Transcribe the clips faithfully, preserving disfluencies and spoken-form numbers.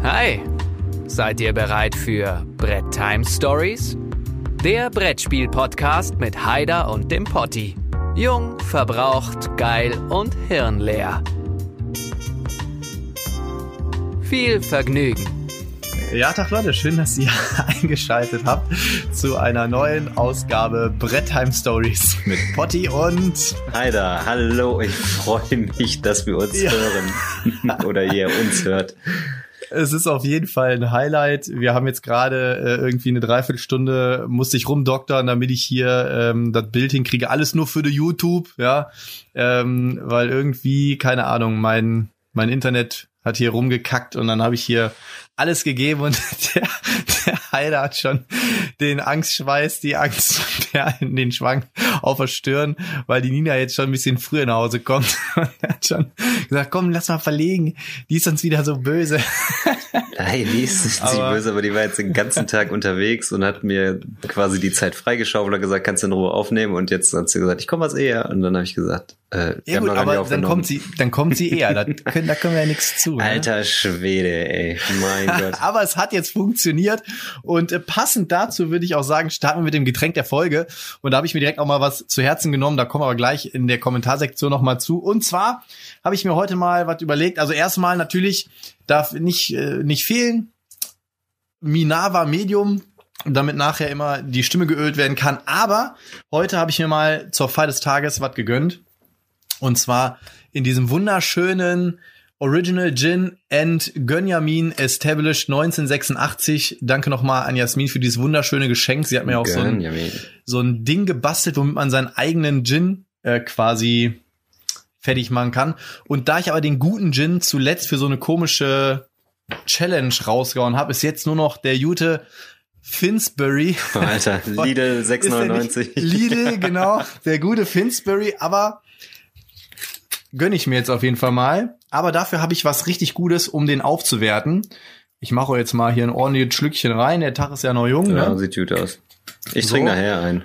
Hi, seid ihr bereit für Brett Time Stories? Der Brettspiel-Podcast mit Haider und dem Potti. Jung, verbraucht, geil und hirnleer. Viel Vergnügen. Ja, Tag Leute, schön, dass ihr eingeschaltet habt zu einer neuen Ausgabe Brett Time Stories mit Potti und Haider. Hallo, ich freue mich, dass wir uns ja. hören oder ihr uns hört. Es ist auf jeden Fall ein Highlight. Wir haben jetzt gerade äh, irgendwie eine Dreiviertelstunde, musste ich rumdoktern, damit ich hier ähm, das Bild hinkriege. Alles nur für die YouTube, ja, ähm, weil irgendwie, keine Ahnung, mein mein Internet hat hier rumgekackt und dann habe ich hier alles gegeben und der, der Haider hat schon den Angstschweiß, die Angst in den Schwang auf der Stirn, weil die Nina jetzt schon ein bisschen früher nach Hause kommt. Und er hat schon gesagt, komm, lass mal verlegen, die ist sonst wieder so böse. Nein, die ist nicht aber, böse, aber die war jetzt den ganzen Tag unterwegs und hat mir quasi die Zeit freigeschaufelt und gesagt, kannst du in Ruhe aufnehmen, und jetzt hat sie gesagt, ich komme was eher, und dann habe ich gesagt, äh, wir ja, haben gut, noch gar aber nicht aufgenommen. Dann kommt sie, dann kommt sie eher, da können, da können wir ja nichts zu. Alter ne? Schwede, ey, mein Gott. Aber es hat jetzt funktioniert und äh, passend dazu würde ich auch sagen, starten wir mit dem Getränk der Folge, und da habe ich mir direkt auch mal was zu Herzen genommen, da kommen wir aber gleich in der Kommentarsektion noch mal zu, und zwar habe ich mir heute mal was überlegt. Also erstmal natürlich darf nicht äh, nicht fehlen Minava Medium, damit nachher immer die Stimme geölt werden kann, aber heute habe ich mir mal zur Feier des Tages was gegönnt, und zwar in diesem wunderschönen Original Gin and Gönjamin Established neunzehnhundertsechsundachtzig. Danke nochmal an Jasmin für dieses wunderschöne Geschenk. Sie hat mir auch so ein, so ein Ding gebastelt, womit man seinen eigenen Gin äh, quasi fertig machen kann. Und da ich aber den guten Gin zuletzt für so eine komische Challenge rausgehauen habe, ist jetzt nur noch der gute Finsbury. Oh, Alter, Lidl sechs neunundneunzig. Lidl, genau, der gute Finsbury, aber gönn ich mir jetzt auf jeden Fall mal. Aber dafür habe ich was richtig Gutes, um den aufzuwerten. Ich mache jetzt mal hier ein ordentliches Schlückchen rein. Der Tag ist ja noch jung. Ja, ne? Sieht gut aus. Ich so. trinke nachher ein.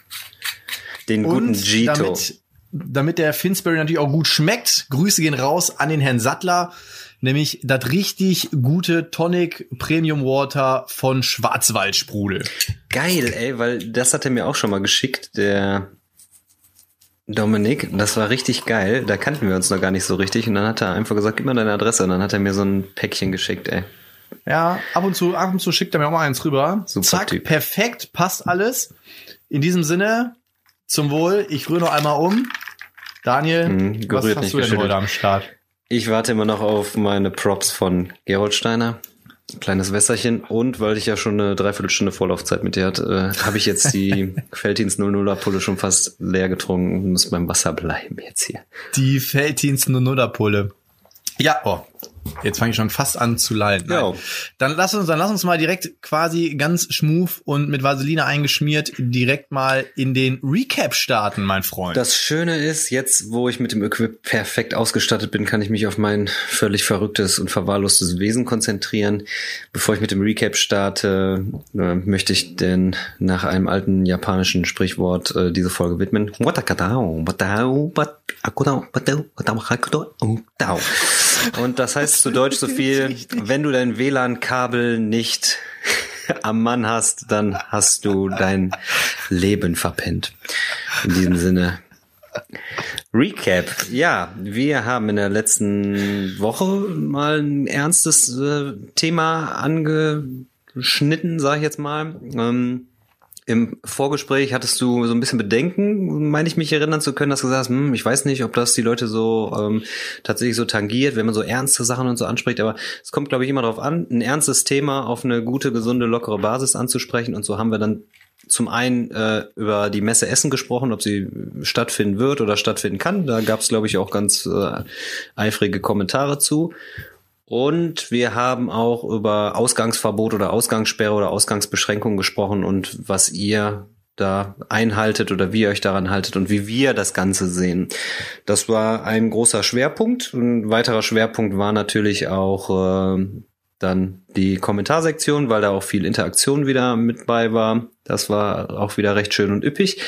Den Und guten Gito. Damit, damit der Finsbury natürlich auch gut schmeckt, Grüße gehen raus an den Herrn Sattler. Nämlich das richtig gute Tonic Premium Water von Schwarzwaldsprudel. Geil, ey, weil das hat er mir auch schon mal geschickt, der Dominik. Das war richtig geil. Da kannten wir uns noch gar nicht so richtig. Und dann hat er einfach gesagt, gib mir deine Adresse. Und dann hat er mir so ein Päckchen geschickt, ey. Ja, ab und zu, ab und zu schickt er mir auch mal eins rüber. Super Zack, Typ. Perfekt, passt alles. In diesem Sinne, zum Wohl. Ich rühre noch einmal um. Daniel, mhm, was hast nicht du denn geschüttelt. heute am Start? Ich warte immer noch auf meine Props von Gerold Steiner. Kleines Wässerchen. Und weil ich ja schon eine Dreiviertelstunde Vorlaufzeit mit dir hatte, äh, habe ich jetzt die Veltins null nuller Pulle schon fast leer getrunken und muss beim Wasser bleiben jetzt hier. Die Veltins null nuller Pulle. Ja, oh. Jetzt fange ich schon fast an zu leiden. Ja. Dann lass uns, dann lass uns mal direkt quasi ganz schmooth und mit Vaseline eingeschmiert direkt mal in den Recap starten, mein Freund. Das Schöne ist, jetzt, wo ich mit dem Equip perfekt ausgestattet bin, kann ich mich auf mein völlig verrücktes und verwahrlostes Wesen konzentrieren. Bevor ich mit dem Recap starte, äh, möchte ich denn nach einem alten japanischen Sprichwort äh, diese Folge widmen. Und das heißt zu Deutsch so viel, wenn du dein W L A N-Kabel nicht am Mann hast, dann hast du dein Leben verpennt. In diesem Sinne. Recap. Ja, wir haben in der letzten Woche mal ein ernstes äh, Thema angeschnitten, sag ich jetzt mal. Ähm, Im Vorgespräch hattest du so ein bisschen Bedenken, meine ich mich erinnern zu können, dass du gesagt hast, hm, ich weiß nicht, ob das die Leute so ähm, tatsächlich so tangiert, wenn man so ernste Sachen und so anspricht, aber es kommt, glaube ich, immer darauf an, ein ernstes Thema auf eine gute, gesunde, lockere Basis anzusprechen, und so haben wir dann zum einen äh, über die Messe Essen gesprochen, ob sie stattfinden wird oder stattfinden kann. Da gab es, glaube ich, auch ganz äh, eifrige Kommentare zu. Und wir haben auch über Ausgangsverbot oder Ausgangssperre oder Ausgangsbeschränkungen gesprochen und was ihr da einhaltet oder wie ihr euch daran haltet und wie wir das Ganze sehen. Das war ein großer Schwerpunkt. Ein weiterer Schwerpunkt war natürlich auch äh, dann die Kommentarsektion, weil da auch viel Interaktion wieder mit bei war. Das war auch wieder recht schön und üppig.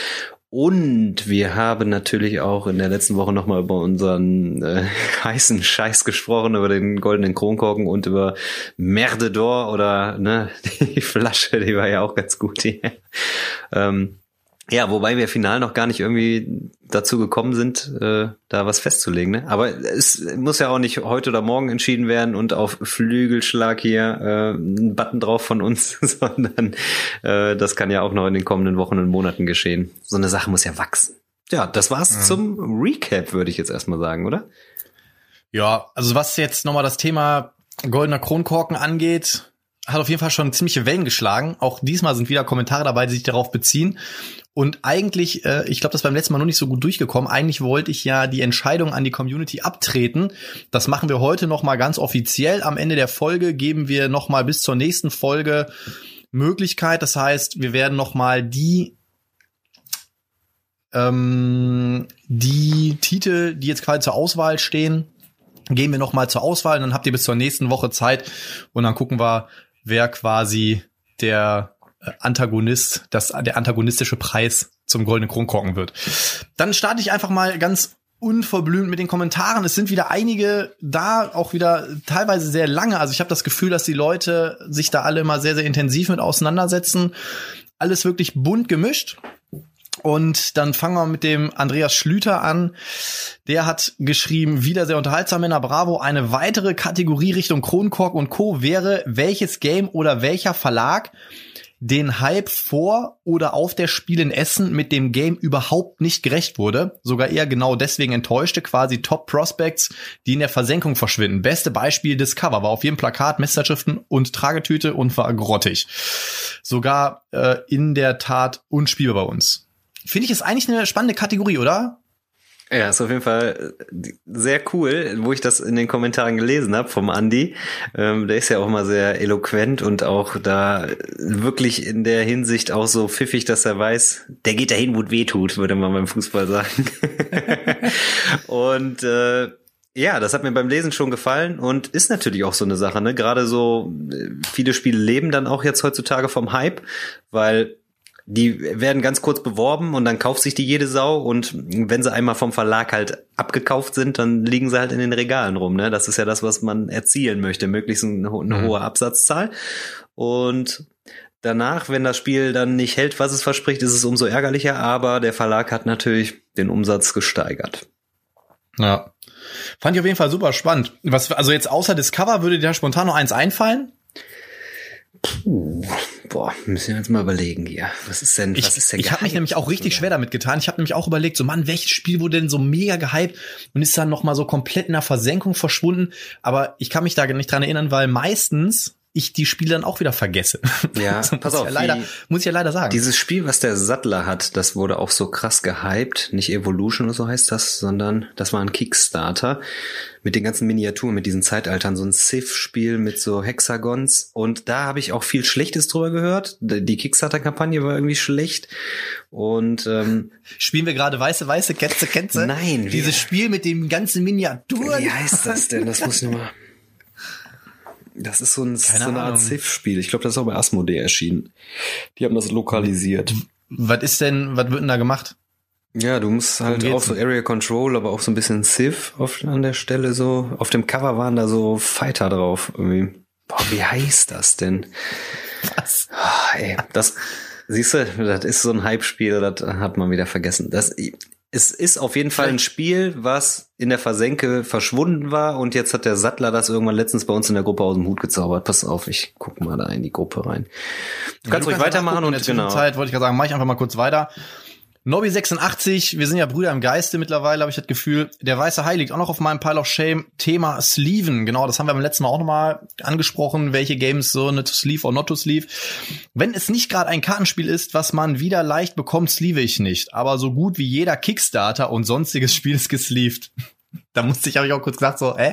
Und wir haben natürlich auch in der letzten Woche nochmal über unseren äh, heißen Scheiß gesprochen, über den goldenen Kronkorken und über Merde d'Or oder ne, die Flasche, die war ja auch ganz gut hier. ähm, Ja, wobei wir final noch gar nicht irgendwie dazu gekommen sind, äh, da was festzulegen. Ne? Aber es muss ja auch nicht heute oder morgen entschieden werden und auf Flügelschlag hier äh, ein Button drauf von uns, sondern äh, das kann ja auch noch in den kommenden Wochen und Monaten geschehen. So eine Sache muss ja wachsen. Ja, das war's mhm. zum Recap, würde ich jetzt erstmal sagen, oder? Ja, also was jetzt nochmal das Thema goldener Kronkorken angeht, hat auf jeden Fall schon ziemliche Wellen geschlagen. Auch diesmal sind wieder Kommentare dabei, die sich darauf beziehen. Und eigentlich, äh, ich glaube, das beim letzten Mal noch nicht so gut durchgekommen. Eigentlich wollte ich ja die Entscheidung an die Community abtreten. Das machen wir heute noch mal ganz offiziell. Am Ende der Folge geben wir noch mal bis zur nächsten Folge Möglichkeit. Das heißt, wir werden noch mal die ähm, die Titel, die jetzt quasi zur Auswahl stehen, gehen wir noch mal zur Auswahl. Und dann habt ihr bis zur nächsten Woche Zeit. Und dann gucken wir, wer quasi der Antagonist, das der antagonistische Preis zum goldenen Kronkorken wird. Dann starte ich einfach mal ganz unverblümt mit den Kommentaren. Es sind wieder einige da, auch wieder teilweise sehr lange. Also ich habe das Gefühl, dass die Leute sich da alle mal sehr, sehr intensiv mit auseinandersetzen. Alles wirklich bunt gemischt. Und dann fangen wir mit dem Andreas Schlüter an. Der hat geschrieben, wieder sehr unterhaltsam, Männer, bravo. Eine weitere Kategorie Richtung Kronkorken und Co. wäre, welches Game oder welcher Verlag den Hype vor oder auf der Spiel in Essen mit dem Game überhaupt nicht gerecht wurde. Sogar eher genau deswegen enttäuschte, quasi Top Prospects, die in der Versenkung verschwinden. Beste Beispiel Discover, war auf jedem Plakat, Messzeitschriften und Tragetüte und war grottig. Sogar äh, in der Tat unspielbar bei uns. Finde ich, ist eigentlich eine spannende Kategorie, oder? Ja, ist auf jeden Fall sehr cool, wo ich das in den Kommentaren gelesen habe vom Andi. Ähm, der ist ja auch immer sehr eloquent und auch da wirklich in der Hinsicht auch so pfiffig, dass er weiß, der geht dahin, wo es weh tut, würde man beim Fußball sagen. Und äh, ja, das hat mir beim Lesen schon gefallen und ist natürlich auch so eine Sache, ne? Gerade so viele Spiele leben dann auch jetzt heutzutage vom Hype, weil die werden ganz kurz beworben und dann kauft sich die jede Sau und wenn sie einmal vom Verlag halt abgekauft sind, dann liegen sie halt in den Regalen rum, ne? Das ist ja das, was man erzielen möchte, möglichst eine, eine mhm. hohe Absatzzahl. Und danach, wenn das Spiel dann nicht hält, was es verspricht, ist es umso ärgerlicher, aber der Verlag hat natürlich den Umsatz gesteigert. Ja. Fand ich auf jeden Fall super spannend. Was, also jetzt außer Discover würde dir da spontan noch eins einfallen? Puh, boah, müssen wir jetzt mal überlegen hier. Was ist denn, was ich, ist denn Ich habe mich nämlich auch richtig schwer damit getan. Ich habe nämlich auch überlegt, so Mann, welches Spiel wurde denn so mega gehypt und ist dann noch mal so komplett in der Versenkung verschwunden. Aber ich kann mich da nicht dran erinnern, weil meistens ich die Spiele dann auch wieder vergesse. Ja, also, pass auf. Ja leider, muss ich ja leider sagen. Dieses Spiel, was der Sattler hat, das wurde auch so krass gehypt. Nicht Evolution oder so heißt das, sondern das war ein Kickstarter mit den ganzen Miniaturen, mit diesen Zeitaltern. So ein Civ-Spiel mit so Hexagons. Und da habe ich auch viel Schlechtes drüber gehört. Die Kickstarter-Kampagne war irgendwie schlecht. Und ähm, spielen wir gerade weiße, weiße, Kätze, Kätze? Nein. Dieses Spiel mit den ganzen Miniaturen. Wie heißt das denn? Das muss ich nochmal... Das ist so, ein, so eine Art Civ-Spiel. Ich glaube, das ist auch bei Asmodee erschienen. Die haben das lokalisiert. Was ist denn, was wird denn da gemacht? Ja, du musst halt auch so Area Control, aber auch so ein bisschen Civ auf, an der Stelle so. Auf dem Cover waren da so Fighter drauf irgendwie. Boah, wie heißt das denn? Was? Oh, ey, das, siehst du, das ist so ein Hype-Spiel, das hat man wieder vergessen. Das, es ist auf jeden Fall ein Spiel, was in der Versenke verschwunden war und jetzt hat der Sattler das irgendwann letztens bei uns in der Gruppe aus dem Hut gezaubert. Pass auf, ich guck mal da in die Gruppe rein. Du kannst ja, ruhig weitermachen und in der genau. Zeit wollte ich gerade sagen, mach ich einfach mal kurz weiter. Nobby sechsundachtzig, wir sind ja Brüder im Geiste mittlerweile, habe ich das Gefühl. Der weiße Hai liegt auch noch auf meinem Pile of Shame. Thema Sleeven, genau, das haben wir beim letzten Mal auch nochmal angesprochen, welche Games so ne to sleeve or not to sleeve. Wenn es nicht gerade ein Kartenspiel ist, was man wieder leicht bekommt, sleeve ich nicht. Aber so gut wie jeder Kickstarter und sonstiges Spiel ist gesleeved. Da musste ich, habe ich auch kurz gesagt, so, äh?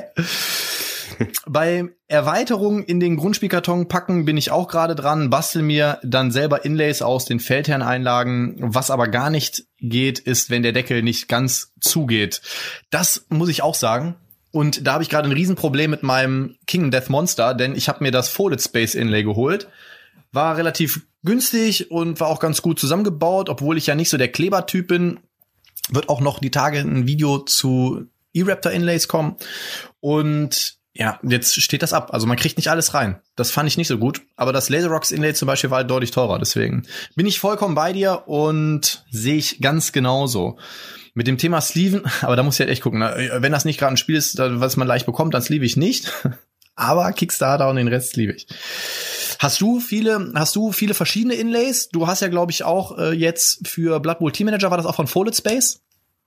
Bei Erweiterungen in den Grundspielkarton packen bin ich auch gerade dran, bastel mir dann selber Inlays aus den Feldherrn-Einlagen. Was aber gar nicht geht, ist, wenn der Deckel nicht ganz zugeht. Das muss ich auch sagen. Und da habe ich gerade ein Riesenproblem mit meinem King Death Monster, denn ich habe mir das Folded Space Inlay geholt. War relativ günstig und war auch ganz gut zusammengebaut, obwohl ich ja nicht so der Klebertyp bin. Wird auch noch die Tage ein Video zu E-Raptor Inlays kommen. Und ja, jetzt steht das ab. Also man kriegt nicht alles rein. Das fand ich nicht so gut. Aber das Laserox Inlay zum Beispiel war halt deutlich teurer. Deswegen bin ich vollkommen bei dir und sehe ich ganz genauso. Mit dem Thema Sleeven, aber da muss ich halt echt gucken. Wenn das nicht gerade ein Spiel ist, was man leicht bekommt, dann sleeve ich nicht. Aber Kickstarter und den Rest sleeve ich. Hast du viele, hast du viele verschiedene Inlays? Du hast ja, glaube ich, auch äh, jetzt für Blood Bowl Team Manager, war das auch von Folded Space?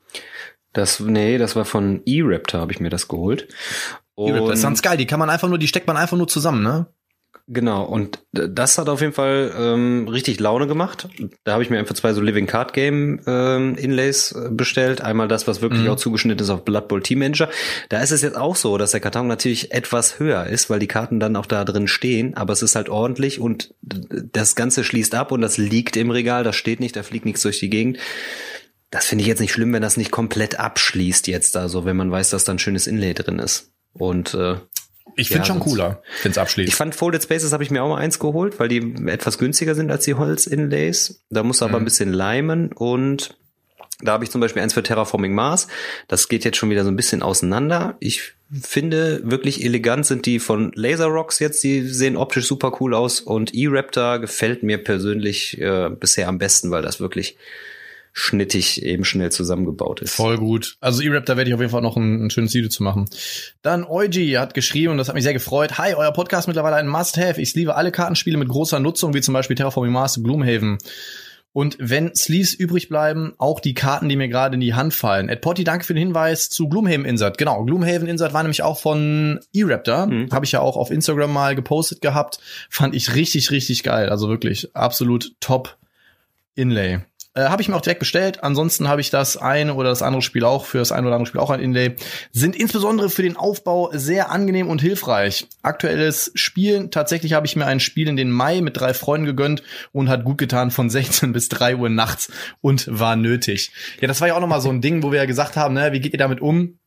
Das, nee, das war von E-Raptor, habe ich mir das geholt. E-Raptor ist ganz geil, die kann man einfach nur, die steckt man einfach nur zusammen, ne? Genau, und das hat auf jeden Fall ähm, richtig Laune gemacht. Da habe ich mir einfach zwei so Living Card Game ähm, Inlays bestellt. Einmal das, was wirklich mhm. auch zugeschnitten ist auf Blood Bowl Team Manager. Da ist es jetzt auch so, dass der Karton natürlich etwas höher ist, weil die Karten dann auch da drin stehen. Aber es ist halt ordentlich und das Ganze schließt ab und das liegt im Regal. Das steht nicht, da fliegt nichts durch die Gegend. Das finde ich jetzt nicht schlimm, wenn das nicht komplett abschließt jetzt, also wenn man weiß, dass da ein schönes Inlay drin ist. Und äh, ich finde ja, schon cooler, wenn es abschließt. Ich fand Folded Spaces, habe ich mir auch mal eins geholt, weil die etwas günstiger sind als die Holz-Inlays. Da musst du aber mhm. ein bisschen limen und da habe ich zum Beispiel eins für Terraforming Mars. Das geht jetzt schon wieder so ein bisschen auseinander. Ich finde, wirklich elegant sind die von Laserox jetzt. Die sehen optisch super cool aus und E-Raptor gefällt mir persönlich äh, bisher am besten, weil das wirklich schnittig eben schnell zusammengebaut ist. Voll gut. Also E-Raptor werde ich auf jeden Fall noch ein, ein schönes Video zu machen. Dann Eugi hat geschrieben, und das hat mich sehr gefreut. Hi, euer Podcast mittlerweile ein Must-Have. Ich liebe alle Kartenspiele mit großer Nutzung, wie zum Beispiel Terraforming Mars, Gloomhaven. Und wenn Sleeves übrig bleiben, auch die Karten, die mir gerade in die Hand fallen. Ed Potti, danke für den Hinweis zu Gloomhaven Insert. Genau, Gloomhaven Insert war nämlich auch von E-Raptor. Mhm. Habe ich ja auch auf Instagram mal gepostet gehabt. Fand ich richtig, richtig geil. Also wirklich absolut top Inlay. Äh, habe ich mir auch direkt bestellt. Ansonsten habe ich das eine oder das andere Spiel auch, für das eine oder andere Spiel auch ein Inlay. Sind insbesondere für den Aufbau sehr angenehm und hilfreich. Aktuelles Spielen, tatsächlich habe ich mir ein Spiel in den Mai mit drei Freunden gegönnt und hat gut getan von sechzehn bis drei Uhr nachts und war nötig. Ja, das war ja auch nochmal so ein Ding, wo wir ja gesagt haben, ne, wie geht ihr damit um?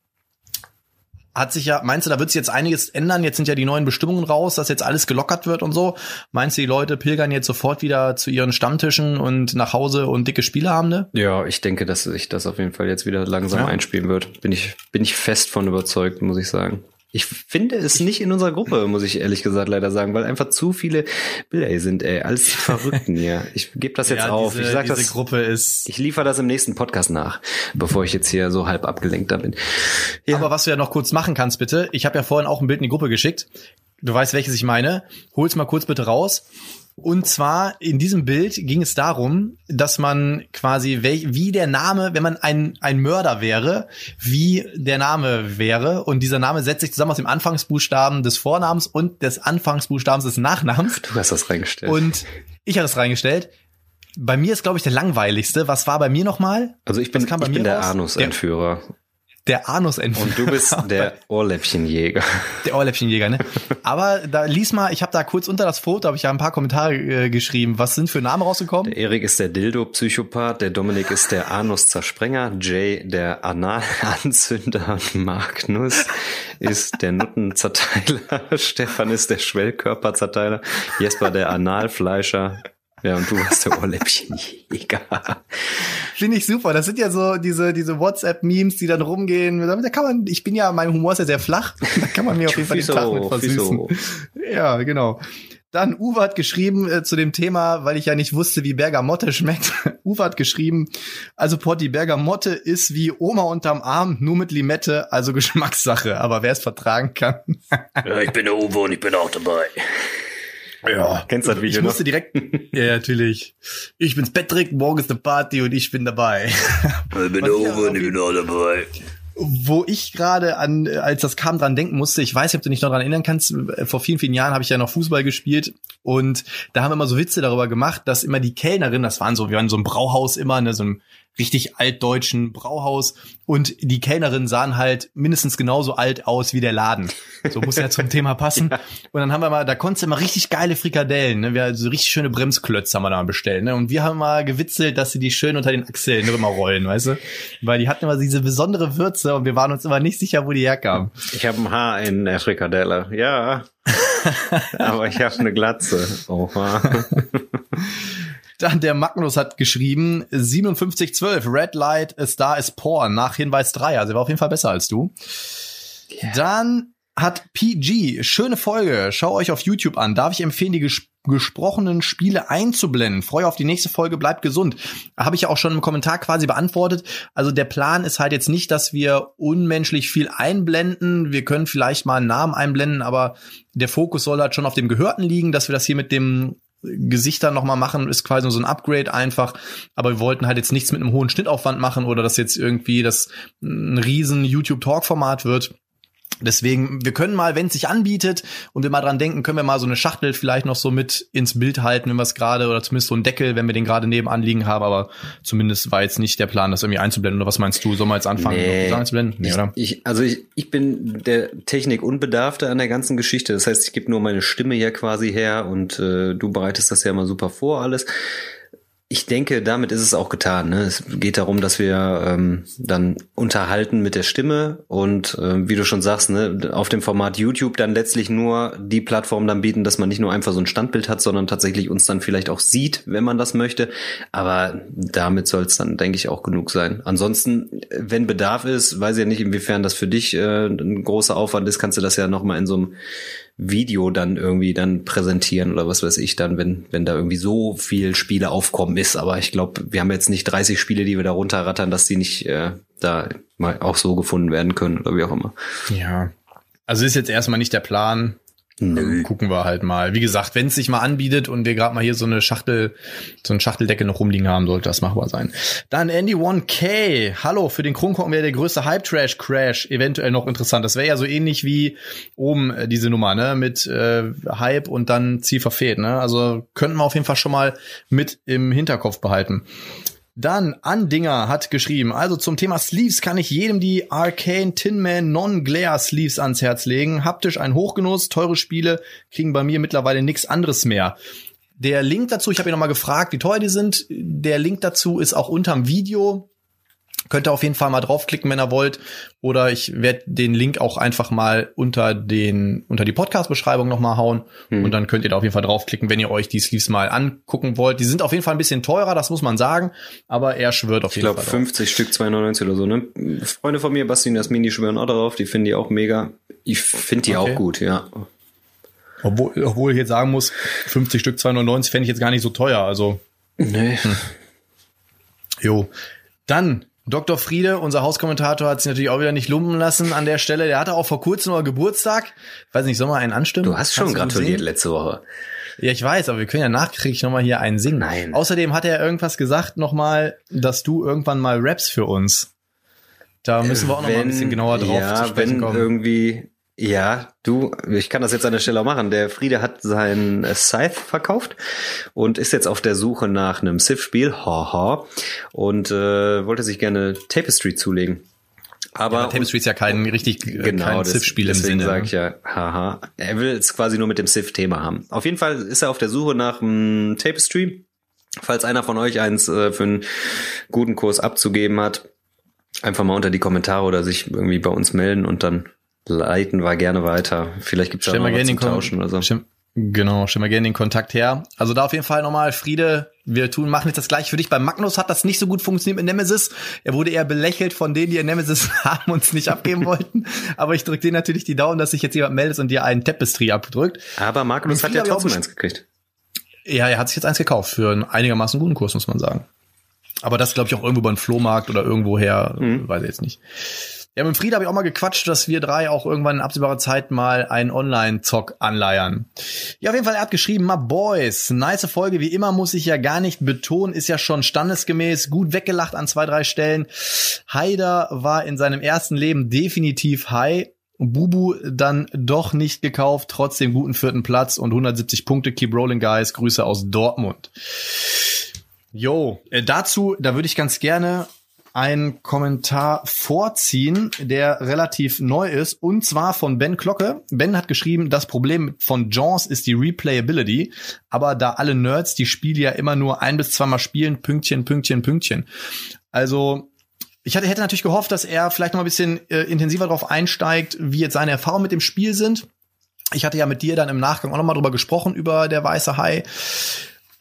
Hat sich ja, meinst du, da wird sich jetzt einiges ändern? Jetzt sind ja die neuen Bestimmungen raus, dass jetzt alles gelockert wird und so. Meinst du, die Leute pilgern jetzt sofort wieder zu ihren Stammtischen und nach Hause und dicke Spiele haben, ne? Ja, ich denke, dass sich das auf jeden Fall jetzt wieder langsam ja. einspielen wird. Bin ich, bin ich fest von überzeugt, muss ich sagen. Ich finde es nicht in unserer Gruppe, muss ich ehrlich gesagt leider sagen, weil einfach zu viele Bilder sind, ey, als die Verrückten hier. Ich gebe das jetzt ja, auf. Diese, ich sag diese das, Gruppe ist. Ich liefere das im nächsten Podcast nach, bevor ich jetzt hier so halb abgelenkt da bin. Ja. Aber was du ja noch kurz machen kannst, bitte. Ich habe ja vorhin auch ein Bild in die Gruppe geschickt. Du weißt, welches ich meine. Hol's mal kurz bitte raus. Und zwar in diesem Bild ging es darum, dass man quasi, wie der Name, wenn man ein ein Mörder wäre, wie der Name wäre. Und dieser Name setzt sich zusammen aus dem Anfangsbuchstaben des Vornamens und des Anfangsbuchstabens des Nachnamens. Du hast das reingestellt. Und ich habe das reingestellt. Bei mir ist, glaube ich, der langweiligste. Was war bei mir nochmal? Also ich bin, ich bin der Anus-Entführer. Der Anus-Entführer. Und du bist der Ohrläppchenjäger. Der Ohrläppchenjäger, ne? Aber da lies mal, ich habe da kurz unter das Foto, habe ich ja ein paar Kommentare äh, geschrieben. Was sind für Namen rausgekommen? Der Erik ist der Dildo-Psychopath, der Dominik ist der Anus-Zersprenger, Jay der Anal-Anzünder und Magnus ist der Nuttenzerteiler, Stefan ist der Schwellkörperzerteiler, Jesper der Analfleischer. Ja, und du warst der Ohrläppchenjäger. Finde ich super. Das sind ja so diese diese WhatsApp-Memes, die dann rumgehen. Da kann man, ich bin ja, mein Humor ist ja sehr flach. Da kann man mir auf jeden Fall den Tag mit versüßen. Ja, genau. Dann Uwe hat geschrieben äh, zu dem Thema, weil ich ja nicht wusste, wie Bergamotte schmeckt. Uwe hat geschrieben, also Potti, Bergamotte ist wie Oma unterm Arm, nur mit Limette, also Geschmackssache. Aber wer es vertragen kann. Ja, ich bin der Uwe und ich bin auch dabei. Ja, kennst du das Video ich musste noch? direkt, ja, natürlich. Ich bin's Patrick, morgen ist eine Party und ich bin dabei. Ich bin der Uwe und ich bin auch dabei. Wo ich gerade an, als das kam, dran denken musste, ich weiß nicht, ob du dich noch dran erinnern kannst, vor vielen, vielen Jahren habe ich ja noch Fußball gespielt und da haben wir immer so Witze darüber gemacht, dass immer die Kellnerin, das waren so, wir waren in so einem Brauhaus immer, ne, so einem richtig altdeutschen Brauhaus und die Kellnerin sahen halt mindestens genauso alt aus wie der Laden. So muss ja zum Thema passen. Ja. Und dann haben wir mal, da konntest du immer richtig geile Frikadellen, ne? Wir so richtig schöne Bremsklötze haben wir da mal bestellt, ne? Und wir haben mal gewitzelt, dass sie die schön unter den Achseln immer rollen, weißt du? Weil die hatten immer diese besondere Würze und wir waren uns immer nicht sicher, wo die herkamen. Ich habe ein Haar in der Frikadelle, ja. Aber ich habe eine Glatze. Oha. Dann der Magnus hat geschrieben, siebenundfünfzig zwölf, Red Light, A Star is Porn, nach Hinweis drei. Also er war auf jeden Fall besser als du. Yeah. Dann hat P G, schöne Folge, schau euch auf YouTube an. Darf ich empfehlen, die ges- gesprochenen Spiele einzublenden? Freue auf die nächste Folge, bleibt gesund. Habe ich ja auch schon im Kommentar quasi beantwortet. Also der Plan ist halt jetzt nicht, dass wir unmenschlich viel einblenden. Wir können vielleicht mal einen Namen einblenden, aber der Fokus soll halt schon auf dem Gehörten liegen, dass wir das hier mit dem Gesichter noch mal machen, ist quasi so ein Upgrade einfach, aber wir wollten halt jetzt nichts mit einem hohen Schnittaufwand machen oder dass jetzt irgendwie das ein riesen YouTube-Talk-Format wird. Deswegen, wir können mal, wenn es sich anbietet und wir mal dran denken, können wir mal so eine Schachtel vielleicht noch so mit ins Bild halten, wenn wir es gerade, oder zumindest so einen Deckel, wenn wir den gerade nebenan liegen haben, aber zumindest war jetzt nicht der Plan, das irgendwie einzublenden. Oder was meinst du? Sollen wir jetzt anfangen, nee, das einzublenden? Nee, ich, oder? Ich, also ich, ich bin der Technik Unbedarfte an der ganzen Geschichte. Das heißt, ich gebe nur meine Stimme hier quasi her und äh, du bereitest das ja mal super vor alles. Ich denke, damit ist es auch getan. Ne? Es geht darum, dass wir ähm, dann unterhalten mit der Stimme und äh, wie du schon sagst, ne, auf dem Format YouTube dann letztlich nur die Plattform dann bieten, dass man nicht nur einfach so ein Standbild hat, sondern tatsächlich uns dann vielleicht auch sieht, wenn man das möchte. Aber damit soll es dann, denke ich, auch genug sein. Ansonsten, wenn Bedarf ist, weiß ich ja nicht, inwiefern das für dich äh, ein großer Aufwand ist, kannst du das ja nochmal in so einem Video dann irgendwie dann präsentieren oder was weiß ich dann, wenn wenn da irgendwie so viel Spiele aufkommen ist. Aber ich glaube, wir haben jetzt nicht dreißig Spiele, die wir da runterrattern, dass die nicht äh, da mal auch so gefunden werden können oder wie auch immer. Ja, also ist jetzt erstmal nicht der Plan. Nö. Gucken wir halt mal. Wie gesagt, wenn es sich mal anbietet und wir gerade mal hier so eine Schachtel, so eine Schachteldecke noch rumliegen haben, sollte das machbar sein. Dann Andy one K. Hallo, für den Kronkorken wäre der größte Hype-Trash-Crash eventuell noch interessant. Das wäre ja so ähnlich wie oben äh, diese Nummer, ne, mit äh, Hype und dann Ziel verfehlt, ne. Also könnten wir auf jeden Fall schon mal mit im Hinterkopf behalten. Dann Andinger hat geschrieben, also zum Thema Sleeves kann ich jedem die Arcane Tin Man Non-Glare Sleeves ans Herz legen. Haptisch ein Hochgenuss, teure Spiele kriegen bei mir mittlerweile nichts anderes mehr. Der Link dazu, ich habe ihn noch mal gefragt, wie teuer die sind. Der Link dazu ist auch unterm Video. Könnt ihr auf jeden Fall mal draufklicken, wenn ihr wollt. Oder ich werde den Link auch einfach mal unter den unter die Podcast-Beschreibung noch mal hauen. Hm. Und dann könnt ihr da auf jeden Fall draufklicken, wenn ihr euch die Sleeves mal angucken wollt. Die sind auf jeden Fall ein bisschen teurer, das muss man sagen. Aber er schwört auf jeden Fall. Ich glaube, fünfzig Stück, zwei neunundneunzig oder so, ne? Freunde von mir, Basti und Jasmin, die schwören auch darauf. Die finden die auch mega. Ich finde die okay. auch gut, ja. Obwohl, obwohl ich jetzt sagen muss, fünfzig Stück, zwei neunundneunzig fände ich jetzt gar nicht so teuer. Also. Nee. Hm. Jo. Dann Doktor Friede, unser Hauskommentator, hat sich natürlich auch wieder nicht lumpen lassen an der Stelle. Der hatte auch vor kurzem noch Geburtstag. Ich weiß nicht, soll mal einen anstimmen? Du hast schon gratuliert letzte Woche. Ja, ich weiß, aber wir können ja nachträglich noch mal hier einen singen. Nein. Außerdem hat er irgendwas gesagt noch mal, dass du irgendwann mal rappst für uns. Da müssen wir auch noch wenn, mal ein bisschen genauer drauf ja, zu sprechen wenn kommen. irgendwie Ja, du, ich kann das jetzt an der Stelle auch machen. Der Friede hat sein Scythe verkauft und ist jetzt auf der Suche nach einem Civ-Spiel, haha, und äh, wollte sich gerne Tapestry zulegen. Aber ja, Tapestry ist ja kein richtig genau, kein Civ-Spiel im Sinne. Deswegen sage ich ja, haha. Er will es quasi nur mit dem Civ-Thema haben. Auf jeden Fall ist er auf der Suche nach einem Tapestry. Falls einer von euch eins äh, für einen guten Kurs abzugeben hat, einfach mal unter die Kommentare oder sich irgendwie bei uns melden und dann leiten wir gerne weiter. Vielleicht gibt's da noch was zum Tauschen oder so. Stimm, genau, stellen wir gerne den Kontakt her. Also da auf jeden Fall nochmal, Friede, wir tun, machen jetzt das gleiche für dich. Bei Magnus hat das nicht so gut funktioniert mit Nemesis. Er wurde eher belächelt von denen, die ihr Nemesis haben und es nicht abgeben wollten. Aber ich drücke dir natürlich die Daumen, dass sich jetzt jemand meldet und dir einen Tapestry abdrückt. Aber Magnus hat ja trotzdem eins gekriegt. Ja, er hat sich jetzt eins gekauft für einen einigermaßen guten Kurs, muss man sagen. Aber das glaube ich auch irgendwo beim Flohmarkt oder irgendwoher, mhm. weiß ich jetzt nicht. Ja, mit Frieda habe ich auch mal gequatscht, dass wir drei auch irgendwann in absehbarer Zeit mal einen Online-Zock anleiern. Ja, auf jeden Fall, er hat geschrieben, my boys, nice Folge, wie immer muss ich ja gar nicht betonen, ist ja schon standesgemäß, gut weggelacht an zwei, drei Stellen. Haider war in seinem ersten Leben definitiv high. Bubu dann doch nicht gekauft, trotzdem guten vierten Platz und hundertsiebzig Punkte. Keep rolling, guys. Grüße aus Dortmund. Jo, äh, dazu, da würde ich ganz gerne einen Kommentar vorziehen, der relativ neu ist, und zwar von Ben Glocke. Ben hat geschrieben, das Problem von Jaws ist die Replayability, aber da alle Nerds die Spiele ja immer nur ein bis zweimal spielen, Pünktchen, Pünktchen, Pünktchen. Also ich hatte, hätte natürlich gehofft, dass er vielleicht noch mal ein bisschen äh, intensiver darauf einsteigt, wie jetzt seine Erfahrungen mit dem Spiel sind. Ich hatte ja mit dir dann im Nachgang auch noch mal drüber gesprochen, über der Weiße Hai.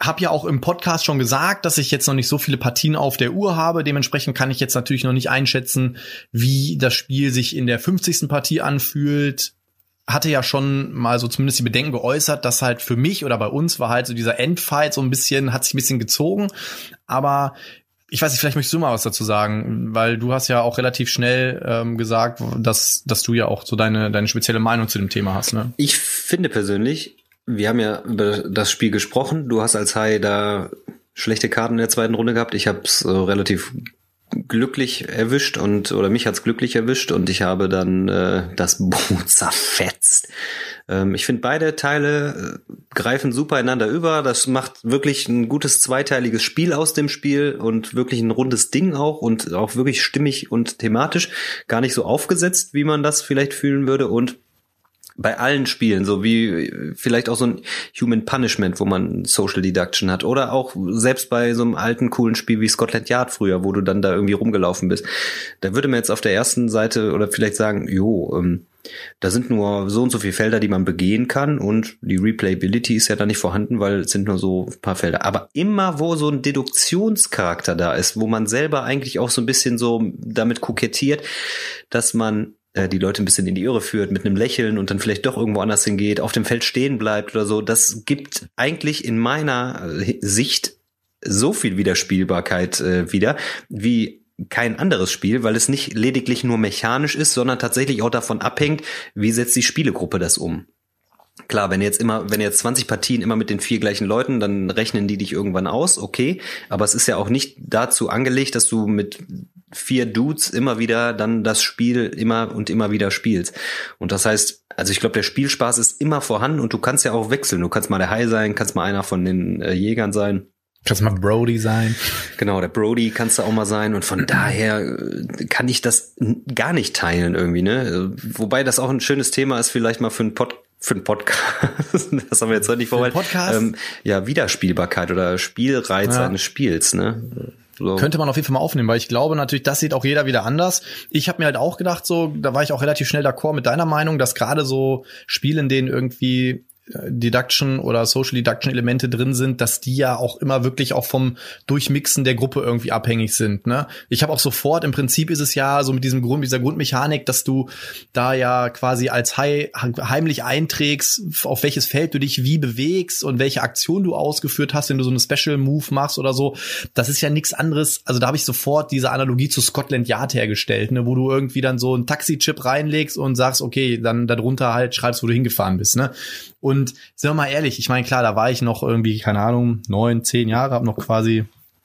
habe ja auch im Podcast schon gesagt, dass ich jetzt noch nicht so viele Partien auf der Uhr habe. Dementsprechend kann ich jetzt natürlich noch nicht einschätzen, wie das Spiel sich in der fünfzigsten Partie anfühlt. Hatte ja schon mal so zumindest die Bedenken geäußert, dass halt für mich oder bei uns war halt so dieser Endfight so ein bisschen, hat sich ein bisschen gezogen. Aber ich weiß nicht, vielleicht möchtest du mal was dazu sagen, weil du hast ja auch relativ schnell ähm, gesagt, dass dass du ja auch so deine deine spezielle Meinung zu dem Thema hast, ne? Ich finde persönlich, wir haben ja über das Spiel gesprochen. Du hast als Hai da schlechte Karten in der zweiten Runde gehabt. Ich habe es äh, relativ glücklich erwischt und oder mich hat's glücklich erwischt und ich habe dann äh, das Boot zerfetzt. Ähm, ich finde, beide Teile äh, greifen super ineinander über. Das macht wirklich ein gutes zweiteiliges Spiel aus dem Spiel und wirklich ein rundes Ding auch und auch wirklich stimmig und thematisch. Gar nicht so aufgesetzt, wie man das vielleicht fühlen würde und bei allen Spielen, so wie vielleicht auch so ein Human Punishment, wo man Social Deduction hat oder auch selbst bei so einem alten, coolen Spiel wie Scotland Yard früher, wo du dann da irgendwie rumgelaufen bist. Da würde man jetzt auf der ersten Seite oder vielleicht sagen, jo, ähm, da sind nur so und so viele Felder, die man begehen kann und die Replayability ist ja da nicht vorhanden, weil es sind nur so ein paar Felder. Aber immer, wo so ein Deduktionscharakter da ist, wo man selber eigentlich auch so ein bisschen so damit kokettiert, dass man die Leute ein bisschen in die Irre führt mit einem Lächeln und dann vielleicht doch irgendwo anders hingeht, auf dem Feld stehen bleibt oder so. Das gibt eigentlich in meiner Sicht so viel Wiederspielbarkeit äh, wieder, wie kein anderes Spiel, weil es nicht lediglich nur mechanisch ist, sondern tatsächlich auch davon abhängt, wie setzt die Spielegruppe das um. Klar, wenn jetzt immer, wenn jetzt zwanzig Partien immer mit den vier gleichen Leuten, dann rechnen die dich irgendwann aus, okay. Aber es ist ja auch nicht dazu angelegt, dass du mit vier Dudes immer wieder dann das Spiel immer und immer wieder spielst. Und das heißt, also ich glaube, der Spielspaß ist immer vorhanden und du kannst ja auch wechseln. Du kannst mal der Hai sein, kannst mal einer von den äh, Jägern sein. Kannst mal Brody sein. Genau, der Brody kannst du auch mal sein und von daher kann ich das gar nicht teilen irgendwie, ne? Wobei das auch ein schönes Thema ist, vielleicht mal für einen Pod für einen Podcast. Das haben wir jetzt heute nicht vorbereitet. Podcast? Ähm, ja, Wiederspielbarkeit oder Spielreiz ja. eines Spiels, ne? So. Könnte man auf jeden Fall mal aufnehmen, weil ich glaube natürlich, das sieht auch jeder wieder anders. Ich habe mir halt auch gedacht, so, da war ich auch relativ schnell d'accord mit deiner Meinung, dass gerade so Spiele, in denen irgendwie Deduction oder Social Deduction Elemente drin sind, dass die ja auch immer wirklich auch vom Durchmixen der Gruppe irgendwie abhängig sind, ne? Ich habe auch sofort, im Prinzip ist es ja so mit diesem Grund, dieser Grundmechanik, dass du da ja quasi als Hai heimlich einträgst, auf welches Feld du dich wie bewegst und welche Aktion du ausgeführt hast, wenn du so eine Special Move machst oder so. Das ist ja nichts anderes. Also da habe ich sofort diese Analogie zu Scotland Yard hergestellt, ne, wo du irgendwie dann so einen Taxi-Chip reinlegst und sagst, okay, dann darunter halt schreibst, wo du hingefahren bist, ne? Und sind wir mal ehrlich, ich meine, klar, da war ich noch irgendwie, keine Ahnung, neun, zehn Jahre, hab noch quasi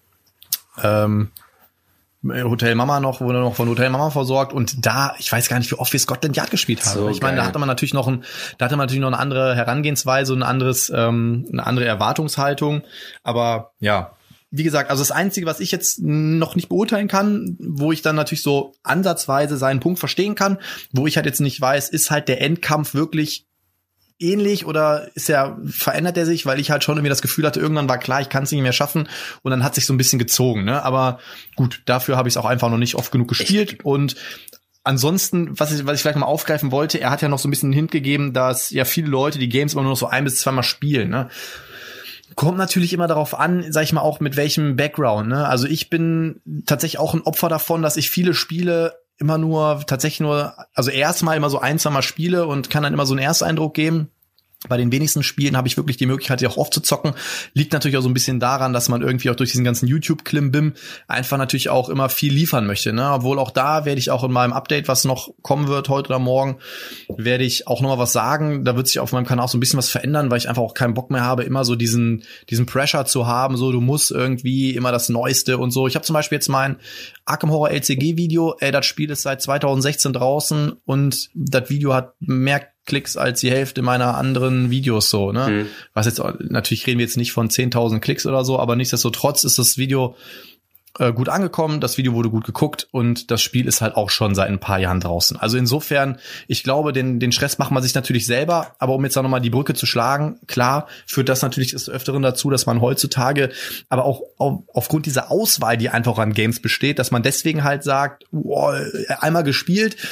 ähm, Hotel Mama noch, wurde noch von Hotel Mama versorgt und da, ich weiß gar nicht, wie oft wir Scotland Yard gespielt haben. So ich meine, da hatte man natürlich noch ein, da hatte man natürlich noch eine andere Herangehensweise und ein anderes, ähm, eine andere Erwartungshaltung. Aber ja, wie gesagt, also das Einzige, was ich jetzt noch nicht beurteilen kann, wo ich dann natürlich so ansatzweise seinen Punkt verstehen kann, wo ich halt jetzt nicht weiß, ist halt der Endkampf wirklich ähnlich oder ist er, verändert er sich, weil ich halt schon irgendwie das Gefühl hatte, irgendwann war klar, ich kann es nicht mehr schaffen und dann hat sich so ein bisschen gezogen, ne? Aber gut, dafür habe ich es auch einfach noch nicht oft genug gespielt und ansonsten, was ich, was ich vielleicht mal aufgreifen wollte, er hat ja noch so ein bisschen einen Hint gegeben, dass ja viele Leute die Games immer nur noch so ein bis zweimal spielen, ne? Kommt natürlich immer darauf an, sag ich mal, auch mit welchem Background, ne? Also ich bin tatsächlich auch ein Opfer davon, dass ich viele Spiele immer nur, tatsächlich nur, also erstmal immer so ein, zwei Mal spiele und kann dann immer so einen Ersteindruck geben. Bei den wenigsten Spielen habe ich wirklich die Möglichkeit, die auch aufzuzocken. Liegt natürlich auch so ein bisschen daran, dass man irgendwie auch durch diesen ganzen YouTube-Klimbim einfach natürlich auch immer viel liefern möchte, ne? Obwohl auch da werde ich auch in meinem Update, was noch kommen wird, heute oder morgen, werde ich auch nochmal was sagen. Da wird sich auf meinem Kanal auch so ein bisschen was verändern, weil ich einfach auch keinen Bock mehr habe, immer so diesen diesen Pressure zu haben, so du musst irgendwie immer das Neueste und so. Ich habe zum Beispiel jetzt mein Arkham Horror L C G-Video, ey, das Spiel ist seit zweitausendsechzehn draußen und das Video hat mehr Klicks als die Hälfte meiner anderen Videos so, ne? Mhm. Was jetzt, natürlich reden wir jetzt nicht von zehntausend Klicks oder so, aber nichtsdestotrotz ist das Video äh, gut angekommen, das Video wurde gut geguckt und das Spiel ist halt auch schon seit ein paar Jahren draußen. Also insofern, ich glaube, den den Stress macht man sich natürlich selber, aber um jetzt auch nochmal die Brücke zu schlagen, klar, führt das natürlich des Öfteren dazu, dass man heutzutage, aber auch auf, aufgrund dieser Auswahl, die einfach an Games besteht, dass man deswegen halt sagt, wow, einmal gespielt,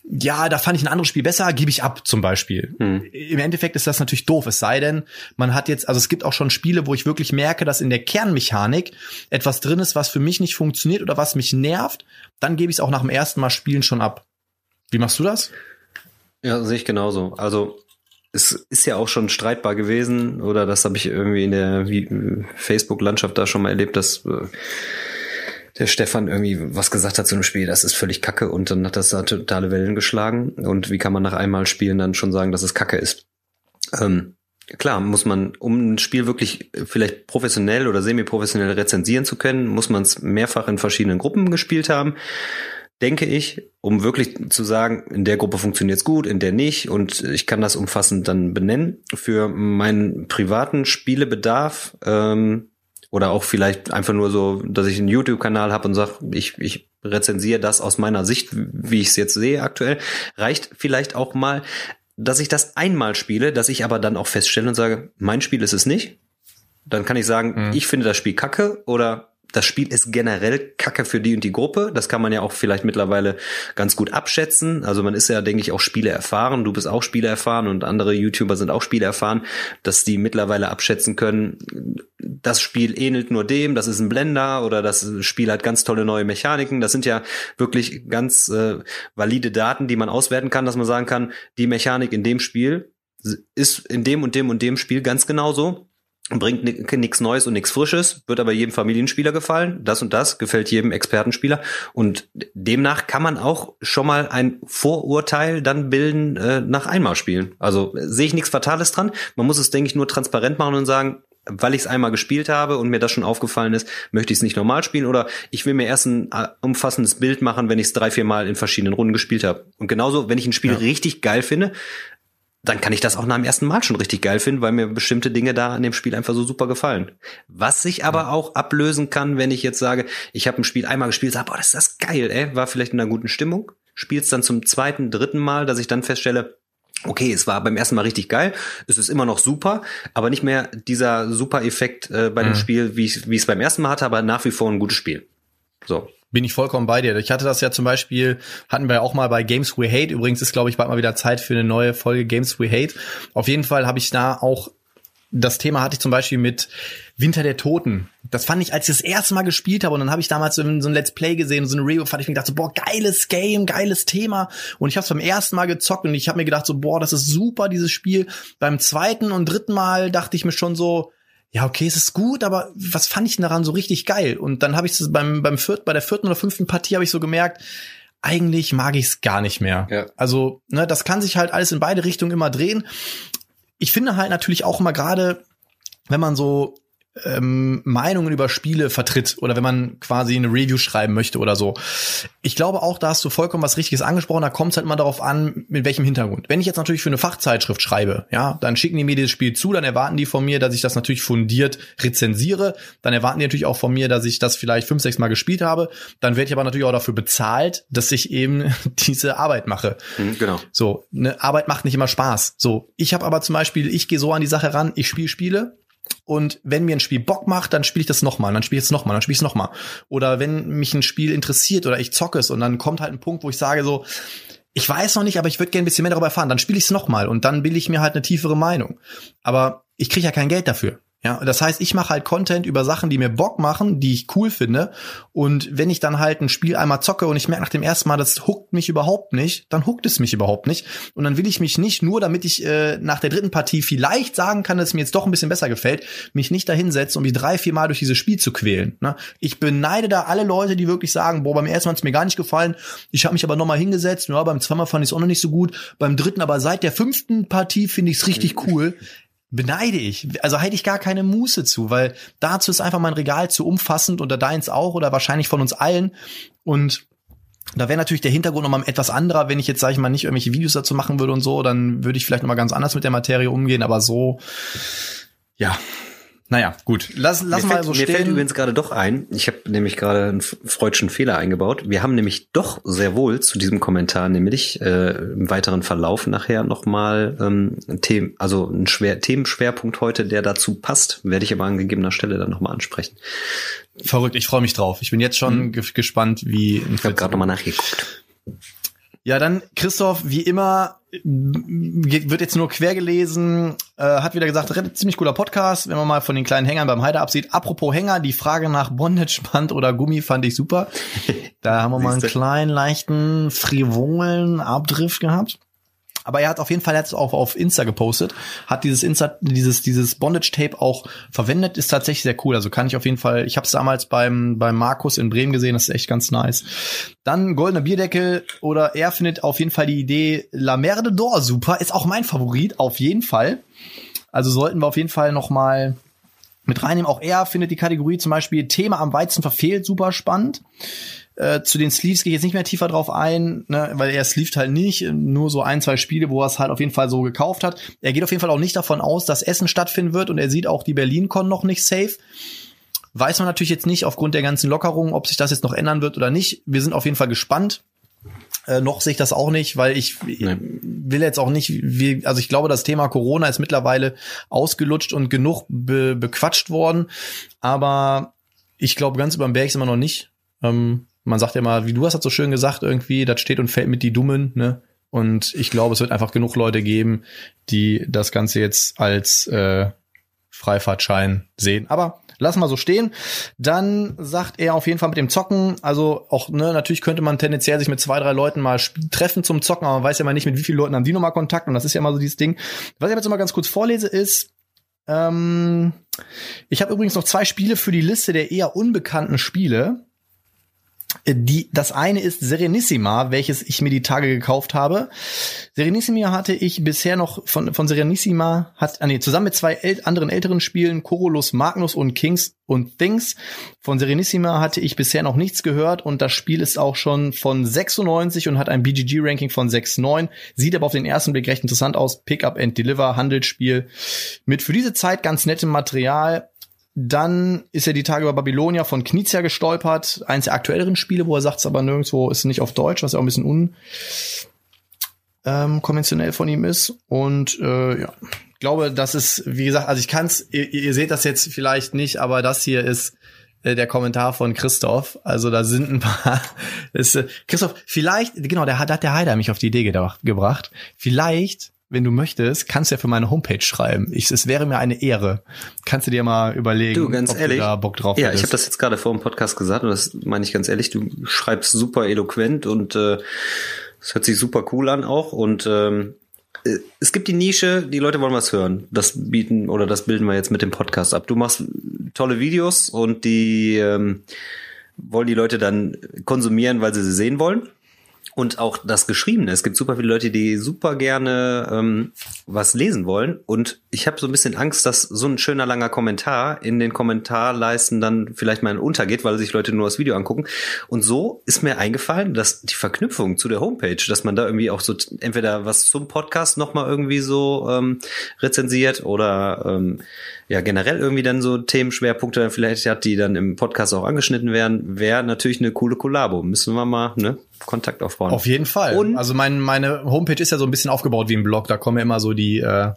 ja, da fand ich ein anderes Spiel besser, gebe ich ab zum Beispiel. Hm. Im Endeffekt ist das natürlich doof, es sei denn, man hat jetzt, also es gibt auch schon Spiele, wo ich wirklich merke, dass in der Kernmechanik etwas drin ist, was für mich nicht funktioniert oder was mich nervt, dann gebe ich es auch nach dem ersten Mal Spielen schon ab. Wie machst du das? Ja, sehe ich genauso. Also es ist ja auch schon streitbar gewesen, oder das habe ich irgendwie in der Facebook-Landschaft da schon mal erlebt, dass der Stefan irgendwie was gesagt hat zu einem Spiel, das ist völlig kacke, und dann hat das da totale Wellen geschlagen. Und wie kann man nach einmal Spielen dann schon sagen, dass es kacke ist? Ähm, klar, muss man, um ein Spiel wirklich vielleicht professionell oder semi-professionell rezensieren zu können, muss man es mehrfach in verschiedenen Gruppen gespielt haben, denke ich, um wirklich zu sagen, in der Gruppe funktioniert's gut, in der nicht, und ich kann das umfassend dann benennen. Für meinen privaten Spielebedarf, ähm, oder auch vielleicht einfach nur so, dass ich einen YouTube-Kanal habe und sage, ich, ich rezensiere das aus meiner Sicht, wie ich es jetzt sehe aktuell, reicht vielleicht auch mal, dass ich das einmal spiele, dass ich aber dann auch feststelle und sage, mein Spiel ist es nicht. Dann kann ich sagen, mhm. ich finde das Spiel kacke, oder das Spiel ist generell kacke für die und die Gruppe. Das kann man ja auch vielleicht mittlerweile ganz gut abschätzen. Also man ist ja, denke ich, auch Spiele erfahren. Du bist auch Spiele erfahren und andere YouTuber sind auch Spiele erfahren, dass die mittlerweile abschätzen können, das Spiel ähnelt nur dem, das ist ein Blender, oder das Spiel hat ganz tolle neue Mechaniken. Das sind ja wirklich ganz äh, valide Daten, die man auswerten kann, dass man sagen kann, die Mechanik in dem Spiel ist in dem und dem und dem Spiel ganz genauso. Bringt nichts Neues und nichts Frisches, wird aber jedem Familienspieler gefallen. Das und das gefällt jedem Expertenspieler. Und demnach kann man auch schon mal ein Vorurteil dann bilden äh, nach einmal spielen. Also äh, sehe ich nichts Fatales dran. Man muss es, denke ich, nur transparent machen und sagen, weil ich es einmal gespielt habe und mir das schon aufgefallen ist, möchte ich es nicht normal spielen, oder ich will mir erst ein äh, umfassendes Bild machen, wenn ich es drei, vier Mal in verschiedenen Runden gespielt habe. Und genauso, wenn ich ein Spiel ja. richtig geil finde, dann kann ich das auch nach dem ersten Mal schon richtig geil finden, weil mir bestimmte Dinge da an dem Spiel einfach so super gefallen. Was sich aber ja. auch ablösen kann, wenn ich jetzt sage, ich habe ein Spiel einmal gespielt, sage, boah, das ist das geil, ey, war vielleicht in einer guten Stimmung, spiel's dann zum zweiten, dritten Mal, dass ich dann feststelle, okay, es war beim ersten Mal richtig geil, es ist immer noch super, aber nicht mehr dieser Super-Effekt äh, bei mhm. dem Spiel, wie ich wie ich es beim ersten Mal hatte, aber nach wie vor ein gutes Spiel. So. Bin ich vollkommen bei dir. Ich hatte das ja zum Beispiel, hatten wir auch mal bei Games We Hate. Übrigens ist, glaube ich, bald mal wieder Zeit für eine neue Folge Games We Hate. Auf jeden Fall habe ich da auch, das Thema hatte ich zum Beispiel mit Winter der Toten. Das fand ich, als ich das erste Mal gespielt habe, und dann habe ich damals so ein, so ein Let's Play gesehen, so eine Review, fand ich mir gedacht, so, boah, geiles Game, geiles Thema. Und ich habe es beim ersten Mal gezockt und ich habe mir gedacht, so, boah, das ist super, dieses Spiel. Beim zweiten und dritten Mal dachte ich mir schon so, ja, okay, es ist gut, aber was fand ich denn daran so richtig geil? Und dann habe ich es beim beim vierten, bei der vierten oder fünften Partie habe ich so gemerkt, eigentlich mag ich es gar nicht mehr. Ja. Also, ne, das kann sich halt alles in beide Richtungen immer drehen. Ich finde halt natürlich auch immer, gerade wenn man so ähm, Meinungen über Spiele vertritt oder wenn man quasi eine Review schreiben möchte oder so. Ich glaube auch, da hast du vollkommen was Richtiges angesprochen, da kommt es halt immer darauf an, mit welchem Hintergrund. Wenn ich jetzt natürlich für eine Fachzeitschrift schreibe, ja, dann schicken die mir dieses Spiel zu, dann erwarten die von mir, dass ich das natürlich fundiert rezensiere, dann erwarten die natürlich auch von mir, dass ich das vielleicht fünf, sechs Mal gespielt habe, dann werde ich aber natürlich auch dafür bezahlt, dass ich eben diese Arbeit mache. Mhm, genau. So, eine Arbeit macht nicht immer Spaß. So, ich habe aber zum Beispiel, ich gehe so an die Sache ran, ich spiele Spiele, und wenn mir ein Spiel Bock macht, dann spiele ich das nochmal, dann spiele ich es nochmal, dann spiele ich es nochmal. Oder wenn mich ein Spiel interessiert oder ich zocke es und dann kommt halt ein Punkt, wo ich sage so, ich weiß noch nicht, aber ich würde gerne ein bisschen mehr darüber erfahren, dann spiele ich es nochmal und dann bilde ich mir halt eine tiefere Meinung. Aber ich kriege ja kein Geld dafür. Ja, das heißt, ich mache halt Content über Sachen, die mir Bock machen, die ich cool finde. Und wenn ich dann halt ein Spiel einmal zocke und ich merke nach dem ersten Mal, das huckt mich überhaupt nicht, dann huckt es mich überhaupt nicht. Und dann will ich mich nicht, nur damit ich äh, nach der dritten Partie vielleicht sagen kann, dass es mir jetzt doch ein bisschen besser gefällt, mich nicht dahinsetzen, um mich drei, vier Mal durch dieses Spiel zu quälen. Ne? Ich beneide da alle Leute, die wirklich sagen, boah, beim ersten Mal hat es mir gar nicht gefallen, ich habe mich aber nochmal hingesetzt, ja, beim zweiten Mal fand ich es auch noch nicht so gut, beim dritten, aber seit der fünften Partie finde ich es richtig cool. Beneide ich. Also hätte ich gar keine Muße zu, weil dazu ist einfach mein Regal zu umfassend, oder deins auch oder wahrscheinlich von uns allen. Und da wäre natürlich der Hintergrund nochmal etwas anderer, wenn ich jetzt, sage ich mal, nicht irgendwelche Videos dazu machen würde und so, dann würde ich vielleicht nochmal ganz anders mit der Materie umgehen, aber so, ja. Naja, gut. Lass, lass mal so stehen. Mir fällt übrigens gerade doch ein, ich habe nämlich gerade einen freudschen Fehler eingebaut. Wir haben nämlich doch sehr wohl zu diesem Kommentar nämlich äh, im weiteren Verlauf nachher nochmal ähm, Themen, also ein schwer, Themenschwerpunkt heute, der dazu passt, werde ich aber an gegebener Stelle dann nochmal ansprechen. Verrückt, ich freue mich drauf. Ich bin jetzt schon hm. ge- gespannt, wie... Ich habe gerade nochmal nachgeguckt. Ja, dann Christoph, wie immer, wird jetzt nur quer gelesen, äh, hat wieder gesagt, ziemlich cooler Podcast, wenn man mal von den kleinen Hängern beim Heider absieht. Apropos Hänger, die Frage nach Bondage-Band oder Gummi fand ich super. Da haben wir mal einen kleinen, leichten, frivolen Abdrift gehabt. Aber er hat auf jeden Fall jetzt auch auf Insta gepostet, hat dieses Insta, dieses dieses Bondage-Tape auch verwendet, ist tatsächlich sehr cool. Also kann ich auf jeden Fall, ich habe es damals beim beim Markus in Bremen gesehen, das ist echt ganz nice. Dann goldener Bierdeckel oder er findet auf jeden Fall die Idee La Merde d'Or super, ist auch mein Favorit, auf jeden Fall. Also sollten wir auf jeden Fall noch mal mit reinnehmen. Auch er findet die Kategorie zum Beispiel Thema am Weizen verfehlt super spannend. Äh, zu den Sleeves gehe ich jetzt nicht mehr tiefer drauf ein, ne, weil er sleeved halt nicht, nur so ein, zwei Spiele, wo er es halt auf jeden Fall so gekauft hat. Er geht auf jeden Fall auch nicht davon aus, dass Essen stattfinden wird und er sieht auch die BerlinCon noch nicht safe. Weiß man natürlich jetzt nicht aufgrund der ganzen Lockerungen, ob sich das jetzt noch ändern wird oder nicht. Wir sind auf jeden Fall gespannt. Äh, noch sehe ich das auch nicht, weil ich nee. will jetzt auch nicht, wie, also ich glaube, das Thema Corona ist mittlerweile ausgelutscht und genug be- bequatscht worden, aber ich glaube, ganz über den Berg sind wir noch nicht. Ähm, Man sagt ja mal, wie du hast das so schön gesagt, irgendwie, das steht und fällt mit die Dummen, ne? Und ich glaube, es wird einfach genug Leute geben, die das Ganze jetzt als äh, Freifahrtschein sehen. Aber lassen wir so stehen. Dann sagt er auf jeden Fall mit dem Zocken, also auch, ne, natürlich könnte man tendenziell sich mit zwei, drei Leuten mal sp- treffen zum Zocken, aber man weiß ja mal nicht, mit wie vielen Leuten haben die nochmal Kontakt. Und das ist ja mal so dieses Ding. Was ich jetzt noch mal ganz kurz vorlese, ist, ähm, ich habe übrigens noch zwei Spiele für die Liste der eher unbekannten Spiele. Die, das eine ist Serenissima, welches ich mir die Tage gekauft habe. Serenissima hatte ich bisher noch von, von Serenissima hat, ah nee, zusammen mit zwei äl- anderen älteren Spielen, Corolus Magnus und Kings und Things. Von Serenissima hatte ich bisher noch nichts gehört und das Spiel ist auch schon von sechsundneunzig und hat ein B G G-Ranking von sechs Komma neun. Sieht aber auf den ersten Blick recht interessant aus. Pick up and Deliver, Handelsspiel mit für diese Zeit ganz nettem Material. Dann ist er die Tage über Babylonia von Knizia gestolpert. Eins der aktuelleren Spiele, wo er sagt, es aber nirgendwo ist nicht auf Deutsch, was ja auch ein bisschen unkonventionell ähm, von ihm ist. Und äh, ja, ich glaube, das ist, wie gesagt, also ich kann's, ihr, ihr seht das jetzt vielleicht nicht, aber das hier ist äh, der Kommentar von Christoph. Also da sind ein paar. ist, äh, Christoph, vielleicht, genau, der hat, hat der Heider mich auf die Idee gedacht, gebracht. Vielleicht, wenn du möchtest, kannst du ja für meine Homepage schreiben. Ich, es wäre mir eine Ehre. Kannst du dir mal überlegen, du, ganz ob ehrlich, du da Bock drauf ja, hättest. ich habe das jetzt gerade vor dem Podcast gesagt und das meine ich ganz ehrlich. Du schreibst super eloquent und äh, es hört sich super cool an auch. Und ähm, es gibt die Nische, die Leute wollen was hören. Das bieten oder das bilden wir jetzt mit dem Podcast ab. Du machst tolle Videos und die ähm, wollen die Leute dann konsumieren, weil sie sie sehen wollen. Und auch das Geschriebene. Es gibt super viele Leute, die super gerne ähm, was lesen wollen. Und ich habe so ein bisschen Angst, dass so ein schöner langer Kommentar in den Kommentarleisten dann vielleicht mal untergeht, weil sich Leute nur das Video angucken. Und so ist mir eingefallen, dass die Verknüpfung zu der Homepage, dass man da irgendwie auch so t- entweder was zum Podcast nochmal irgendwie so ähm, rezensiert oder ähm, ja generell irgendwie dann so Themenschwerpunkte dann vielleicht hat, die dann im Podcast auch angeschnitten werden, wäre natürlich eine coole Kollabo. Müssen wir mal, ne? Kontakt aufbauen. Auf jeden Fall. Und also mein, meine Homepage ist ja so ein bisschen aufgebaut wie ein Blog. Da kommen ja immer so die äh,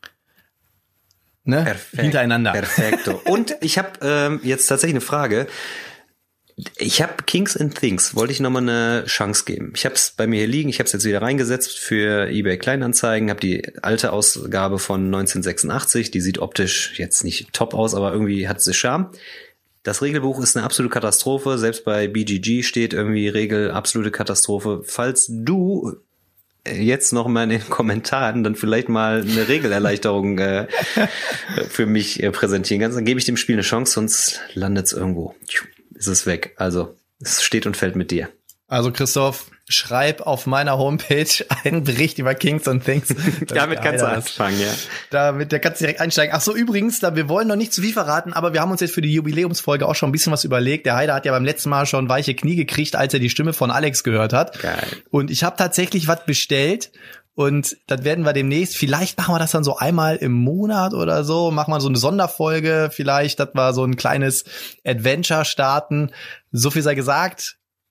ne? Perfekt, hintereinander. Perfekto. Und ich habe ähm, jetzt tatsächlich eine Frage. Ich habe Kings and Things, wollte ich nochmal eine Chance geben. Ich habe es bei mir hier liegen, ich habe es jetzt wieder reingesetzt für eBay Kleinanzeigen, habe die alte Ausgabe von neunzehnhundertsechsundachtzig, die sieht optisch jetzt nicht top aus, aber irgendwie hat sie Charme. Das Regelbuch ist eine absolute Katastrophe. Selbst bei B G G steht irgendwie Regel absolute Katastrophe. Falls du jetzt noch mal in den Kommentaren dann vielleicht mal eine Regelerleichterung äh, für mich äh, präsentieren kannst, dann gebe ich dem Spiel eine Chance, sonst landet es irgendwo. Ist es weg. Also es steht und fällt mit dir. Also Christoph, schreib auf meiner Homepage einen Bericht über Kings and Things. Damit kannst du anfangen, ja. Damit, da kannst du direkt einsteigen. Ach so, übrigens, da, wir wollen noch nicht zu viel verraten, aber wir haben uns jetzt für die Jubiläumsfolge auch schon ein bisschen was überlegt. Der Heider hat ja beim letzten Mal schon weiche Knie gekriegt, als er die Stimme von Alex gehört hat. Geil. Und ich habe tatsächlich was bestellt. Und das werden wir demnächst, vielleicht machen wir das dann so einmal im Monat oder so, machen wir so eine Sonderfolge, vielleicht, dass wir so ein kleines Adventure starten. So viel sei gesagt.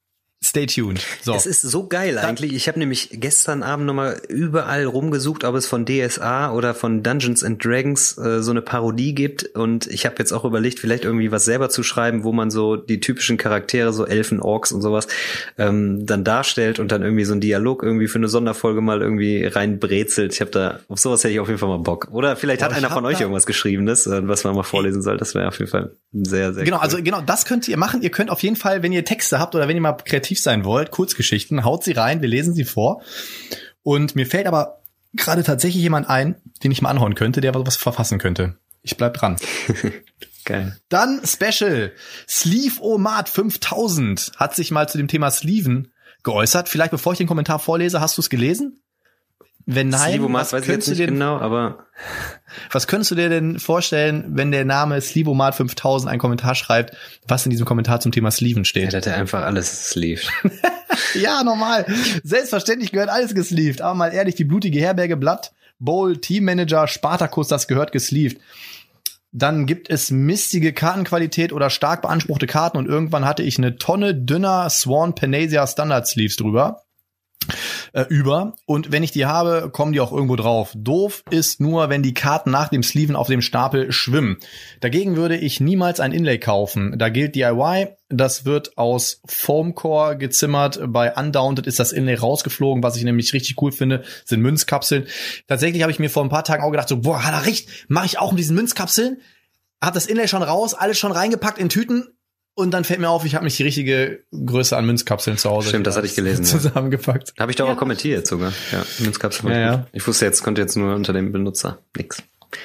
Stay tuned. So. Es ist so geil eigentlich. Ich habe nämlich gestern Abend nochmal überall rumgesucht, ob es von D S A oder von Dungeons and Dragons äh, so eine Parodie gibt. Und ich habe jetzt auch überlegt, vielleicht irgendwie was selber zu schreiben, wo man so die typischen Charaktere, so Elfen, Orks und sowas, ähm, dann darstellt und dann irgendwie so einen Dialog irgendwie für eine Sonderfolge mal irgendwie reinbrezelt. Ich habe da, auf sowas hätte ich auf jeden Fall mal Bock. Oder vielleicht hat einer von euch irgendwas Geschriebenes, äh, was man mal vorlesen soll. Das wäre auf jeden Fall sehr, sehr Genau, cool. also genau, das könnt ihr machen. Ihr könnt auf jeden Fall, wenn ihr Texte habt oder wenn ihr mal kreativ sein wollt, Kurzgeschichten, haut sie rein, wir lesen sie vor. Und mir fällt aber gerade tatsächlich jemand ein, den ich mal anhauen könnte, der was verfassen könnte. Ich bleib dran. Geil. Dann Special. Sleeve-O-Mat fünftausend hat sich mal zu dem Thema Sleeven geäußert. Vielleicht bevor ich den Kommentar vorlese, hast du es gelesen? Wenn nein, Sleeve-O-Mat weiß ich jetzt nicht genau, aber was könntest du dir denn vorstellen, wenn der Name Sleeve-O-Mat fünftausend einen Kommentar schreibt, was in diesem Kommentar zum Thema Sleeven steht? Ja, dass er einfach alles sleeved. Ja, normal. Selbstverständlich gehört alles gesleeved. Aber mal ehrlich, die blutige Herberge, Blood Bowl, Teammanager, Spartacus, das gehört gesleeved. Dann gibt es mistige Kartenqualität oder stark beanspruchte Karten und irgendwann hatte ich eine Tonne dünner Swan Panacea Standard Sleeves drüber. Äh, über. Und wenn ich die habe, kommen die auch irgendwo drauf. Doof ist nur, wenn die Karten nach dem Sleeven auf dem Stapel schwimmen. Dagegen würde ich niemals ein Inlay kaufen. Da gilt D I Y. Das wird aus Foamcore gezimmert. Bei Undaunted ist das Inlay rausgeflogen. Was ich nämlich richtig cool finde, sind Münzkapseln. Tatsächlich habe ich mir vor ein paar Tagen auch gedacht, so, boah, hat er recht, mache ich auch mit diesen Münzkapseln. Hab das Inlay schon raus, alles schon reingepackt in Tüten. Und dann fällt mir auf, ich habe nicht die richtige Größe an Münzkapseln zu Hause. Stimmt, das hatte ich gelesen. Zusammengepackt. Ja. Habe ich doch ja. auch kommentiert sogar. Ja, Münzkapseln. Ja, ja. Ich wusste jetzt, konnte jetzt nur unter dem Benutzer nix.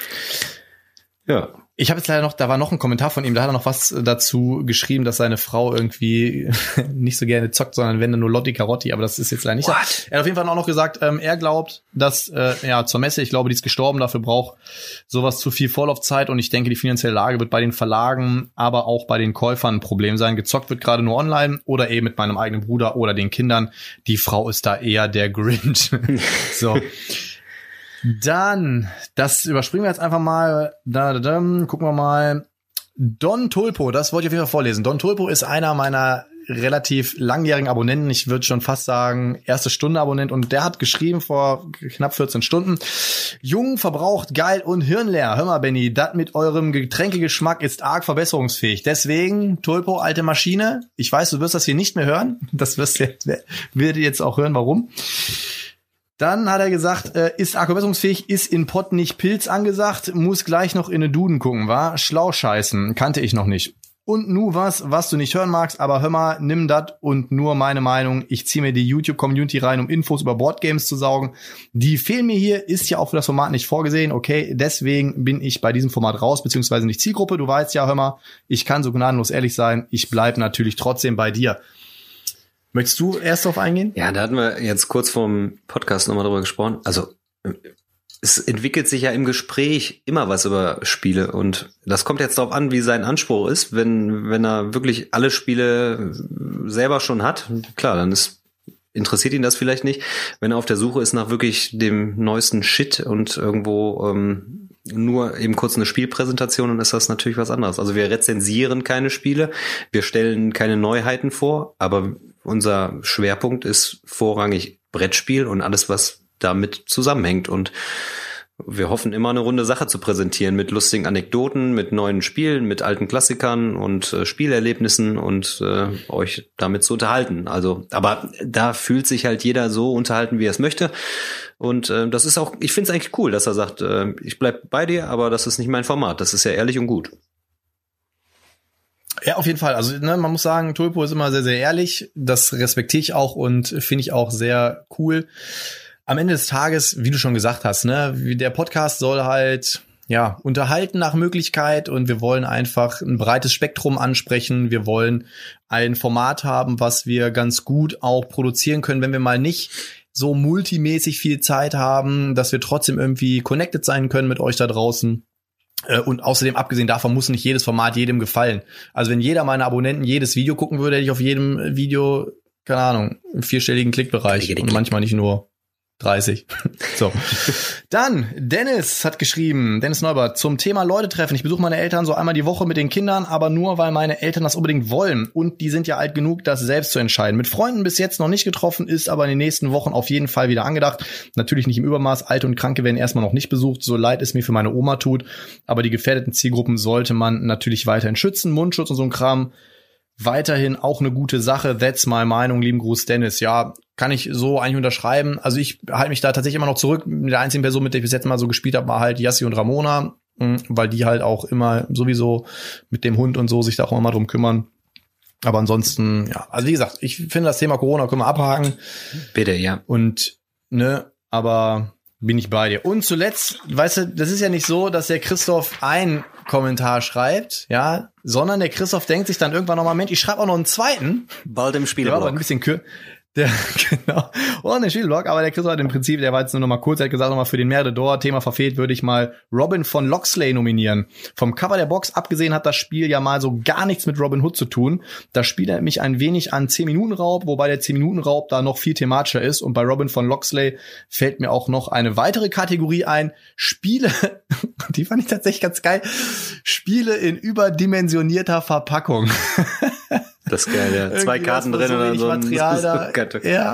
Ja. Ich habe jetzt leider noch, da war noch ein Kommentar von ihm, da hat er noch was dazu geschrieben, dass seine Frau irgendwie nicht so gerne zockt, sondern wenn dann nur Lotti Carotti, aber das ist jetzt leider nicht. What? Er hat auf jeden Fall auch noch gesagt, ähm, er glaubt, dass, äh, ja, zur Messe, ich glaube, die ist gestorben, dafür braucht sowas zu viel Vorlaufzeit und ich denke, die finanzielle Lage wird bei den Verlagen, aber auch bei den Käufern ein Problem sein. Gezockt wird gerade nur online oder eben mit meinem eigenen Bruder oder den Kindern. Die Frau ist da eher der Grinch. So. Dann, das überspringen wir jetzt einfach mal. Da, da, da, gucken wir mal. Don Tulpo, das wollte ich auf jeden Fall vorlesen. Don Tulpo ist einer meiner relativ langjährigen Abonnenten. Ich würde schon fast sagen, erste Stunde Abonnent. Und der hat geschrieben vor knapp vierzehn Stunden. Jung, verbraucht, geil und hirnleer. Hör mal, Benny, das mit eurem Getränkegeschmack ist arg verbesserungsfähig. Deswegen, Tulpo, alte Maschine. Ich weiß, du wirst das hier nicht mehr hören. Das wirst du jetzt, werdet ihr jetzt auch hören, warum. Dann hat er gesagt, äh, ist arg verbesserungsfähig, ist in Pott nicht Pilz angesagt, muss gleich noch in eine Duden gucken, war? Schlau scheißen, kannte ich noch nicht. Und nu was, was du nicht hören magst, aber hör mal, nimm dat und nur meine Meinung. Ich ziehe mir die YouTube-Community rein, um Infos über Boardgames zu saugen. Die fehlen mir hier, ist ja auch für das Format nicht vorgesehen. Okay, deswegen bin ich bei diesem Format raus, beziehungsweise nicht Zielgruppe. Du weißt ja, hör mal, ich kann so gnadenlos ehrlich sein. Ich bleib natürlich trotzdem bei dir. Möchtest du erst darauf eingehen? Ja, da hatten wir jetzt kurz vorm Podcast nochmal drüber gesprochen. Also es entwickelt sich ja im Gespräch immer was über Spiele und das kommt jetzt darauf an, wie sein Anspruch ist. Wenn wenn er wirklich alle Spiele selber schon hat, klar, dann ist interessiert ihn das vielleicht nicht. Wenn er auf der Suche ist nach wirklich dem neuesten Shit und irgendwo ähm, nur eben kurz eine Spielpräsentation, dann ist das natürlich was anderes. Also wir rezensieren keine Spiele, wir stellen keine Neuheiten vor, aber unser Schwerpunkt ist vorrangig Brettspiel und alles, was damit zusammenhängt. Und wir hoffen immer eine runde Sache zu präsentieren mit lustigen Anekdoten, mit neuen Spielen, mit alten Klassikern und äh, Spielerlebnissen und äh, euch damit zu unterhalten. Also, aber da fühlt sich halt jeder so unterhalten, wie er es möchte. Und äh, das ist auch, ich finde es eigentlich cool, dass er sagt, äh, ich bleib bei dir, aber das ist nicht mein Format. Das ist ja ehrlich und gut. Ja, auf jeden Fall. Also ne, man muss sagen, Tulpo ist immer sehr, sehr ehrlich. Das respektiere ich auch und finde ich auch sehr cool. Am Ende des Tages, wie du schon gesagt hast, ne, der Podcast soll halt ja unterhalten nach Möglichkeit und wir wollen einfach ein breites Spektrum ansprechen. Wir wollen ein Format haben, was wir ganz gut auch produzieren können, wenn wir mal nicht so multimäßig viel Zeit haben, dass wir trotzdem irgendwie connected sein können mit euch da draußen. Und außerdem, abgesehen davon, muss nicht jedes Format jedem gefallen. Also wenn jeder meiner Abonnenten jedes Video gucken würde, hätte ich auf jedem Video, keine Ahnung, einen vierstelligen Klickbereich und manchmal nicht nur. dreißig. So. Dann, Dennis hat geschrieben, Dennis Neubert, zum Thema Leute treffen. Ich besuche meine Eltern so einmal die Woche mit den Kindern, aber nur, weil meine Eltern das unbedingt wollen. Und die sind ja alt genug, das selbst zu entscheiden. Mit Freunden bis jetzt noch nicht getroffen, ist aber in den nächsten Wochen auf jeden Fall wieder angedacht. Natürlich nicht im Übermaß. Alte und Kranke werden erstmal noch nicht besucht, so leid es mir für meine Oma tut. Aber die gefährdeten Zielgruppen sollte man natürlich weiterhin schützen. Mundschutz und so ein Kram. Weiterhin auch eine gute Sache. That's my Meinung. Lieben Gruß, Dennis. Ja, kann ich so eigentlich unterschreiben. Also ich halte mich da tatsächlich immer noch zurück. Mit der einzigen Person, mit der ich bis jetzt mal so gespielt habe, war halt Yassi und Ramona, weil die halt auch immer sowieso mit dem Hund und so sich da auch immer mal drum kümmern. Aber ansonsten, ja, also wie gesagt, ich finde das Thema Corona können wir abhaken. Bitte, ja. Und, ne, aber bin ich bei dir. Und zuletzt, weißt du, das ist ja nicht so, dass der Christoph ein Kommentar schreibt, ja, sondern der Christoph denkt sich dann irgendwann nochmal, Mensch, ich schreibe auch noch einen zweiten. Bald im Spielblog. Der war aber ein bisschen kür- Der, genau. Oh, ein Spielblog, aber der Christoph hat im Prinzip, der war jetzt nur noch mal kurz, er hat gesagt, noch mal für den Merde-Dor, Thema verfehlt, würde ich mal Robin von Loxley nominieren. Vom Cover der Box abgesehen hat das Spiel ja mal so gar nichts mit Robin Hood zu tun. Das Spiel erinnert mich ein wenig an zehn-Minuten-Raub, wobei der zehn-Minuten-Raub da noch viel thematischer ist. Und bei Robin von Loxley fällt mir auch noch eine weitere Kategorie ein. Spiele, die fand ich tatsächlich ganz geil, Spiele in überdimensionierter Verpackung. Das ist geil, ja. Zwei Karten drin so und dann so ein Material da. Ja.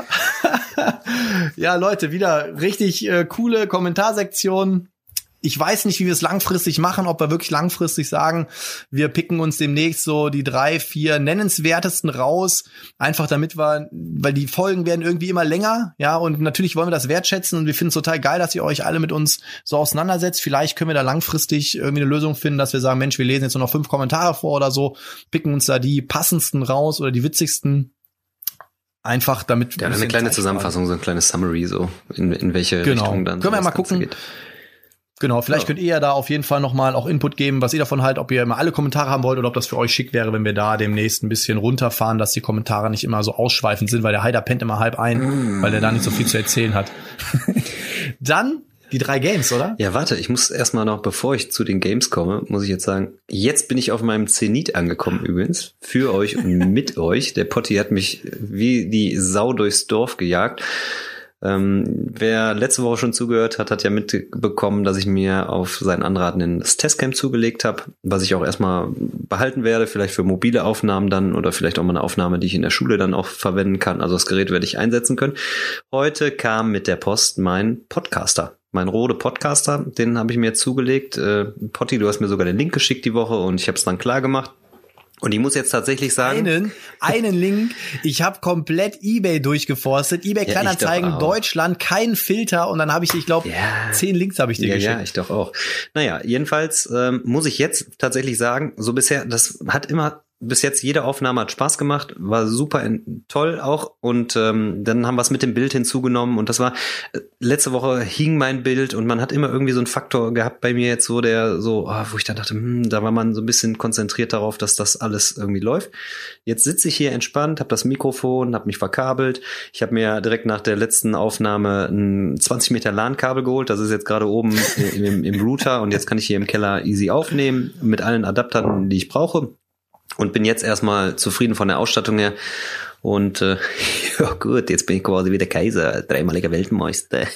Ja, Leute, wieder richtig äh, coole Kommentarsektion. Ich weiß nicht, wie wir es langfristig machen, ob wir wirklich langfristig sagen, wir picken uns demnächst so die drei, vier nennenswertesten raus, einfach damit wir, weil die Folgen werden irgendwie immer länger, ja, und natürlich wollen wir das wertschätzen und wir finden es total geil, dass ihr euch alle mit uns so auseinandersetzt. Vielleicht können wir da langfristig irgendwie eine Lösung finden, dass wir sagen, Mensch, wir lesen jetzt nur noch fünf Kommentare vor oder so, picken uns da die passendsten raus oder die witzigsten. Einfach damit. Ja, eine kleine Zusammenfassung, so ein kleines Summary, so in, in welche genau. Richtung dann. Können wir mal gucken. Geht. Genau, vielleicht ja. könnt ihr ja da auf jeden Fall nochmal auch Input geben, was ihr davon haltet, ob ihr immer alle Kommentare haben wollt oder ob das für euch schick wäre, wenn wir da demnächst ein bisschen runterfahren, dass die Kommentare nicht immer so ausschweifend sind, weil der Heider pennt immer halb ein, mm. weil er da nicht so viel zu erzählen hat. Dann die drei Games, oder? Ja, warte, ich muss erstmal noch, bevor ich zu den Games komme, muss ich jetzt sagen, jetzt bin ich auf meinem Zenit angekommen übrigens, für euch und mit euch. Der Potti hat mich wie die Sau durchs Dorf gejagt. Ähm, wer letzte Woche schon zugehört hat, hat ja mitbekommen, dass ich mir auf seinen Anraten in das Testcamp zugelegt habe, was ich auch erstmal behalten werde, vielleicht für mobile Aufnahmen dann oder vielleicht auch mal eine Aufnahme, die ich in der Schule dann auch verwenden kann. Also das Gerät werde ich einsetzen können. Heute kam mit der Post mein Podcaster. Mein Rode Podcaster, den habe ich mir zugelegt. Äh, Potti, du hast mir sogar den Link geschickt die Woche und ich habe es dann klar gemacht. Und ich muss jetzt tatsächlich sagen... Einen, einen Link. Ich habe komplett eBay durchgeforstet. eBay Kleinanzeigen, ja, Deutschland, kein Filter. Und dann habe ich, ich glaube, ja. zehn Links habe ich dir ja, geschickt. Ja, ich doch auch. Naja, jedenfalls ähm, muss ich jetzt tatsächlich sagen, so bisher, das hat immer... Bis jetzt jede Aufnahme hat Spaß gemacht, war super in, toll auch und ähm, dann haben wir es mit dem Bild hinzugenommen und das war, äh, letzte Woche hing mein Bild und man hat immer irgendwie so einen Faktor gehabt bei mir jetzt so, der so, oh, wo ich dann dachte, hm, da war man so ein bisschen konzentriert darauf, dass das alles irgendwie läuft. Jetzt sitze ich hier entspannt, habe das Mikrofon, habe mich verkabelt, ich habe mir direkt nach der letzten Aufnahme ein zwanzig Meter LAN-Kabel geholt, das ist jetzt gerade oben im, im Router und jetzt kann ich hier im Keller easy aufnehmen mit allen Adaptern, die ich brauche. Und bin jetzt erstmal zufrieden von der Ausstattung her. Und äh, ja gut, jetzt bin ich quasi wie der Kaiser, dreimaliger Weltmeister.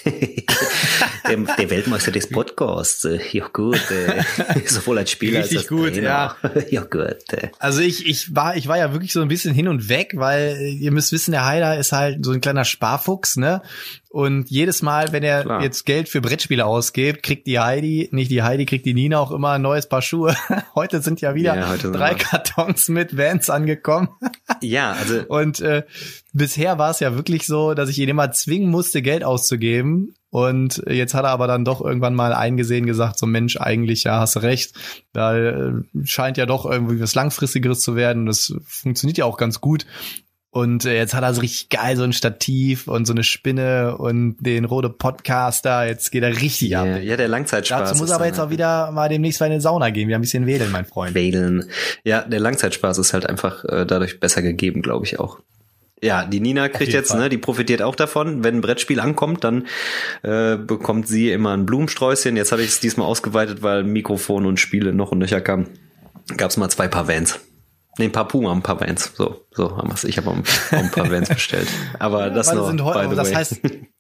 der, der Weltmeister des Podcasts. Ja gut, äh, sowohl als Spieler Richtig als als gut, Trainer. Ja. Ja gut. Äh. Also ich ich war ich war ja wirklich so ein bisschen hin und weg, weil ihr müsst wissen, der Heider ist halt so ein kleiner Sparfuchs, ne? Und jedes Mal, wenn er Klar. jetzt Geld für Brettspiele ausgibt, kriegt die Heidi, nicht die Heidi, kriegt die Nina auch immer ein neues Paar Schuhe. Heute sind ja wieder ja, drei Kartons mit Vans angekommen. Ja, also. Und äh, bisher war es ja wirklich so, dass ich ihn immer zwingen musste, Geld auszugeben. Und jetzt hat er aber dann doch irgendwann mal eingesehen, gesagt, so Mensch, eigentlich, ja, hast du recht. Da äh, scheint ja doch irgendwie was Langfristigeres zu werden. Das funktioniert ja auch ganz gut. Und äh, jetzt hat er so richtig geil so ein Stativ und so eine Spinne und den Rode Podcaster. Jetzt geht er richtig yeah, ab. Ja, der Langzeitspaß. Dazu muss er aber jetzt auch wieder mal demnächst mal in die Sauna gehen. Wir ein bisschen wedeln, mein Freund. Wedeln. Ja, der Langzeitspaß ist halt einfach äh, dadurch besser gegeben, glaube ich auch. Ja, die Nina kriegt jetzt, Fall. ne, die profitiert auch davon. Wenn ein Brettspiel ankommt, dann äh, bekommt sie immer ein Blumensträußchen. Jetzt habe ich es diesmal ausgeweitet, weil Mikrofon und Spiele noch und nöcher kamen. Gab es mal zwei Paar Vans. Nee, ein paar Puma, ein paar Vans. So, so haben wir's. Ich habe auch ein paar Vans bestellt. Aber ja, das noch, sind heu- by the das way. heißt,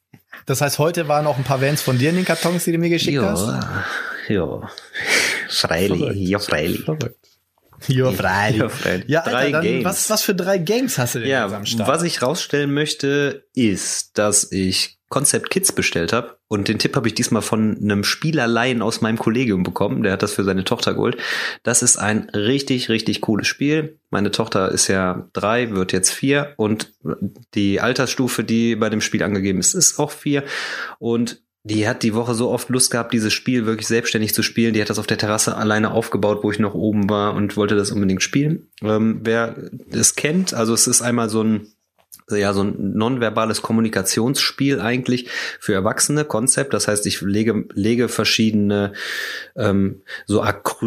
Das heißt, heute waren auch ein paar Vans von dir in den Kartons, die du mir geschickt jo, hast? Ja, freilich, ja, freilich. Verrückt. Ja, freilich. Ja, freilich. Ja, Alter, drei dann, Games. Was, was für drei Games hast du denn Ja, jetzt am Start? was ich rausstellen möchte, ist, dass ich Concept Kids bestellt habe. Und den Tipp habe ich diesmal von einem Spielerlein aus meinem Kollegium bekommen. Der hat das für seine Tochter geholt. Das ist ein richtig, richtig cooles Spiel. Meine Tochter ist ja drei, wird jetzt vier. Und die Altersstufe, die bei dem Spiel angegeben ist, ist auch vier. Und die hat die Woche so oft Lust gehabt, dieses Spiel wirklich selbstständig zu spielen. Die hat das auf der Terrasse alleine aufgebaut, wo ich noch oben war und wollte das unbedingt spielen. Ähm, wer es kennt, also es ist einmal so ein ja, so ein nonverbales Kommunikationsspiel eigentlich für Erwachsene, Konzept. Das heißt, ich lege, lege verschiedene ähm, so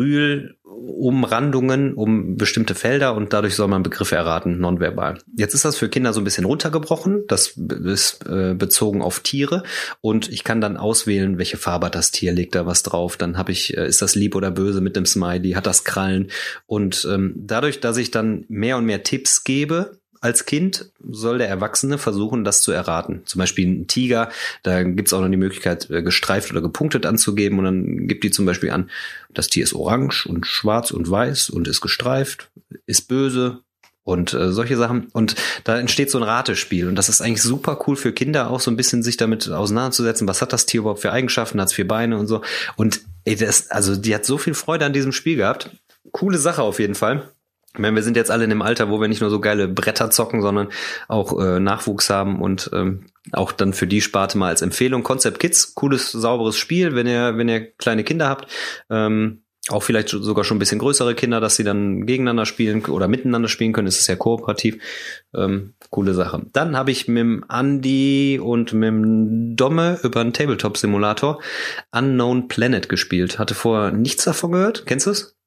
Acryl-Umrandungen um bestimmte Felder und dadurch soll man Begriffe erraten, nonverbal. Jetzt ist das für Kinder so ein bisschen runtergebrochen. Das ist äh, bezogen auf Tiere und ich kann dann auswählen, welche Farbe hat das Tier, legt da was drauf. Dann habe ich, äh, ist das lieb oder böse mit dem Smiley, hat das Krallen. Und ähm, dadurch, dass ich dann mehr und mehr Tipps gebe, als Kind soll der Erwachsene versuchen, das zu erraten. Zum Beispiel ein Tiger, da gibt's auch noch die Möglichkeit, gestreift oder gepunktet anzugeben. Und dann gibt die zum Beispiel an, das Tier ist orange und schwarz und weiß und ist gestreift, ist böse und äh, solche Sachen. Und da entsteht so ein Ratespiel. Und das ist eigentlich super cool für Kinder, auch so ein bisschen sich damit auseinanderzusetzen. Was hat das Tier überhaupt für Eigenschaften? Hat's vier Beine und so. Und ey, das, also die hat so viel Freude an diesem Spiel gehabt. Coole Sache auf jeden Fall. Ich meine, wir sind jetzt alle in dem Alter, wo wir nicht nur so geile Bretter zocken, sondern auch äh, Nachwuchs haben und ähm, auch dann für die Sparte mal als Empfehlung. Concept Kids, cooles, sauberes Spiel, wenn ihr wenn ihr kleine Kinder habt. Ähm, auch vielleicht sogar schon ein bisschen größere Kinder, dass sie dann gegeneinander spielen oder miteinander spielen können. Es ist ja kooperativ. Ähm, coole Sache. Dann habe ich mit dem Andi und mit dem Domme über einen Tabletop-Simulator Unknown Planet gespielt. Hatte vorher nichts davon gehört. Kennst du es?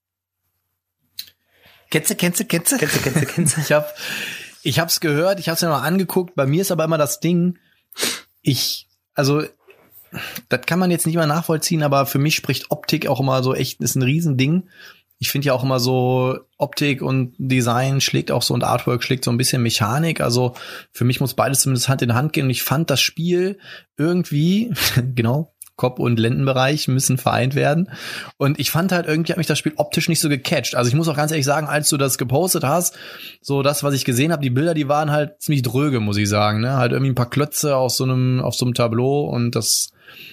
Kennst du, kennst du, kennst du? Kennst du, kennst du, kennst du? Ich hab, ich hab's gehört, ich hab's mir mal angeguckt. Bei mir ist aber immer das Ding, ich, also, das kann man jetzt nicht mal nachvollziehen, aber für mich spricht Optik auch immer so echt, ist ein Riesending. Ich finde ja auch immer so, Optik und Design schlägt auch so und Artwork schlägt so ein bisschen Mechanik. Also für mich muss beides zumindest Hand in Hand gehen. Und ich fand das Spiel irgendwie, genau, Kopf- und Lendenbereich müssen vereint werden. Und ich fand halt irgendwie, hat mich das Spiel optisch nicht so gecatcht. Also ich muss auch ganz ehrlich sagen, als du das gepostet hast, so das, was ich gesehen habe, die Bilder, die waren halt ziemlich dröge, muss ich sagen. Ne? Halt irgendwie ein paar Klötze aus so einem, auf so einem Tableau und das.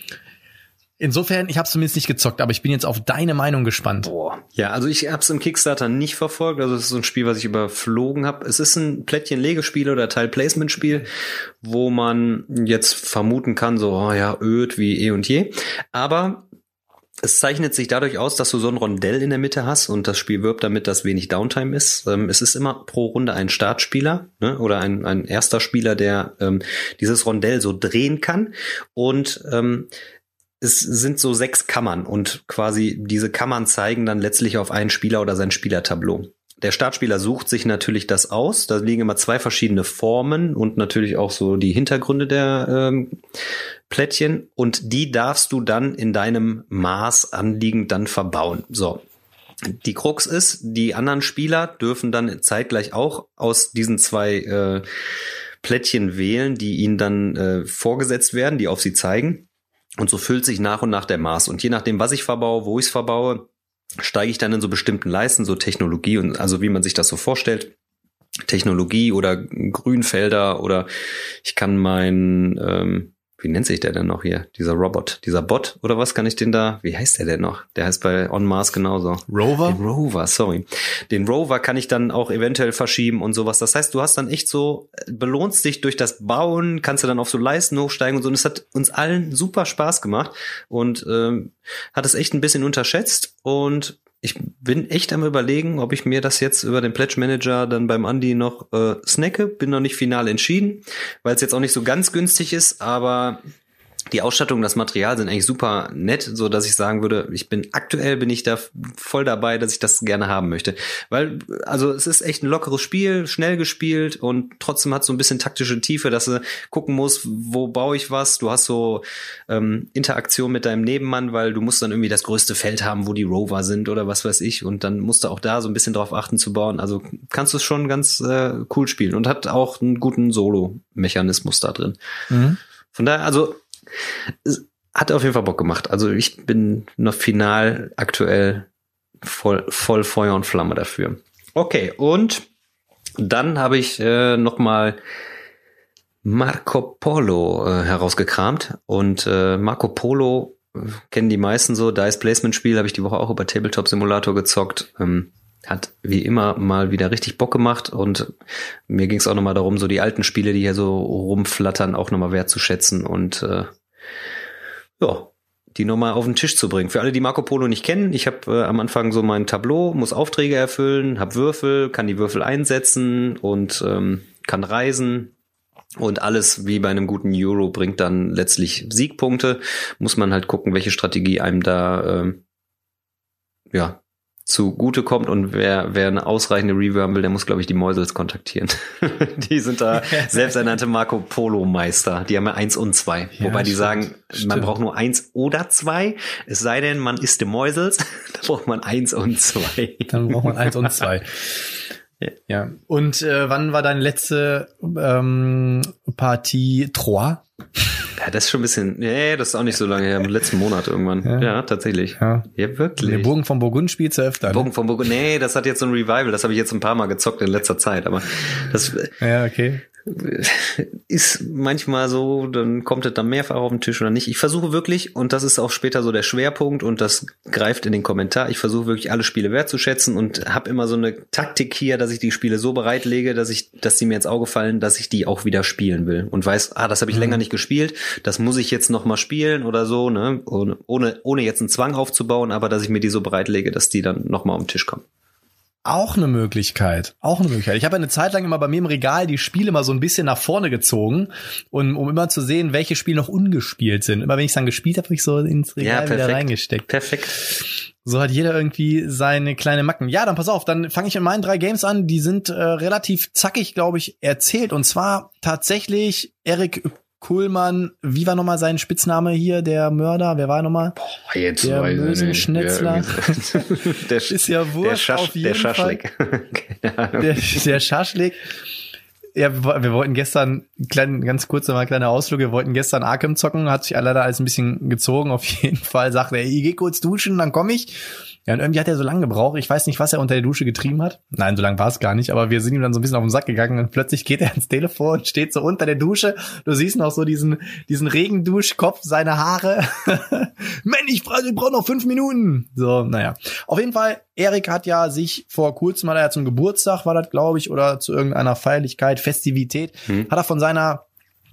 Insofern, ich habe es zumindest nicht gezockt, aber ich bin jetzt auf deine Meinung gespannt. Boah. Ja, also ich habe es im Kickstarter nicht verfolgt. Also es ist so ein Spiel, was ich überflogen habe. Es ist ein Plättchen-Legespiel oder Teil-Placement-Spiel, wo man jetzt vermuten kann, so oh ja, öd wie eh und je. Aber es zeichnet sich dadurch aus, dass du so ein Rondell in der Mitte hast und das Spiel wirbt damit, dass wenig Downtime ist. Ähm, es ist immer pro Runde ein Startspieler, ne, oder ein, ein erster Spieler, der ähm, dieses Rondell so drehen kann und ähm, es sind so sechs Kammern und quasi diese Kammern zeigen dann letztlich auf einen Spieler oder sein Spielertableau. Der Startspieler sucht sich natürlich das aus. Da liegen immer zwei verschiedene Formen und natürlich auch so die Hintergründe der ähm, Plättchen. Und die darfst du dann in deinem Maß anliegend dann verbauen. So. Die Krux ist, die anderen Spieler dürfen dann zeitgleich auch aus diesen zwei äh, Plättchen wählen, die ihnen dann äh, vorgesetzt werden, die auf sie zeigen. Und so füllt sich nach und nach der Maß. Und je nachdem, was ich verbaue, wo ich es verbaue, steige ich dann in so bestimmten Leisten, so Technologie und also wie man sich das so vorstellt. Technologie oder Grünfelder oder ich kann mein, ähm, wie nennt sich der denn noch hier? Dieser Robot, dieser Bot oder was kann ich den da, wie heißt der denn noch? Der heißt bei On Mars genauso. Rover? Den Rover, sorry. Den Rover kann ich dann auch eventuell verschieben und sowas. Das heißt, du hast dann echt so, belohnst dich durch das Bauen, kannst du dann auf so Leisten hochsteigen und so. Und es hat uns allen super Spaß gemacht und ähm, hat es echt ein bisschen unterschätzt und ich bin echt am Überlegen, ob ich mir das jetzt über den Pledge Manager dann beim Andi noch äh, snacke. Bin noch nicht final entschieden, weil es jetzt auch nicht so ganz günstig ist, aber die Ausstattung und das Material sind eigentlich super nett, so dass ich sagen würde, ich bin aktuell bin ich da voll dabei, dass ich das gerne haben möchte. Weil, also es ist echt ein lockeres Spiel, schnell gespielt und trotzdem hat so ein bisschen taktische Tiefe, dass du gucken musst, wo baue ich was. Du hast so ähm, Interaktion mit deinem Nebenmann, weil du musst dann irgendwie das größte Feld haben, wo die Rover sind oder was weiß ich. Und dann musst du auch da so ein bisschen drauf achten zu bauen. Also kannst du es schon ganz äh, cool spielen und hat auch einen guten Solo-Mechanismus da drin. Mhm. Von daher, also hat auf jeden Fall Bock gemacht. Also ich bin noch final aktuell voll, voll Feuer und Flamme dafür. Okay, und dann habe ich äh, noch mal Marco Polo äh, herausgekramt. Und äh, Marco Polo äh, kennen die meisten so. Dice Placement Spiel habe ich die Woche auch über Tabletop Simulator gezockt. Ähm, hat wie immer mal wieder richtig Bock gemacht. Und mir ging es auch nochmal darum, so die alten Spiele, die hier so rumflattern, auch nochmal wertzuschätzen und äh, ja, die nochmal auf den Tisch zu bringen. Für alle, die Marco Polo nicht kennen, ich habe äh, am Anfang so mein Tableau, muss Aufträge erfüllen, habe Würfel, kann die Würfel einsetzen und ähm, kann reisen. Und alles wie bei einem guten Euro bringt dann letztlich Siegpunkte. Muss man halt gucken, welche Strategie einem da ähm, ja zugute kommt. Und wer wer eine ausreichende Reworm will, der muss, glaube ich, die Mäusels kontaktieren. Die sind da selbsternannte Marco Polo Meister. Die haben ja eins und zwei. Ja, wobei die stimmt, sagen, stimmt. Man braucht nur eins oder zwei. Es sei denn, man isst die Mäusels. Da braucht man eins und zwei. Dann braucht man eins und zwei. Ja. Und äh, wann war deine letzte ähm, Partie Trois? Ja, das ist schon ein bisschen, nee, das ist auch nicht so lange her, im letzten Monat irgendwann. Ja, ja tatsächlich. Ja. ja, wirklich. Der Burgen von Burgund spielst du öfter. Ne? Burgen von Burgund, nee, das hat jetzt so ein Revival, das habe ich jetzt ein paar Mal gezockt in letzter Zeit, aber das ja, okay. ist manchmal so, dann kommt es dann mehrfach auf den Tisch oder nicht. Ich versuche wirklich, und das ist auch später so der Schwerpunkt und das greift in den Kommentar, ich versuche wirklich alle Spiele wertzuschätzen und habe immer so eine Taktik hier, dass ich die Spiele so bereitlege, dass ich, dass die mir ins Auge fallen, dass ich die auch wieder spielen will und weiß, ah, das habe ich mhm. länger nicht gespielt, das muss ich jetzt noch mal spielen oder so, ne, ohne, ohne, ohne jetzt einen Zwang aufzubauen, aber dass ich mir die so bereitlege, dass die dann noch mal auf den Tisch kommen. Auch eine Möglichkeit, auch eine Möglichkeit. Ich habe eine Zeit lang immer bei mir im Regal die Spiele mal so ein bisschen nach vorne gezogen, und um immer zu sehen, welche Spiele noch ungespielt sind. Immer wenn ich es dann gespielt habe, habe ich so ins Regal ja, wieder reingesteckt. Perfekt. So hat jeder irgendwie seine kleine Macken. Ja, dann pass auf, dann fange ich mit meinen drei Games an. Die sind äh, relativ zackig, glaube ich, erzählt. Und zwar tatsächlich Erik Kuhlmann, wie war nochmal sein Spitzname hier, der Mörder? Wer war er nochmal? Boah, jetzt der weiß Mösenschnitzler. Ich der ist ja wurscht, der Schasch, auf jeden der Schaschlik. Fall. Der, der Schaschlik. Ja, wir, wir wollten gestern, klein, ganz kurz nochmal ein kleiner Ausflug, wir wollten gestern Arkham zocken, hat sich leider alles ein bisschen gezogen. Auf jeden Fall sagte er, ich geh kurz duschen, dann komme ich. Ja, und irgendwie hat er so lange gebraucht. Ich weiß nicht, was er unter der Dusche getrieben hat. Nein, so lange war es gar nicht. Aber wir sind ihm dann so ein bisschen auf den Sack gegangen und plötzlich geht er ans Telefon und steht so unter der Dusche. Du siehst noch so diesen diesen Regenduschkopf, seine Haare. Mann, ich brauche ich brauch noch fünf Minuten. So, naja. Auf jeden Fall, Erik hat ja sich vor kurzem, mal ja zum Geburtstag, war das, glaube ich, oder zu irgendeiner Feierlichkeit, Festivität, hm. hat er von seiner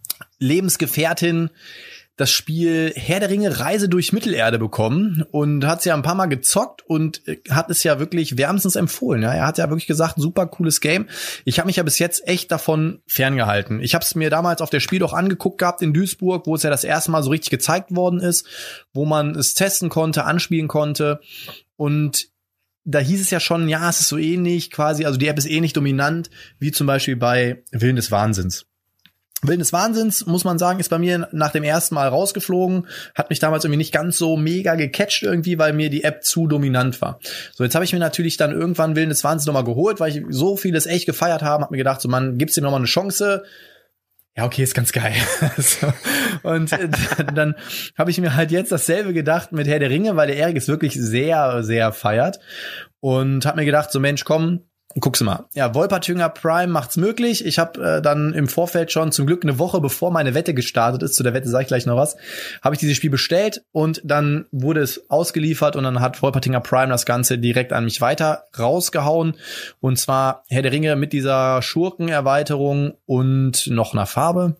Lebensgefährtin das Spiel Herr der Ringe Reise durch Mittelerde bekommen und hat es ja ein paar Mal gezockt und hat es ja wirklich wärmstens empfohlen. Ja, er hat ja wirklich gesagt, super cooles Game. Ich habe mich ja bis jetzt echt davon ferngehalten. Ich habe es mir damals auf der Spiel auch angeguckt gehabt in Duisburg, wo es ja das erste Mal so richtig gezeigt worden ist, wo man es testen konnte, anspielen konnte, und da hieß es ja schon, ja, es ist so ähnlich quasi, also die App ist ähnlich dominant wie zum Beispiel bei Willen des Wahnsinns. Willen des Wahnsinns, muss man sagen, ist bei mir nach dem ersten Mal rausgeflogen, hat mich damals irgendwie nicht ganz so mega gecatcht irgendwie, weil mir die App zu dominant war. So, jetzt habe ich mir natürlich dann irgendwann Willen des Wahnsinns nochmal geholt, weil ich so vieles echt gefeiert habe, hab mir gedacht, so, man, gibt's dem nochmal eine Chance. Ja, okay, ist ganz geil. So. Und äh, dann habe ich mir halt jetzt dasselbe gedacht mit Herr der Ringe, weil der Erik es wirklich sehr, sehr feiert, und hab mir gedacht, so Mensch, komm, guck's mal. Ja, Wolpertinger Prime macht's möglich. Ich habe äh, dann im Vorfeld schon, zum Glück eine Woche bevor meine Wette gestartet ist, zu der Wette sage ich gleich noch was, habe ich dieses Spiel bestellt, und dann wurde es ausgeliefert, und dann hat Wolpertinger Prime das Ganze direkt an mich weiter rausgehauen, und zwar Herr der Ringe mit dieser Schurkenerweiterung und noch einer Farbe.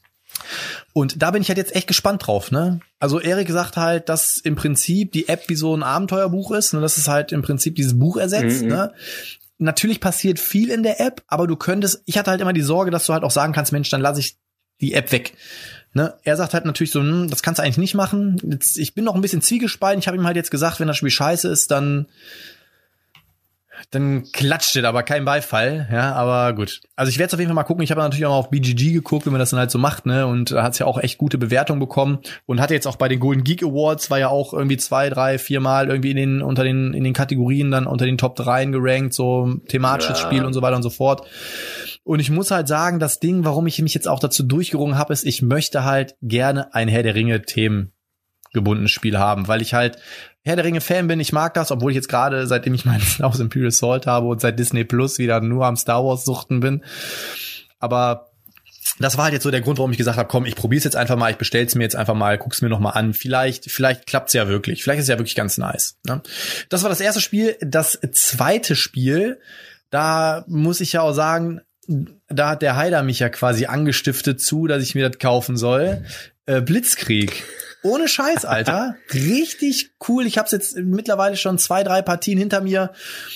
Und da bin ich halt jetzt echt gespannt drauf, ne? Also Erik sagt halt, dass im Prinzip die App wie so ein Abenteuerbuch ist, ne? Dass es halt im Prinzip dieses Buch ersetzt, mhm. ne? Natürlich passiert viel in der App, aber du könntest, ich hatte halt immer die Sorge, dass du halt auch sagen kannst, Mensch, dann lasse ich die App weg. Ne? Er sagt halt natürlich so, hm, das kannst du eigentlich nicht machen. Jetzt, ich bin noch ein bisschen zwiegespalten. Ich habe ihm halt jetzt gesagt, wenn das Spiel scheiße ist, dann Dann klatscht es, aber kein Beifall, ja, aber gut. Also ich werde es auf jeden Fall mal gucken. Ich habe natürlich auch mal auf B G G geguckt, wie man das dann halt so macht, ne, und da hat es ja auch echt gute Bewertungen bekommen und hatte jetzt auch bei den Golden Geek Awards, war ja auch irgendwie zwei, drei, vier Mal irgendwie in den, unter den, in den Kategorien dann unter den Top drei gerankt, so thematisches ja. Spiel und so weiter und so fort. Und ich muss halt sagen, das Ding, warum ich mich jetzt auch dazu durchgerungen habe, ist, ich möchte halt gerne ein Herr der Ringe themengebundenes Spiel haben, weil ich halt Herr der Ringe Fan bin, ich mag das, obwohl ich jetzt gerade, seitdem ich meinen Star Wars Imperial Assault habe und seit Disney Plus wieder nur am Star Wars suchten bin. Aber das war halt jetzt so der Grund, warum ich gesagt habe, komm, ich probier's jetzt einfach mal, ich bestell's mir jetzt einfach mal, guck's mir noch mal an. Vielleicht, vielleicht klappt's ja wirklich. Vielleicht ist es ja wirklich ganz nice. Ne? Das war das erste Spiel. Das zweite Spiel, da muss ich ja auch sagen, da hat der Haider mich ja quasi angestiftet zu, dass ich mir das kaufen soll. Äh, Blitzkrieg. Ohne Scheiß, Alter. Richtig cool. Ich hab's jetzt mittlerweile schon zwei, drei Partien hinter mir.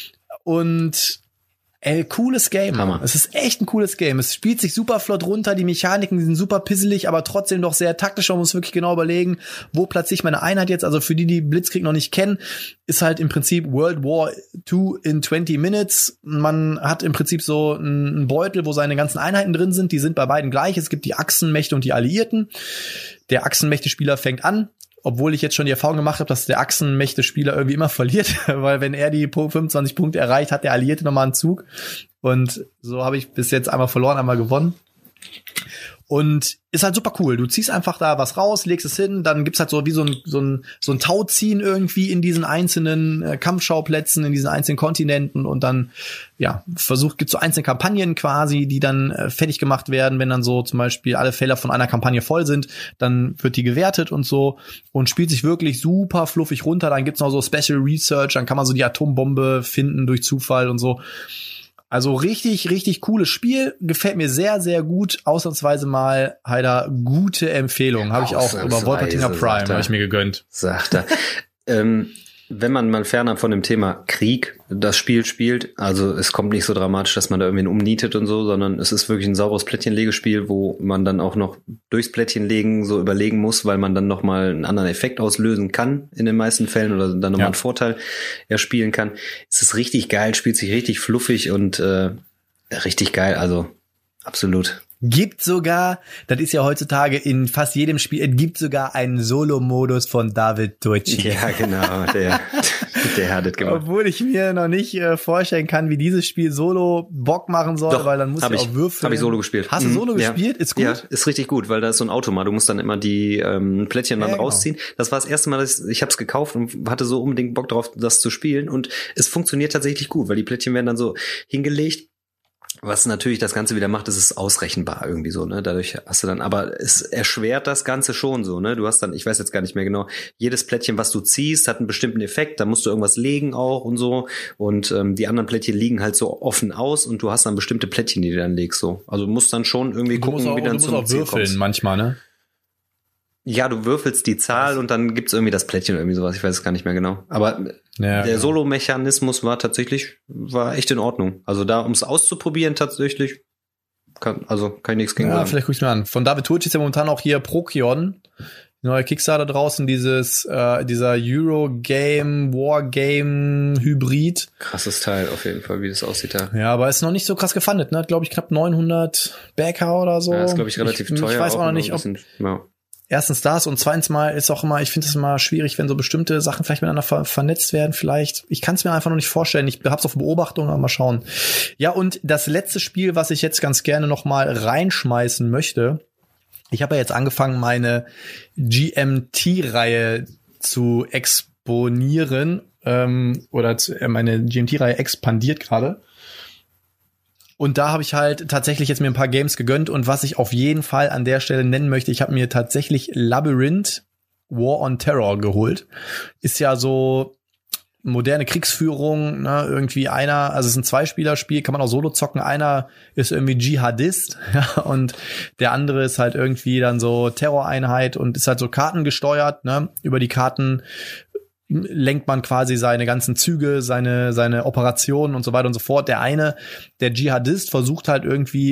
Und ey, cooles Game. Hammer. Es ist echt ein cooles Game. Es spielt sich super flott runter. Die Mechaniken sind super pisselig, aber trotzdem doch sehr taktisch. Man muss wirklich genau überlegen, wo platziere ich meine Einheit jetzt. Also für die, die Blitzkrieg noch nicht kennen, ist halt im Prinzip World War Two in twenty minutes. Man hat im Prinzip so einen Beutel, wo seine ganzen Einheiten drin sind. Die sind bei beiden gleich. Es gibt die Achsenmächte und die Alliierten. Der Achsenmächte-Spieler fängt an, obwohl ich jetzt schon die Erfahrung gemacht habe, dass der Achsenmächte-Spieler irgendwie immer verliert, weil wenn er die fünfundzwanzig Punkte erreicht, hat der Alliierte nochmal einen Zug. Und so habe ich bis jetzt einmal verloren, einmal gewonnen. Und ist halt super cool. Du ziehst einfach da was raus, legst es hin, dann gibt's halt so wie so ein so ein so ein Tauziehen irgendwie in diesen einzelnen äh, Kampfschauplätzen, in diesen einzelnen Kontinenten und dann ja versucht gibt's so einzelne Kampagnen quasi, die dann äh, fertig gemacht werden, wenn dann so zum Beispiel alle Felder von einer Kampagne voll sind, dann wird die gewertet und so und spielt sich wirklich super fluffig runter. Dann gibt's noch so Special Research, dann kann man so die Atombombe finden durch Zufall und so. Also richtig, richtig cooles Spiel. Gefällt mir sehr, sehr gut. Ausnahmsweise mal, Heider, gute Empfehlung. Habe ich auch über Wolpertinger Prime, habe ich mir gegönnt. Sagt er. ähm, wenn man mal fernab von dem Thema Krieg das Spiel spielt, also es kommt nicht so dramatisch, dass man da irgendwie umnietet und so, sondern es ist wirklich ein sauberes Plättchenlegespiel, wo man dann auch noch durchs Plättchenlegen so überlegen muss, weil man dann nochmal einen anderen Effekt auslösen kann in den meisten Fällen oder dann nochmal ja. einen Vorteil erspielen kann. Es ist richtig geil, spielt sich richtig fluffig und äh, richtig geil, also absolut. Gibt sogar, das ist ja heutzutage in fast jedem Spiel, es gibt sogar einen Solo-Modus von David Turczi. Ja, genau, der, der hat das gemacht. Obwohl ich mir noch nicht äh, vorstellen kann, wie dieses Spiel Solo Bock machen soll, Doch, weil dann muss ich auch würfeln. Habe ich Solo gespielt. Hast du Solo mhm, gespielt? Ja. Ist gut? Ja, ist richtig gut, weil da ist so ein Automat. Du musst dann immer die ähm, Plättchen dann ja, rausziehen. Genau. Das war das erste Mal, dass ich, ich habe es gekauft und hatte so unbedingt Bock drauf, das zu spielen. Und es funktioniert tatsächlich gut, weil die Plättchen werden dann so hingelegt. Was natürlich das Ganze wieder macht, ist es ausrechenbar irgendwie so, ne? Dadurch hast du dann, aber es erschwert das Ganze schon so, ne? Du hast dann, ich weiß jetzt gar nicht mehr genau, jedes Plättchen, was du ziehst, hat einen bestimmten Effekt, da musst du irgendwas legen auch und so und ähm, die anderen Plättchen liegen halt so offen aus und du hast dann bestimmte Plättchen, die du dann legst so. Also du musst dann schon irgendwie du gucken, auch, wie dann zum Ziel kommst. Du musst auch würfeln manchmal, ne? Ja, du würfelst die Zahl und dann gibt's irgendwie das Plättchen oder irgendwie sowas. Ich weiß es gar nicht mehr genau. Aber ja, der ja. Solo-Mechanismus war tatsächlich, war echt in Ordnung. Also da, um es auszuprobieren tatsächlich, kann, also kann ich nichts gegen ja, sagen. Vielleicht guck ich mir an. Von David Turczi ist ja momentan auch hier Prokion. Neuer Kickstarter draußen, dieses, äh, dieser Eurogame, Wargame Hybrid. Krasses Teil auf jeden Fall, wie das aussieht da. Ja, aber ist noch nicht so krass gefundet, ne? Hat, glaube ich, knapp neunhundert Backer oder so. Ja, ist, glaube ich, relativ ich, teuer. Ich weiß auch noch nicht, ob... Bisschen, ja. Erstens das und zweitens mal ist auch immer, ich finde es immer schwierig, wenn so bestimmte Sachen vielleicht miteinander ver- vernetzt werden, vielleicht. Ich kann es mir einfach noch nicht vorstellen. Ich hab's auf Beobachtung, aber mal schauen. Ja, und das letzte Spiel, was ich jetzt ganz gerne noch mal reinschmeißen möchte. Ich habe ja jetzt angefangen, meine G M T-Reihe zu exponieren, ähm, oder zu, äh, meine G M T-Reihe expandiert gerade. Und da habe ich halt tatsächlich jetzt mir ein paar Games gegönnt und was ich auf jeden Fall an der Stelle nennen möchte, ich habe mir tatsächlich Labyrinth War on Terror geholt. Ist ja so moderne Kriegsführung, ne, irgendwie einer, also es ist ein Zweispielerspiel, kann man auch solo zocken, einer ist irgendwie Dschihadist, ja, und der andere ist halt irgendwie dann so Terroreinheit und ist halt so kartengesteuert, ne, über die Karten lenkt man quasi seine ganzen Züge, seine seine Operationen und so weiter und so fort. Der eine, der Dschihadist, versucht halt irgendwie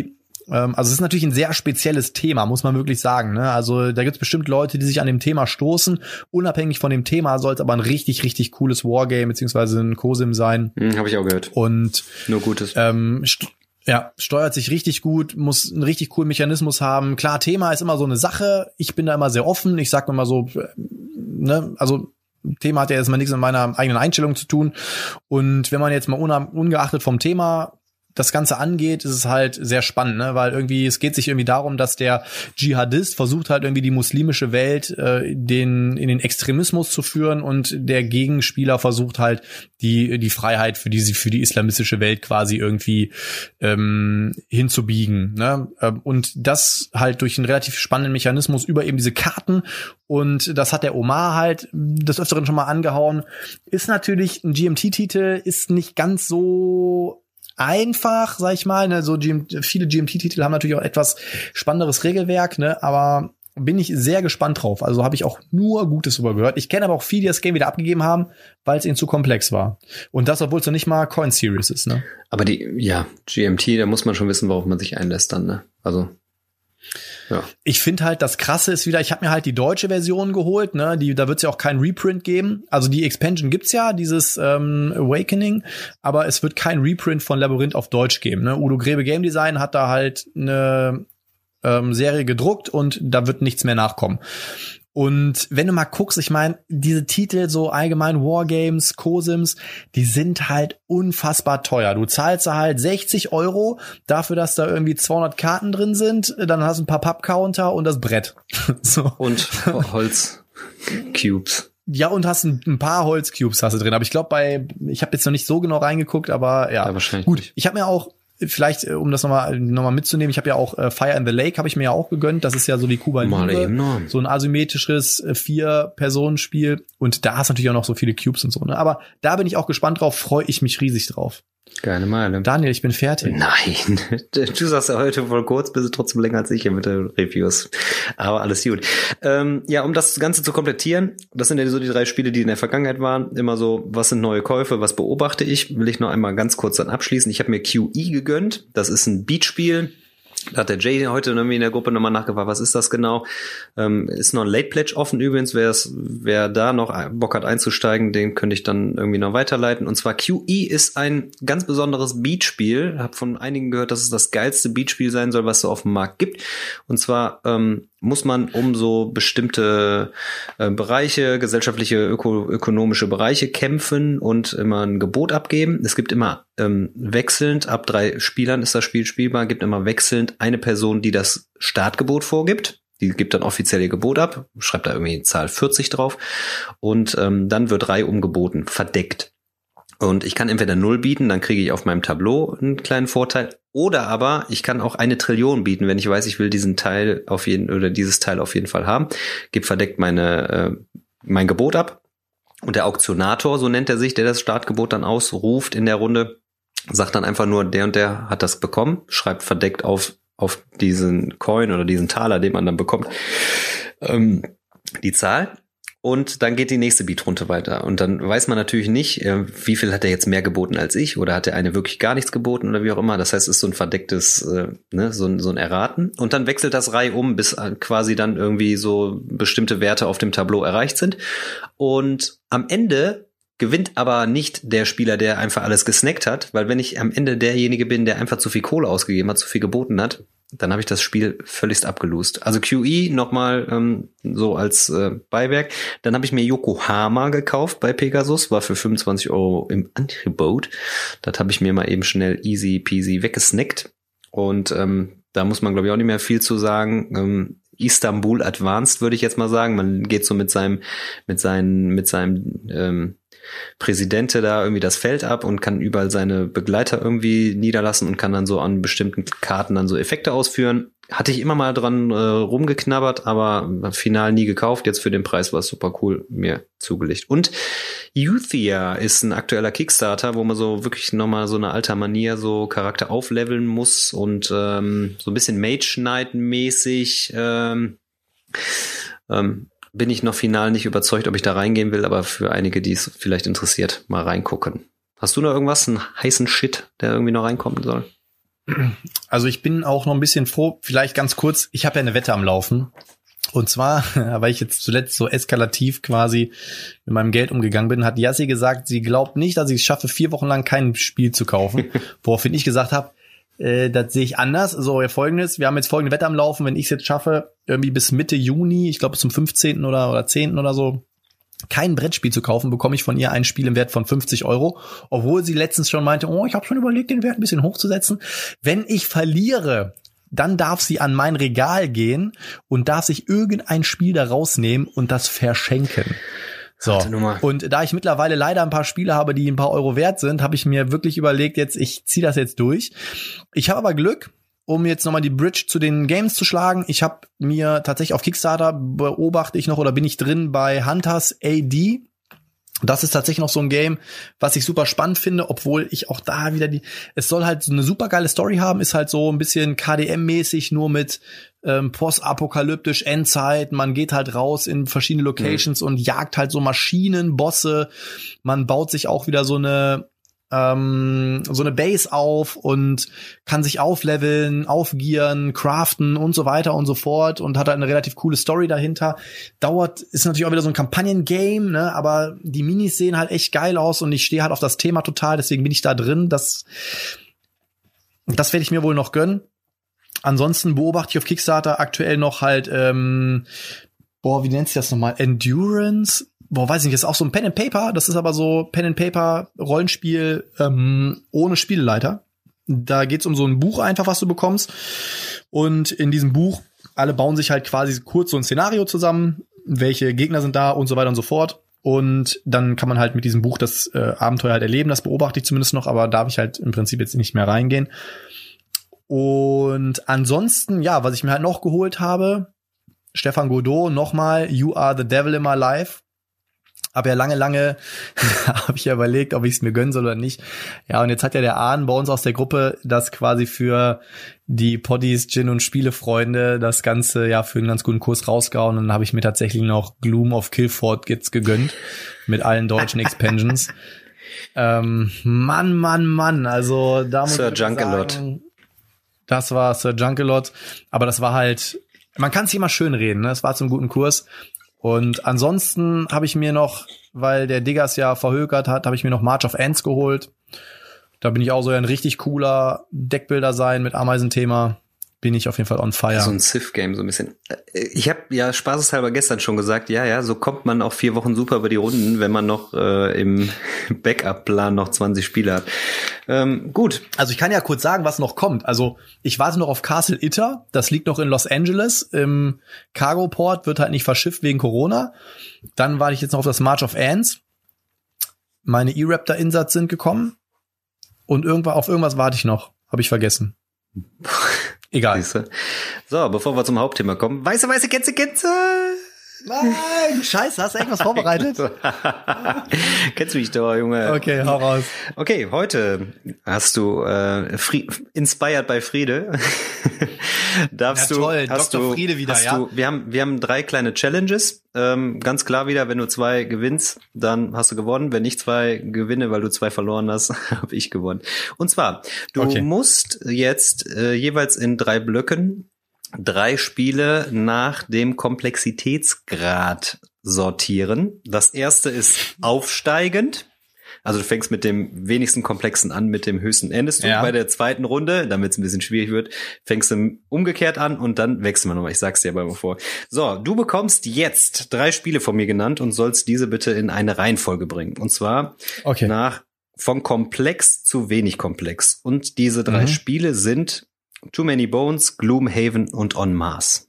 Ähm, also es ist natürlich ein sehr spezielles Thema, muss man wirklich sagen. Ne? Also da gibt es bestimmt Leute, die sich an dem Thema stoßen. Unabhängig von dem Thema soll es aber ein richtig, richtig cooles Wargame beziehungsweise ein Cosim sein. Hm, habe ich auch gehört. Und nur Gutes. Ähm, st- ja, steuert sich richtig gut, muss einen richtig coolen Mechanismus haben. Klar, Thema ist immer so eine Sache. Ich bin da immer sehr offen. Ich sag immer so, ne, also Thema hat ja erstmal nichts mit meiner eigenen Einstellung zu tun. Und wenn man jetzt mal unab- ungeachtet vom Thema das Ganze angeht, ist es halt sehr spannend, ne? Weil irgendwie, es geht sich irgendwie darum, dass der Dschihadist versucht halt irgendwie die muslimische Welt äh, den in den Extremismus zu führen und der Gegenspieler versucht halt die die Freiheit für die für die islamistische Welt quasi irgendwie ähm, hinzubiegen, ne? Und das halt durch einen relativ spannenden Mechanismus über eben diese Karten, und das hat der Omar halt des Öfteren schon mal angehauen. Ist natürlich ein G M T-Titel, ist nicht ganz so einfach, sag ich mal, ne, so G M T, viele G M T-Titel haben natürlich auch etwas spannenderes Regelwerk, ne, aber bin ich sehr gespannt drauf. Also habe ich auch nur Gutes drüber gehört. Ich kenne aber auch viele, die das Game wieder abgegeben haben, weil es ihnen zu komplex war. Und das, obwohl es noch nicht mal Coin Series ist, ne. Aber die, ja, G M T, da muss man schon wissen, worauf man sich einlässt dann, ne. Also ja. Ich finde halt, das Krasse ist wieder, ich habe mir halt die deutsche Version geholt, ne, die, da wird es ja auch kein Reprint geben. Also die Expansion gibt's ja, dieses ähm, Awakening, aber es wird kein Reprint von Labyrinth auf Deutsch geben. Ne? Udo Grebe Game Design hat da halt eine ähm, Serie gedruckt und da wird nichts mehr nachkommen. Und wenn du mal guckst, ich meine, diese Titel, so allgemein Wargames, Cosims, die sind halt unfassbar teuer. Du zahlst da halt sechzig Euro dafür, dass da irgendwie zweihundert Karten drin sind, dann hast du ein paar Pappcounter und das Brett. So. Und Holzcubes. Ja, und hast ein, ein paar Holzcubes hast du drin. Aber ich glaube, bei, ich habe jetzt noch nicht so genau reingeguckt, aber ja. Ja, wahrscheinlich gut. Nicht. Ich habe mir auch vielleicht, um das nochmal noch mal mitzunehmen, ich habe ja auch äh, Fire in the Lake, habe ich mir ja auch gegönnt. Das ist ja so wie Cuba Libre, so ein asymmetrisches äh, Vier-Personen-Spiel. Und da hast du natürlich auch noch so viele Cubes und so. Ne? Aber da bin ich auch gespannt drauf, freue ich mich riesig drauf. Geile Meile. Daniel, ich bin fertig. Nein, du sagst ja heute voll kurz, bist du trotzdem länger als ich hier mit den Reviews. Aber alles gut. Ähm, ja, um das Ganze zu komplettieren, das sind ja so die drei Spiele, die in der Vergangenheit waren. Immer so, was sind neue Käufe, was beobachte ich? Will ich noch einmal ganz kurz dann abschließen. Ich habe mir Q E gegönnt. Das ist ein Beatspiel. Da hat der Jay heute irgendwie in der Gruppe nochmal nachgefragt, was ist das genau? Ähm, ist noch ein Late Pledge offen übrigens. Wer's, wer da noch Bock hat einzusteigen, den könnte ich dann irgendwie noch weiterleiten. Und zwar Q E ist ein ganz besonderes Beatspiel. Hab von einigen gehört, dass es das geilste Beatspiel sein soll, was es so auf dem Markt gibt. Und zwar ähm, muss man um so bestimmte äh, Bereiche, gesellschaftliche, öko- ökonomische Bereiche kämpfen und immer ein Gebot abgeben. Es gibt immer ähm, wechselnd, ab drei Spielern ist das Spiel spielbar, gibt immer wechselnd eine Person, die das Startgebot vorgibt. Die gibt dann offiziell ihr Gebot ab, schreibt da irgendwie Zahl vierzig drauf und ähm, dann wird Reihe umgeboten, verdeckt. Und ich kann entweder null bieten, dann kriege ich auf meinem Tableau einen kleinen Vorteil. Oder aber ich kann auch eine Trillion bieten, wenn ich weiß, ich will diesen Teil auf jeden oder dieses Teil auf jeden Fall haben. Gib verdeckt meine äh, mein Gebot ab. Und der Auktionator, so nennt er sich, der das Startgebot dann ausruft in der Runde, sagt dann einfach nur, der und der hat das bekommen, schreibt verdeckt auf auf diesen Coin oder diesen Taler, den man dann bekommt, ähm, die Zahl. Und dann geht die nächste Beat-Runde weiter. Und dann weiß man natürlich nicht, äh, wie viel hat er jetzt mehr geboten als ich oder hat der eine wirklich gar nichts geboten oder wie auch immer. Das heißt, es ist so ein verdecktes, äh, ne, so ein, so ein Erraten. Und dann wechselt das Reihe um, bis quasi dann irgendwie so bestimmte Werte auf dem Tableau erreicht sind. Und am Ende gewinnt aber nicht der Spieler, der einfach alles gesnackt hat, weil wenn ich am Ende derjenige bin, der einfach zu viel Kohle ausgegeben hat, zu viel geboten hat, dann habe ich das Spiel völligst abgelost. Also Q E nochmal ähm, so als äh, Beiwerk. Dann habe ich mir Yokohama gekauft bei Pegasus, war für fünfundzwanzig Euro im Angebot. Das habe ich mir mal eben schnell easy peasy weggesnackt. Und ähm, da muss man, glaube ich, auch nicht mehr viel zu sagen. Ähm, Istanbul Advanced, würde ich jetzt mal sagen. Man geht so mit seinem, mit seinen, mit seinem ähm, Präsidente da irgendwie das Feld ab und kann überall seine Begleiter irgendwie niederlassen und kann dann so an bestimmten Karten dann so Effekte ausführen. Hatte ich immer mal dran äh, rumgeknabbert, aber final nie gekauft. Jetzt für den Preis war es super cool, mir zugelegt. Und Youthia ist ein aktueller Kickstarter, wo man so wirklich nochmal so eine alter Manier so Charakter aufleveln muss und ähm, so ein bisschen Mage Knight mäßig ähm, ähm, bin ich noch final nicht überzeugt, ob ich da reingehen will, aber für einige, die es vielleicht interessiert, mal reingucken. Hast du noch irgendwas, einen heißen Shit, der irgendwie noch reinkommen soll? Also ich bin auch noch ein bisschen froh, vielleicht ganz kurz, ich habe ja eine Wette am Laufen. Und zwar, weil ich jetzt zuletzt so eskalativ quasi mit meinem Geld umgegangen bin, hat Yassi gesagt, sie glaubt nicht, dass ich es schaffe, vier Wochen lang kein Spiel zu kaufen. Woraufhin ich gesagt habe, äh, das sehe ich anders. So, ja, folgendes, wir haben jetzt folgende Wette am Laufen, wenn ich es jetzt schaffe, irgendwie bis Mitte Juni, ich glaube zum fünfzehnten oder, oder zehnten oder so, kein Brettspiel zu kaufen, bekomme ich von ihr ein Spiel im Wert von fünfzig Euro, obwohl sie letztens schon meinte, oh, ich habe schon überlegt, den Wert ein bisschen hochzusetzen. Wenn ich verliere, dann darf sie an mein Regal gehen und darf sich irgendein Spiel da rausnehmen und das verschenken. So. Und da ich mittlerweile leider ein paar Spiele habe, die ein paar Euro wert sind, habe ich mir wirklich überlegt, jetzt ich ziehe das jetzt durch. Ich habe aber Glück, um jetzt nochmal die Bridge zu den Games zu schlagen. Ich habe mir tatsächlich auf Kickstarter beobachte ich noch oder bin ich drin bei Hunters A D. Das ist tatsächlich noch so ein Game, was ich super spannend finde, obwohl ich auch da wieder die, es soll halt so eine super geile Story haben, ist halt so ein bisschen K D M-mäßig, nur mit ähm, postapokalyptisch Endzeit. Man geht halt raus in verschiedene Locations mhm. und jagt halt so Maschinen, Bosse. Man baut sich auch wieder so eine ähm, so eine Base auf und kann sich aufleveln, aufgieren, craften und so weiter und so fort und hat halt eine relativ coole Story dahinter. Dauert, ist natürlich auch wieder so ein Kampagnen-Game, ne, aber die Minis sehen halt echt geil aus und ich stehe halt auf das Thema total, deswegen bin ich da drin. Das, das werde ich mir wohl noch gönnen. Ansonsten beobachte ich auf Kickstarter aktuell noch halt, ähm, boah, wie nennt sich das nochmal? Endurance? Boah, weiß ich nicht, das ist auch so ein Pen and Paper, das ist aber so Pen and Paper Rollenspiel ähm, ohne Spieleleiter. Da geht's um so ein Buch einfach, was du bekommst. Und in diesem Buch, alle bauen sich halt quasi kurz so ein Szenario zusammen, welche Gegner sind da und so weiter und so fort. Und dann kann man halt mit diesem Buch das äh, Abenteuer halt erleben, das beobachte ich zumindest noch, aber darf ich halt im Prinzip jetzt nicht mehr reingehen. Und ansonsten, ja, was ich mir halt noch geholt habe, Stefan Godot, nochmal, You Are the Devil in My Life. Hab ja lange, lange, habe ich ja überlegt, ob ich es mir gönnen soll oder nicht. Ja, und jetzt hat ja der Arne bei uns aus der Gruppe das quasi für die Poddies, Gin- und Spielefreunde das Ganze ja für einen ganz guten Kurs rausgehauen. Und dann habe ich mir tatsächlich noch Gloom of Guildford jetzt gegönnt mit allen deutschen Expansions. ähm, Mann, Mann, Mann, also da muss Sir ich Junkelot. sagen, das war Sir Junkelot, aber das war halt, man kann es immer schön reden, ne? Es war zum guten Kurs. Und ansonsten habe ich mir noch, weil der Diggers ja verhökert hat, habe ich mir noch March of Ants geholt. Da bin ich auch so ein richtig cooler Deckbilder sein mit Ameisenthema. Bin ich auf jeden Fall on fire. So ein Civ-Game, so ein bisschen. Ich habe ja spaßeshalber gestern schon gesagt, ja, ja, so kommt man auch vier Wochen super über die Runden, wenn man noch äh, im Backup-Plan noch zwanzig Spiele hat. Ähm, gut. Also ich kann ja kurz sagen, was noch kommt. Also ich warte noch auf Castle Itter. Das liegt noch in Los Angeles. Im Cargo-Port wird halt nicht verschifft wegen Corona. Dann warte ich jetzt noch auf das March of Ants. Meine E-Raptor-Insats sind gekommen. Und irgendwann auf irgendwas warte ich noch. Habe ich vergessen. Egal. Siehste. So, bevor wir zum Hauptthema kommen. Weiße, weiße Kätze, Kätze! Nein, scheiße, hast du irgendwas vorbereitet? Kennst du mich doch, Junge. Okay, hau raus. Okay, heute hast du äh, Fri- inspired by Friede. Darfst Ja, toll, du, hast Doktor du, Friede wieder, hast ja. Du, wir haben, wir haben drei kleine Challenges. Ähm, ganz klar wieder, wenn du zwei gewinnst, dann hast du gewonnen. Wenn ich zwei gewinne, weil du zwei verloren hast, habe ich gewonnen. Und zwar, du Okay. musst jetzt äh, jeweils in drei Blöcken drei Spiele nach dem Komplexitätsgrad sortieren. Das erste ist aufsteigend. Also du fängst mit dem wenigsten Komplexen an, mit dem höchsten endest du. Ja. Bei der zweiten Runde, damit es ein bisschen schwierig wird, fängst du umgekehrt an und dann wechseln wir nochmal. Ich sag's dir aber mal vor. So, du bekommst jetzt drei Spiele von mir genannt und sollst diese bitte in eine Reihenfolge bringen. Und zwar Okay. nach von komplex zu wenig komplex. Und diese drei Mhm. Spiele sind Too Many Bones, Gloomhaven und On Mars.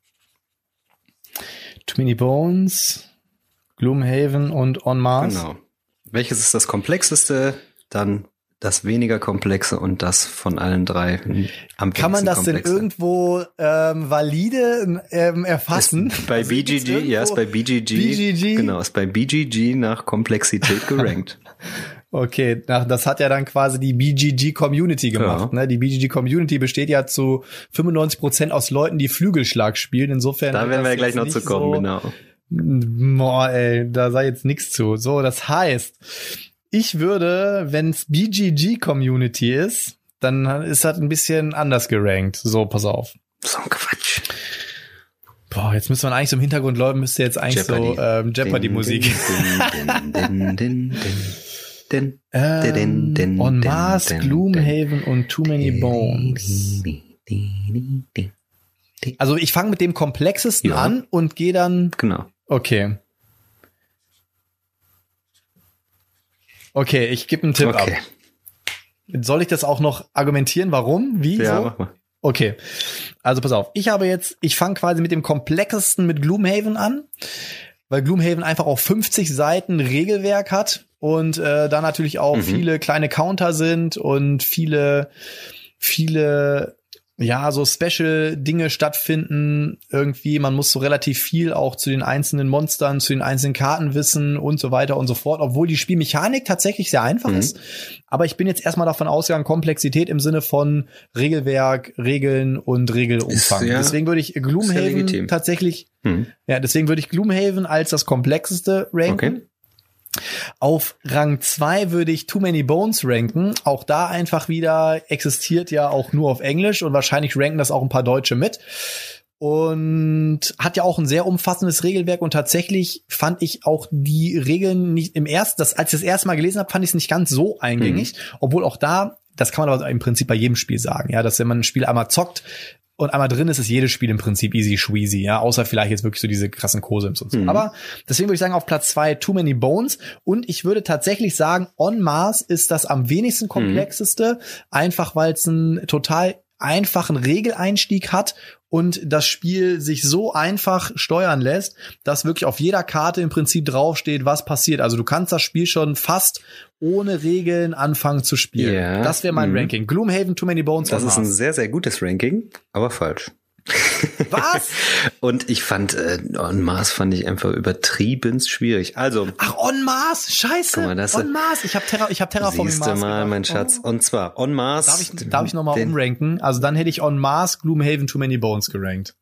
Too Many Bones, Gloomhaven und On Mars. Genau. Welches ist das komplexeste? Dann das weniger komplexe und das von allen drei am Kann man das denn komplexe. irgendwo ähm, valide ähm, erfassen? Ist bei Also B gibt's G G, ja, ist bei B G G. B G G? Genau, ist bei B G G nach Komplexität gerankt. Okay, nach, das hat ja dann quasi die B G G-Community gemacht. Ja. Ne? Die B G G-Community besteht ja zu fünfundneunzig Prozent aus Leuten, die Flügelschlag spielen. Insofern Da wird werden wir ja das gleich jetzt noch zu nicht kommen, so, genau. Boah, ey, da sei jetzt nichts zu. So, das heißt, ich würde, wenn es B G G-Community ist, dann ist das ein bisschen anders gerankt. So, pass auf. So ein Quatsch. Boah, jetzt müsste man eigentlich so im Hintergrund läuten, müsste jetzt eigentlich Jeopardy. so ähm, Jeopardy-Musik. ähm, On Mars, Gloomhaven und Too Many Bones. Also ich fange mit dem komplexesten ja. an und gehe dann... Genau. Okay. Okay, ich gebe einen Tipp okay. ab. Soll ich das auch noch argumentieren? Warum? Wie? Ja, so? mach mal. Okay, also pass auf. Ich habe jetzt, ich fange quasi mit dem komplexesten mit Gloomhaven an, weil Gloomhaven einfach auch fünfzig Seiten Regelwerk hat und äh, da natürlich auch mhm. viele kleine Counter sind und viele, viele ja, so Special-Dinge stattfinden irgendwie. Man muss so relativ viel auch zu den einzelnen Monstern, zu den einzelnen Karten wissen und so weiter und so fort, obwohl die Spielmechanik tatsächlich sehr einfach mhm. ist. Aber ich bin jetzt erstmal davon ausgegangen, Komplexität im Sinne von Regelwerk, Regeln und Regelumfang. Ist, ja, deswegen würde ich Gloomhaven tatsächlich, mhm. ja, deswegen würde ich Gloomhaven als das komplexeste ranken. Okay. Auf Rang zwei würde ich Too Many Bones ranken. Auch da einfach wieder existiert ja auch nur auf Englisch und wahrscheinlich ranken das auch ein paar Deutsche mit. Und hat ja auch ein sehr umfassendes Regelwerk und tatsächlich fand ich auch die Regeln nicht im ersten, das, als ich das erste Mal gelesen habe, fand ich es nicht ganz so eingängig. Mhm. Obwohl auch da, das kann man aber im Prinzip bei jedem Spiel sagen, ja, dass wenn man ein Spiel einmal zockt, und einmal drin ist, ist jedes Spiel im Prinzip easy schweezy, ja, außer vielleicht jetzt wirklich so diese krassen Cosims und so. Mhm. Aber deswegen würde ich sagen, auf Platz zwei Too Many Bones und ich würde tatsächlich sagen, On Mars ist das am wenigsten komplexeste, mhm. einfach weil es einen total einfachen Regeleinstieg hat und das Spiel sich so einfach steuern lässt, dass wirklich auf jeder Karte im Prinzip draufsteht, was passiert. Also du kannst das Spiel schon fast ohne Regeln anfangen zu spielen. Yeah. Das wäre mein mhm. Ranking. Gloomhaven, Too Many Bones. Das ist ein sehr, sehr gutes Ranking, aber falsch. Was? Und ich fand, äh, On Mars fand ich einfach übertrieben schwierig. Also. Ach, On Mars? Scheiße. Guck mal, das On Mars. Ich habe Terra, ich habe Terraforming Mars. Siehst du mal, mein Schatz. Und zwar, On Mars. Darf ich, darf ich nochmal umranken? Also dann hätte ich On Mars, Gloomhaven, Too Many Bones gerankt.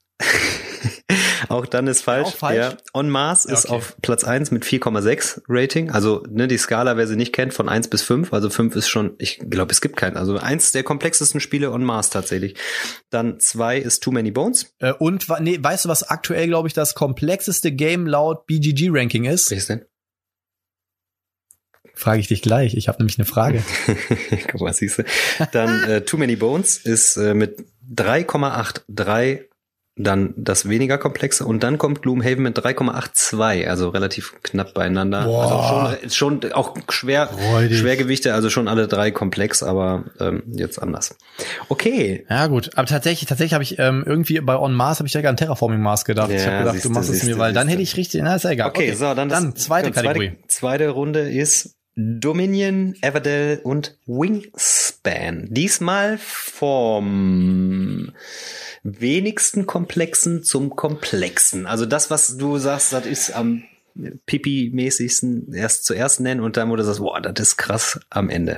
Auch dann ist falsch. Auch falsch? Ja. On Mars ist okay. Auf Platz eins mit vier Komma sechs Rating. Also ne, die Skala, wer sie nicht kennt, von eins bis fünf. Also fünf ist schon, ich glaube, es gibt keinen. Also eins der komplexesten Spiele On Mars tatsächlich. Dann zwei ist Too Many Bones. Äh, und nee, weißt du, was aktuell, glaube ich, das komplexeste Game laut B G G-Ranking ist? Welches denn? Frage ich dich gleich. Ich habe nämlich eine Frage. Guck mal, siehst du. Dann äh, Too Many Bones ist äh, mit drei Komma achtunddreißig dann das weniger komplexe und dann kommt Gloomhaven mit drei Komma zweiundachtzig, also relativ knapp beieinander. Boah. Also schon, schon auch schwer, Freudig. Schwergewichte, also schon alle drei komplex, aber ähm, jetzt anders. Okay. Ja gut, aber tatsächlich, tatsächlich habe ich ähm, irgendwie bei On Mars habe ich direkt an Terraforming Mars gedacht. Ja, ich habe gedacht, siehste, du machst es mir, weil siehste. Dann hätte ich richtig, na ist ja egal. Okay, okay. So, dann, das, dann zweite Kategorie. Zweite, zweite Runde ist Dominion, Everdell und Wingspan. Diesmal vom wenigsten komplexen zum komplexen. Also das, was du sagst, das ist am Pipi-mäßigsten erst zuerst nennen und dann, wo du sagst, boah, das ist krass am Ende.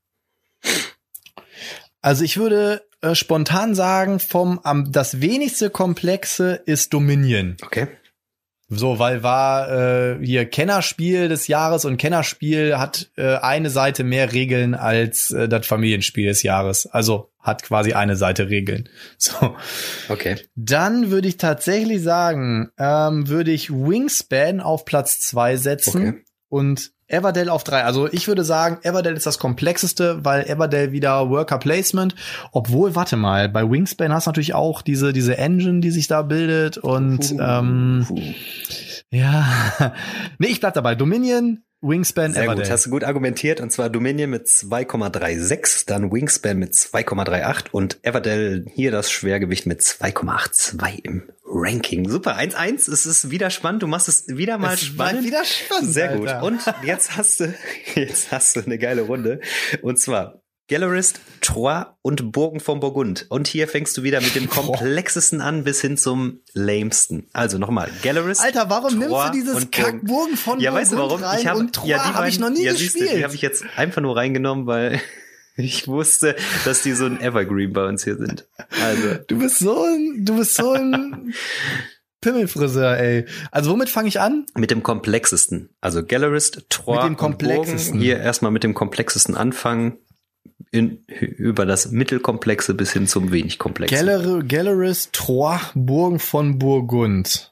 Also ich würde äh, spontan sagen, vom am das wenigste komplexe ist Dominion. Okay. So, weil war äh, hier Kennerspiel des Jahres und Kennerspiel hat äh, eine Seite mehr Regeln als äh, das Familienspiel des Jahres. Also hat quasi eine Seite Regeln. So. Okay. Dann würde ich tatsächlich sagen, ähm, würde ich Wingspan auf Platz zwei setzen okay. und Everdell auf drei. Also ich würde sagen, Everdell ist das komplexeste, weil Everdell wieder Worker Placement. Obwohl, warte mal, bei Wingspan hast du natürlich auch diese diese Engine, die sich da bildet und uh, ähm, uh. ja, nee, ich bleib dabei. Dominion, Wingspan, Sehr Everdell. Gut, hast du gut argumentiert. Und zwar Dominion mit zwei Komma sechsunddreißig, dann Wingspan mit zwei Komma achtunddreißig und Everdell hier das Schwergewicht mit zwei Komma zweiundachtzig im Ranking. Super, eins eins, es ist wieder spannend, du machst es wieder mal es spannend. Wieder spannend. Sehr gut. Alter. Und jetzt hast du, jetzt hast du eine geile Runde. Und zwar Gallerist, Troyes und Burgen von Burgund. Und hier fängst du wieder mit dem komplexesten an bis hin zum lamesten. Also nochmal, Gallerist, Alter, warum Troyes nimmst du dieses Kackburgen von ja, Burgund weißt du warum? rein Ich hab, und Troyes ja, habe ich noch nie ja, gespielt. Siehste, die habe ich jetzt einfach nur reingenommen, weil ich wusste, dass die so ein Evergreen bei uns hier sind. Also du bist so ein, du bist so ein Pimmelfriseur, ey. Also womit fange ich an? Mit dem komplexesten. Also Gallerist, Troyes mit dem komplexesten. Burgen. Hier erstmal mit dem komplexesten anfangen. in, über das Mittelkomplexe bis hin zum wenig Komplexe. Gallery, Galleries Troyes, Burgen von Burgund.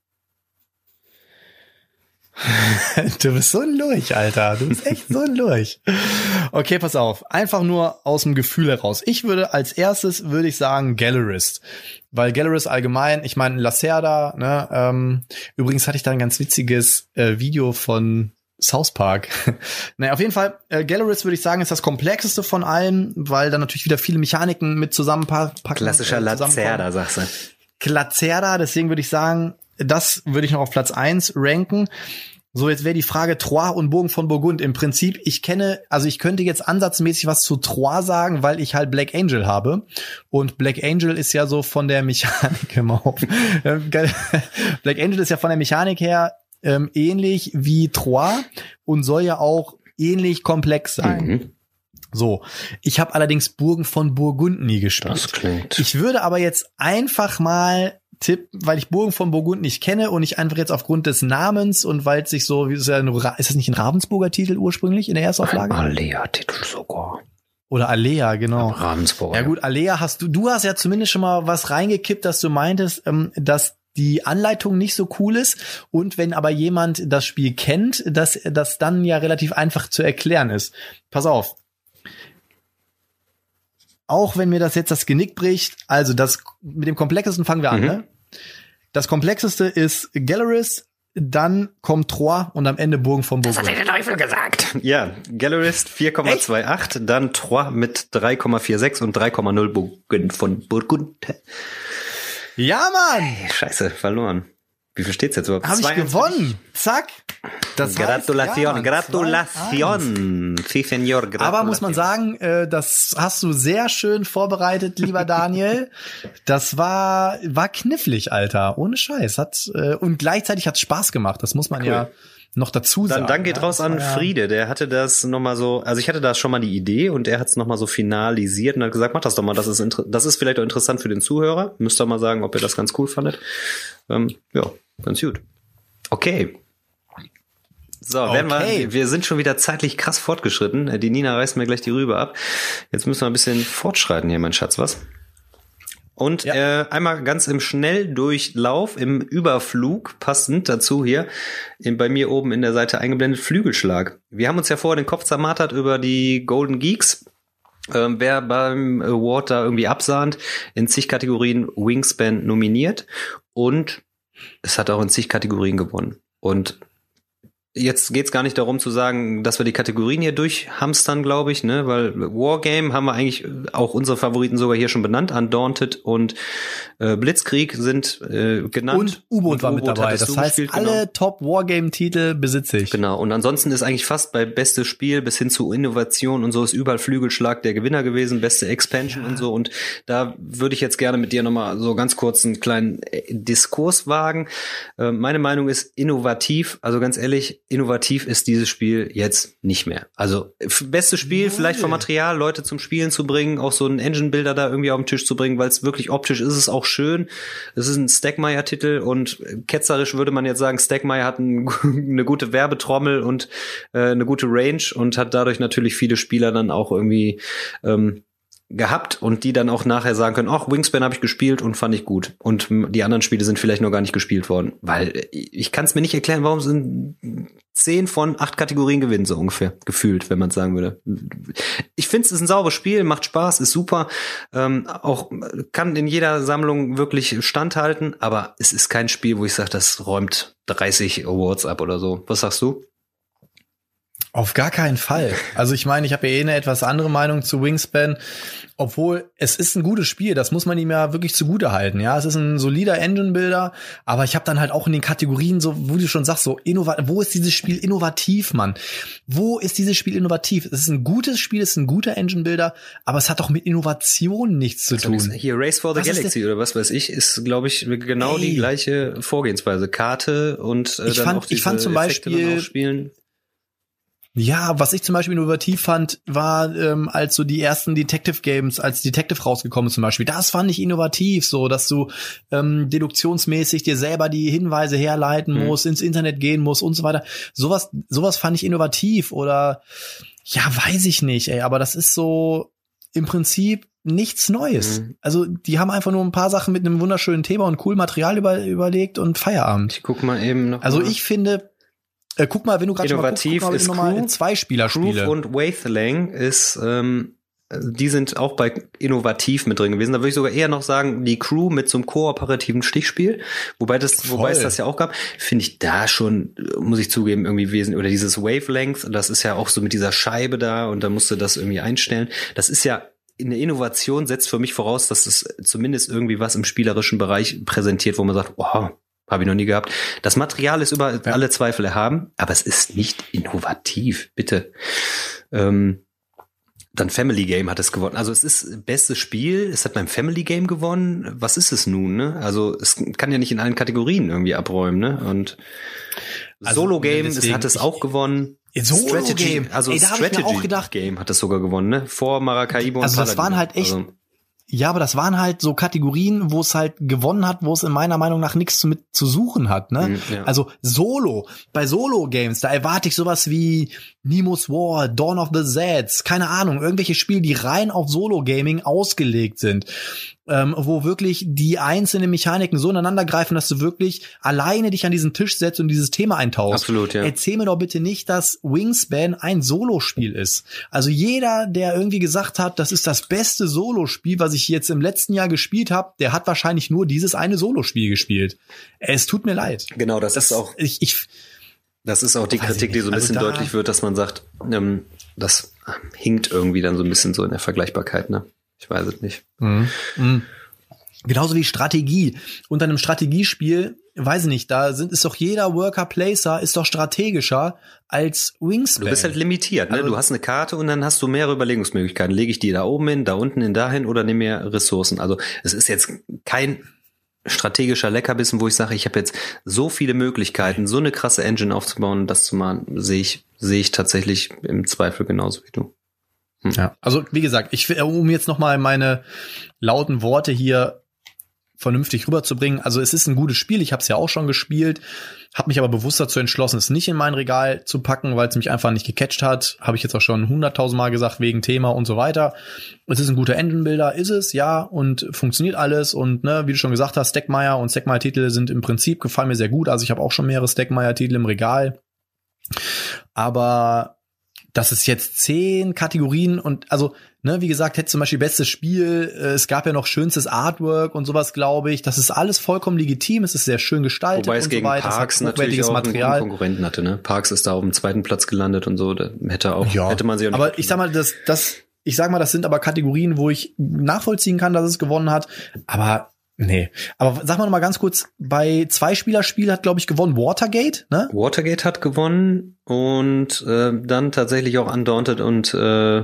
Du bist so ein Lurch, Alter. Du bist echt so ein Lurch. Okay, pass auf. Einfach nur aus dem Gefühl heraus. Ich würde als erstes, würde ich sagen, Gallerist. Weil Gallerist allgemein, ich meine, Lacerda, ne, ähm, übrigens hatte ich da ein ganz witziges äh, Video von South Park. Naja, auf jeden Fall, äh, Gallerist würde ich sagen, ist das komplexeste von allen, weil da natürlich wieder viele Mechaniken mit zusammenpacken. Klassischer äh, Lacerda, sagst du. Lacerda, deswegen würde ich sagen, das würde ich noch auf Platz eins ranken. So, jetzt wäre die Frage Troyes und Burgen von Burgund. Im Prinzip, ich kenne, also ich könnte jetzt ansatzmäßig was zu Troyes sagen, weil ich halt Black Angel habe. Und Black Angel ist ja so von der Mechanik immer auf. Black Angel ist ja von der Mechanik her ähm, ähnlich wie Troyes und soll ja auch ähnlich komplex sein. Mhm. So, ich habe allerdings Burgen von Burgund nie gespielt. Das klingt. Ich würde aber jetzt einfach mal Tipp, weil ich Burgen von Burgund nicht kenne und ich einfach jetzt aufgrund des Namens und weil es sich so, wie ist, ja nur, ist das nicht ein Ravensburger Titel ursprünglich in der Erstauflage? Ein Alea-Titel sogar. Oder Alea, genau. Ravensburger. Ja gut, Alea hast du, du hast ja zumindest schon mal was reingekippt, dass du meintest, ähm, dass die Anleitung nicht so cool ist und wenn aber jemand das Spiel kennt, dass das dann ja relativ einfach zu erklären ist. Pass auf. Auch wenn mir das jetzt das Genick bricht, also das mit dem Komplexesten fangen wir an, mhm. ne? Das Komplexeste ist Gallerist, dann kommt Troyes und am Ende Burgen von Burgund. Das hat der Teufel gesagt. Ja, Gallerist vier Komma achtundzwanzig, dann Troyes mit drei Komma sechsundvierzig und drei Komma null Burgen von Burgund. Ja, Mann! Hey, scheiße, verloren. Wie viel steht's jetzt überhaupt? Hab ich gewonnen. Zack. Das Gratulation, heißt, ja, Gratulation. Sí, señor, Gratulation. Aber muss man sagen, äh, das hast du sehr schön vorbereitet, lieber Daniel. Das war war knifflig, Alter. Ohne Scheiß. Hat äh, und gleichzeitig hat's Spaß gemacht. Das muss man cool. ja noch dazu sagen. Dann, dann geht ja, raus an Friede. Der hatte das nochmal so, also ich hatte da schon mal die Idee und er hat es nochmal so finalisiert und hat gesagt, mach das doch mal. Das ist inter- das ist vielleicht auch interessant für den Zuhörer. Müsst ihr mal sagen, ob ihr das ganz cool fandet. Ähm, ja, ganz gut. Okay. So, okay. Werden wir, wir sind schon wieder zeitlich krass fortgeschritten. Die Nina reißt mir gleich die Rübe ab. Jetzt müssen wir ein bisschen fortschreiten hier, mein Schatz, was? Und ja. äh, einmal ganz im Schnelldurchlauf, im Überflug, passend dazu hier, in, bei mir oben in der Seite eingeblendet, Flügelschlag. Wir haben uns ja vorher den Kopf zermartert über die Golden Geeks. Ähm, wer beim Award da irgendwie absahnt, in zig Kategorien Wingspan nominiert. Und es hat auch in zig Kategorien gewonnen. Und jetzt geht's gar nicht darum zu sagen, dass wir die Kategorien hier durchhamstern, glaube ich, ne, weil Wargame haben wir eigentlich auch unsere Favoriten sogar hier schon benannt. Undaunted und äh, Blitzkrieg sind äh, genannt. Und U-Boot war mit dabei. Das heißt, gespielt, alle genau. Top-Wargame-Titel besitze ich. Genau. Und ansonsten ist eigentlich fast bei bestes Spiel bis hin zu Innovation und so ist überall Flügelschlag der Gewinner gewesen, beste Expansion ja. und so. Und da würde ich jetzt gerne mit dir nochmal so ganz kurz einen kleinen Diskurs wagen. Äh, meine Meinung ist innovativ, also ganz ehrlich, innovativ ist dieses Spiel jetzt nicht mehr. Also bestes Spiel, Nein. vielleicht vom Material, Leute zum Spielen zu bringen, auch so einen Engine-Builder da irgendwie auf den Tisch zu bringen, weil es wirklich optisch ist es auch schön. Es ist ein Stegmaier-Titel und ketzerisch würde man jetzt sagen, Stegmaier hat ein, eine gute Werbetrommel und äh, eine gute Range und hat dadurch natürlich viele Spieler dann auch irgendwie ähm, gehabt und die dann auch nachher sagen können, ach, Wingspan habe ich gespielt und fand ich gut. Und die anderen Spiele sind vielleicht noch gar nicht gespielt worden. Weil ich kann es mir nicht erklären, warum sind zehn von acht Kategorien gewinnen, so ungefähr, gefühlt, wenn man es sagen würde. Ich finde, es ist ein sauberes Spiel, macht Spaß, ist super. Ähm, auch kann in jeder Sammlung wirklich standhalten, aber es ist kein Spiel, wo ich sage, das räumt dreißig Awards ab oder so. Was sagst du? Auf gar keinen Fall. Also ich meine, ich habe ja eh eine etwas andere Meinung zu Wingspan, obwohl es ist ein gutes Spiel, das muss man ihm ja wirklich zugute halten. Ja, es ist ein solider Engine-Builder, aber ich habe dann halt auch in den Kategorien so, wo du schon sagst, so innovativ, wo ist dieses Spiel innovativ, Mann? Wo ist dieses Spiel innovativ? Es ist ein gutes Spiel, es ist ein guter Engine-Builder, aber es hat doch mit Innovation nichts zu tun. Also hier Race for the was Galaxy oder was weiß ich, ist, glaube ich, genau Ey. die gleiche Vorgehensweise. Karte und äh, ich dann fand, auch diese ich fand zum Effekte Beispiel dann auch spielen. Ja, was ich zum Beispiel innovativ fand, war ähm, als so die ersten Detective Games, als Detective rausgekommen ist zum Beispiel. Das fand ich innovativ, so dass du ähm, deduktionsmäßig dir selber die Hinweise herleiten mhm. musst, ins Internet gehen musst und so weiter. Sowas, sowas fand ich innovativ oder ja, weiß ich nicht, ey. Aber das ist so, im Prinzip nichts Neues. Mhm. Also die haben einfach nur ein paar Sachen mit einem wunderschönen Thema und cool Material über, überlegt und Feierabend. Ich guck mal eben noch. Also mal. ich finde, äh, guck mal, wenn du gerade schon mal guckst, guck mal, ist noch mal zwei Spielerspiele. Groove und Wasteland ist, ähm, die sind auch bei innovativ mit drin gewesen. Da würde ich sogar eher noch sagen, die Crew mit so einem kooperativen Stichspiel, wobei das, Voll. wobei es das ja auch gab, finde ich da schon, muss ich zugeben, irgendwie wesentlich, oder dieses Wavelength, das ist ja auch so mit dieser Scheibe da und da musst du das irgendwie einstellen. Das ist ja eine Innovation, setzt für mich voraus, dass es zumindest irgendwie was im spielerischen Bereich präsentiert, wo man sagt, oh, habe ich noch nie gehabt. Das Material ist über ja. alle Zweifel erhaben, aber es ist nicht innovativ, bitte. Ähm, Dann Family Game hat es gewonnen. Also es ist bestes Spiel. Es hat beim Family Game gewonnen. Was ist es nun, ne? Also es kann ja nicht in allen Kategorien irgendwie abräumen, ne? Und also Solo Game, es hat es auch gewonnen. Solo Strategy, Game. also Ey, da Strategy hab ich mir auch gedacht, Game hat es sogar gewonnen, ne? Vor Maracaibo also und das waren halt echt, also, ja, aber das waren halt so Kategorien, wo es halt gewonnen hat, wo es in meiner Meinung nach nichts mit zu suchen hat, ne? Mhm, ja. Also Solo, bei Solo-Games, da erwarte ich sowas wie Nemo's War, Dawn of the Zeds, keine Ahnung, irgendwelche Spiele, die rein auf Solo-Gaming ausgelegt sind. Ähm, wo wirklich die einzelnen Mechaniken so ineinander greifen, dass du wirklich alleine dich an diesen Tisch setzt und dieses Thema eintauchst. Absolut, ja. Erzähl mir doch bitte nicht, dass Wingspan ein Solospiel ist. Also jeder, der irgendwie gesagt hat, das ist das beste Solospiel, was ich jetzt im letzten Jahr gespielt habe, der hat wahrscheinlich nur dieses eine Solospiel gespielt. Es tut mir leid. Genau, das, das ist auch ich, ich das ist auch die Kritik, die so ein bisschen also deutlich wird, dass man sagt, ähm, das hinkt irgendwie dann so ein bisschen so in der Vergleichbarkeit, ne? Ich weiß es nicht. Mhm. Mhm. Genauso wie Strategie. Unter einem Strategiespiel, weiß ich nicht, da sind, ist doch jeder Worker-Placer ist doch strategischer als Wingspan. Du bist halt limitiert, ne? Also, du hast eine Karte und dann hast du mehrere Überlegungsmöglichkeiten. Lege ich die da oben hin, da unten hin, dahin oder nehme mir Ressourcen? Also es ist jetzt kein strategischer Leckerbissen, wo ich sage, ich habe jetzt so viele Möglichkeiten, so eine krasse Engine aufzubauen und das zu machen, sehe ich, sehe ich tatsächlich im Zweifel genauso wie du. Hm. Ja, also wie gesagt, ich um jetzt noch mal meine lauten Worte hier vernünftig rüberzubringen. Also es ist ein gutes Spiel, ich habe es ja auch schon gespielt, habe mich aber bewusst dazu entschlossen, es nicht in mein Regal zu packen, weil es mich einfach nicht gecatcht hat. Habe ich jetzt auch schon hunderttausend Mal gesagt, wegen Thema und so weiter. Es ist ein guter Engine-Builder, ist es, ja, und funktioniert alles. Und ne, wie du schon gesagt hast, Stegmaier und Stegmaier-Titel sind im Prinzip, gefallen mir sehr gut. Also ich habe auch schon mehrere Stegmaier-Titel im Regal. Aber das ist jetzt zehn Kategorien und also, ne, wie gesagt, hätte zum Beispiel bestes Spiel, äh, es gab ja noch schönstes Artwork und sowas, glaube ich. Das ist alles vollkommen legitim, es ist sehr schön gestaltet. Wobei es und gegen so weiter. Parks natürlich auch Material. einen Konkurrenten hatte, ne? Parks ist da auf dem zweiten Platz gelandet und so, da hätte auch, ja, hätte man sich auch nicht. Aber ich sag mal, das, das, ich sag mal, das sind aber Kategorien, wo ich nachvollziehen kann, dass es gewonnen hat, aber nee. Aber sag mal noch mal ganz kurz, bei Zwei-Spieler-Spiel hat, glaube ich, gewonnen Watergate, ne? Watergate hat gewonnen und äh, dann tatsächlich auch Undaunted und äh,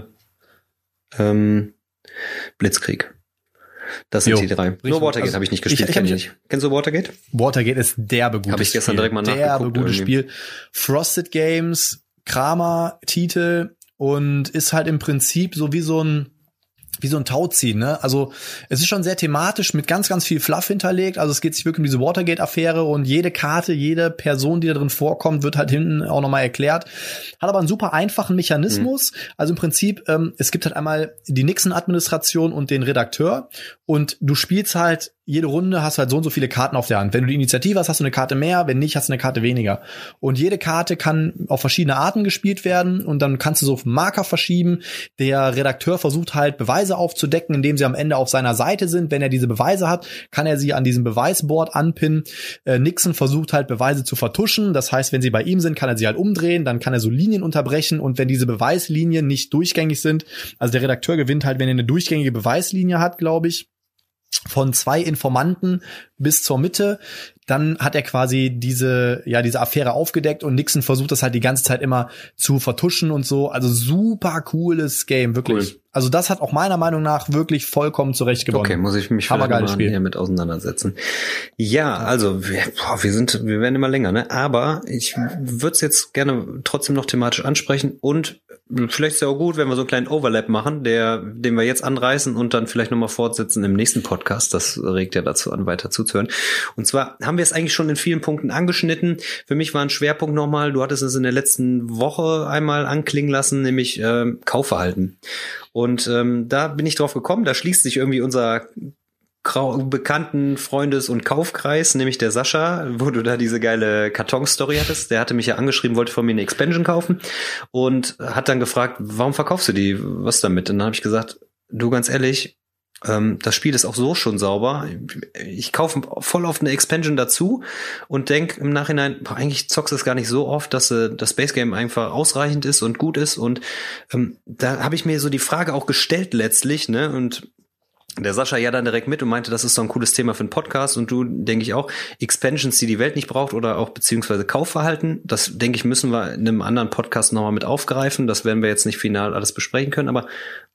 ähm, Blitzkrieg. Das sind jo, die drei. Nur Watergate also, habe ich nicht gespielt, ich, ich, ich nicht. Kennst du Watergate? Watergate ist derbe gutes Spiel. Habe ich gestern direkt mal nachgeguckt. Derbe gutes Spiel. Frosted Games, Kramer-Titel und ist halt im Prinzip so wie so ein wie so ein Tauziehen, ne? Also es ist schon sehr thematisch mit ganz, ganz viel Fluff hinterlegt. Also es geht sich wirklich um diese Watergate-Affäre und jede Karte, jede Person, die da drin vorkommt, wird halt hinten auch nochmal erklärt. Hat aber einen super einfachen Mechanismus. Mhm. Also im Prinzip, ähm, es gibt halt einmal die Nixon-Administration und den Redakteur und du spielst halt jede Runde, hast halt so und so viele Karten auf der Hand. Wenn du die Initiative hast, hast du eine Karte mehr, wenn nicht, hast du eine Karte weniger. Und jede Karte kann auf verschiedene Arten gespielt werden und dann kannst du so Marker verschieben. Der Redakteur versucht halt Beweise aufzudecken, indem sie am Ende auf seiner Seite sind. Wenn er diese Beweise hat, kann er sie an diesem Beweisboard anpinnen. Äh, Nixon versucht halt Beweise zu vertuschen. Das heißt, wenn sie bei ihm sind, kann er sie halt umdrehen, dann kann er so Linien unterbrechen und wenn diese Beweislinien nicht durchgängig sind, also der Redakteur gewinnt halt, wenn er eine durchgängige Beweislinie hat, glaube ich, von zwei Informanten bis zur Mitte, dann hat er quasi diese, ja, diese Affäre aufgedeckt und Nixon versucht das halt die ganze Zeit immer zu vertuschen und so. Also super cooles Game, wirklich. Cool. Also das hat auch meiner Meinung nach wirklich vollkommen zurecht gewonnen. Okay, muss ich mich vielleicht mal näher mit auseinandersetzen. Ja, also wir, boah, wir sind, wir werden immer länger, ne? Aber ich würde es jetzt gerne trotzdem noch thematisch ansprechen und vielleicht ist ja auch gut, wenn wir so einen kleinen Overlap machen, der, den wir jetzt anreißen und dann vielleicht nochmal fortsetzen im nächsten Podcast. Das regt ja dazu an, weiter zuzuhören. Und zwar haben wir es eigentlich schon in vielen Punkten angeschnitten. Für mich war ein Schwerpunkt nochmal, du hattest es in der letzten Woche einmal anklingen lassen, nämlich ähm, Kaufverhalten. Und ähm, da bin ich drauf gekommen, da schließt sich irgendwie unser bekannten Freundes- und Kaufkreis, nämlich der Sascha, wo du da diese geile Karton-Story hattest. Der hatte mich ja angeschrieben, wollte von mir eine Expansion kaufen und hat dann gefragt, warum verkaufst du die? Was damit? Und dann habe ich gesagt, du, ganz ehrlich, ähm, das Spiel ist auch so schon sauber. Ich kaufe voll oft eine Expansion dazu und denk im Nachhinein, boah, eigentlich zockst du es gar nicht so oft, dass äh, das Base Game einfach ausreichend ist und gut ist. Und ähm, da habe ich mir so die Frage auch gestellt letztlich, ne? Und der Sascha ja dann direkt mit und meinte, das ist so ein cooles Thema für einen Podcast, und du, denke ich auch, Expansions, die die Welt nicht braucht, oder auch beziehungsweise Kaufverhalten, das, denke ich, müssen wir in einem anderen Podcast nochmal mit aufgreifen, das werden wir jetzt nicht final alles besprechen können, aber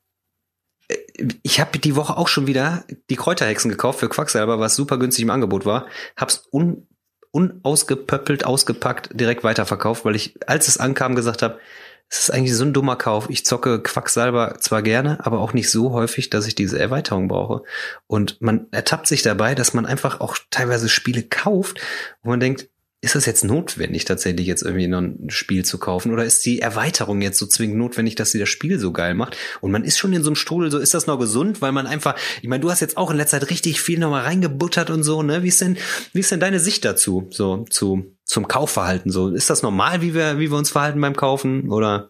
ich habe die Woche auch schon wieder die Kräuterhexen gekauft für Quacksalber, was super günstig im Angebot war, hab's un, unausgepöppelt, ausgepackt, direkt weiterverkauft, weil ich, als es ankam, gesagt habe, es ist eigentlich so ein dummer Kauf. Ich zocke Quacksalber zwar gerne, aber auch nicht so häufig, dass ich diese Erweiterung brauche. Und man ertappt sich dabei, dass man einfach auch teilweise Spiele kauft, wo man denkt, ist das jetzt notwendig, tatsächlich jetzt irgendwie noch ein Spiel zu kaufen? Oder ist die Erweiterung jetzt so zwingend notwendig, dass sie das Spiel so geil macht? Und man ist schon in so einem Strudel, so ist das noch gesund, weil man einfach, ich meine, du hast jetzt auch in letzter Zeit richtig viel nochmal reingebuttert und so, ne? Wie ist denn, wie ist denn deine Sicht dazu, so, zu, zum Kaufverhalten, so? Ist das normal, wie wir, wie wir uns verhalten beim Kaufen, oder?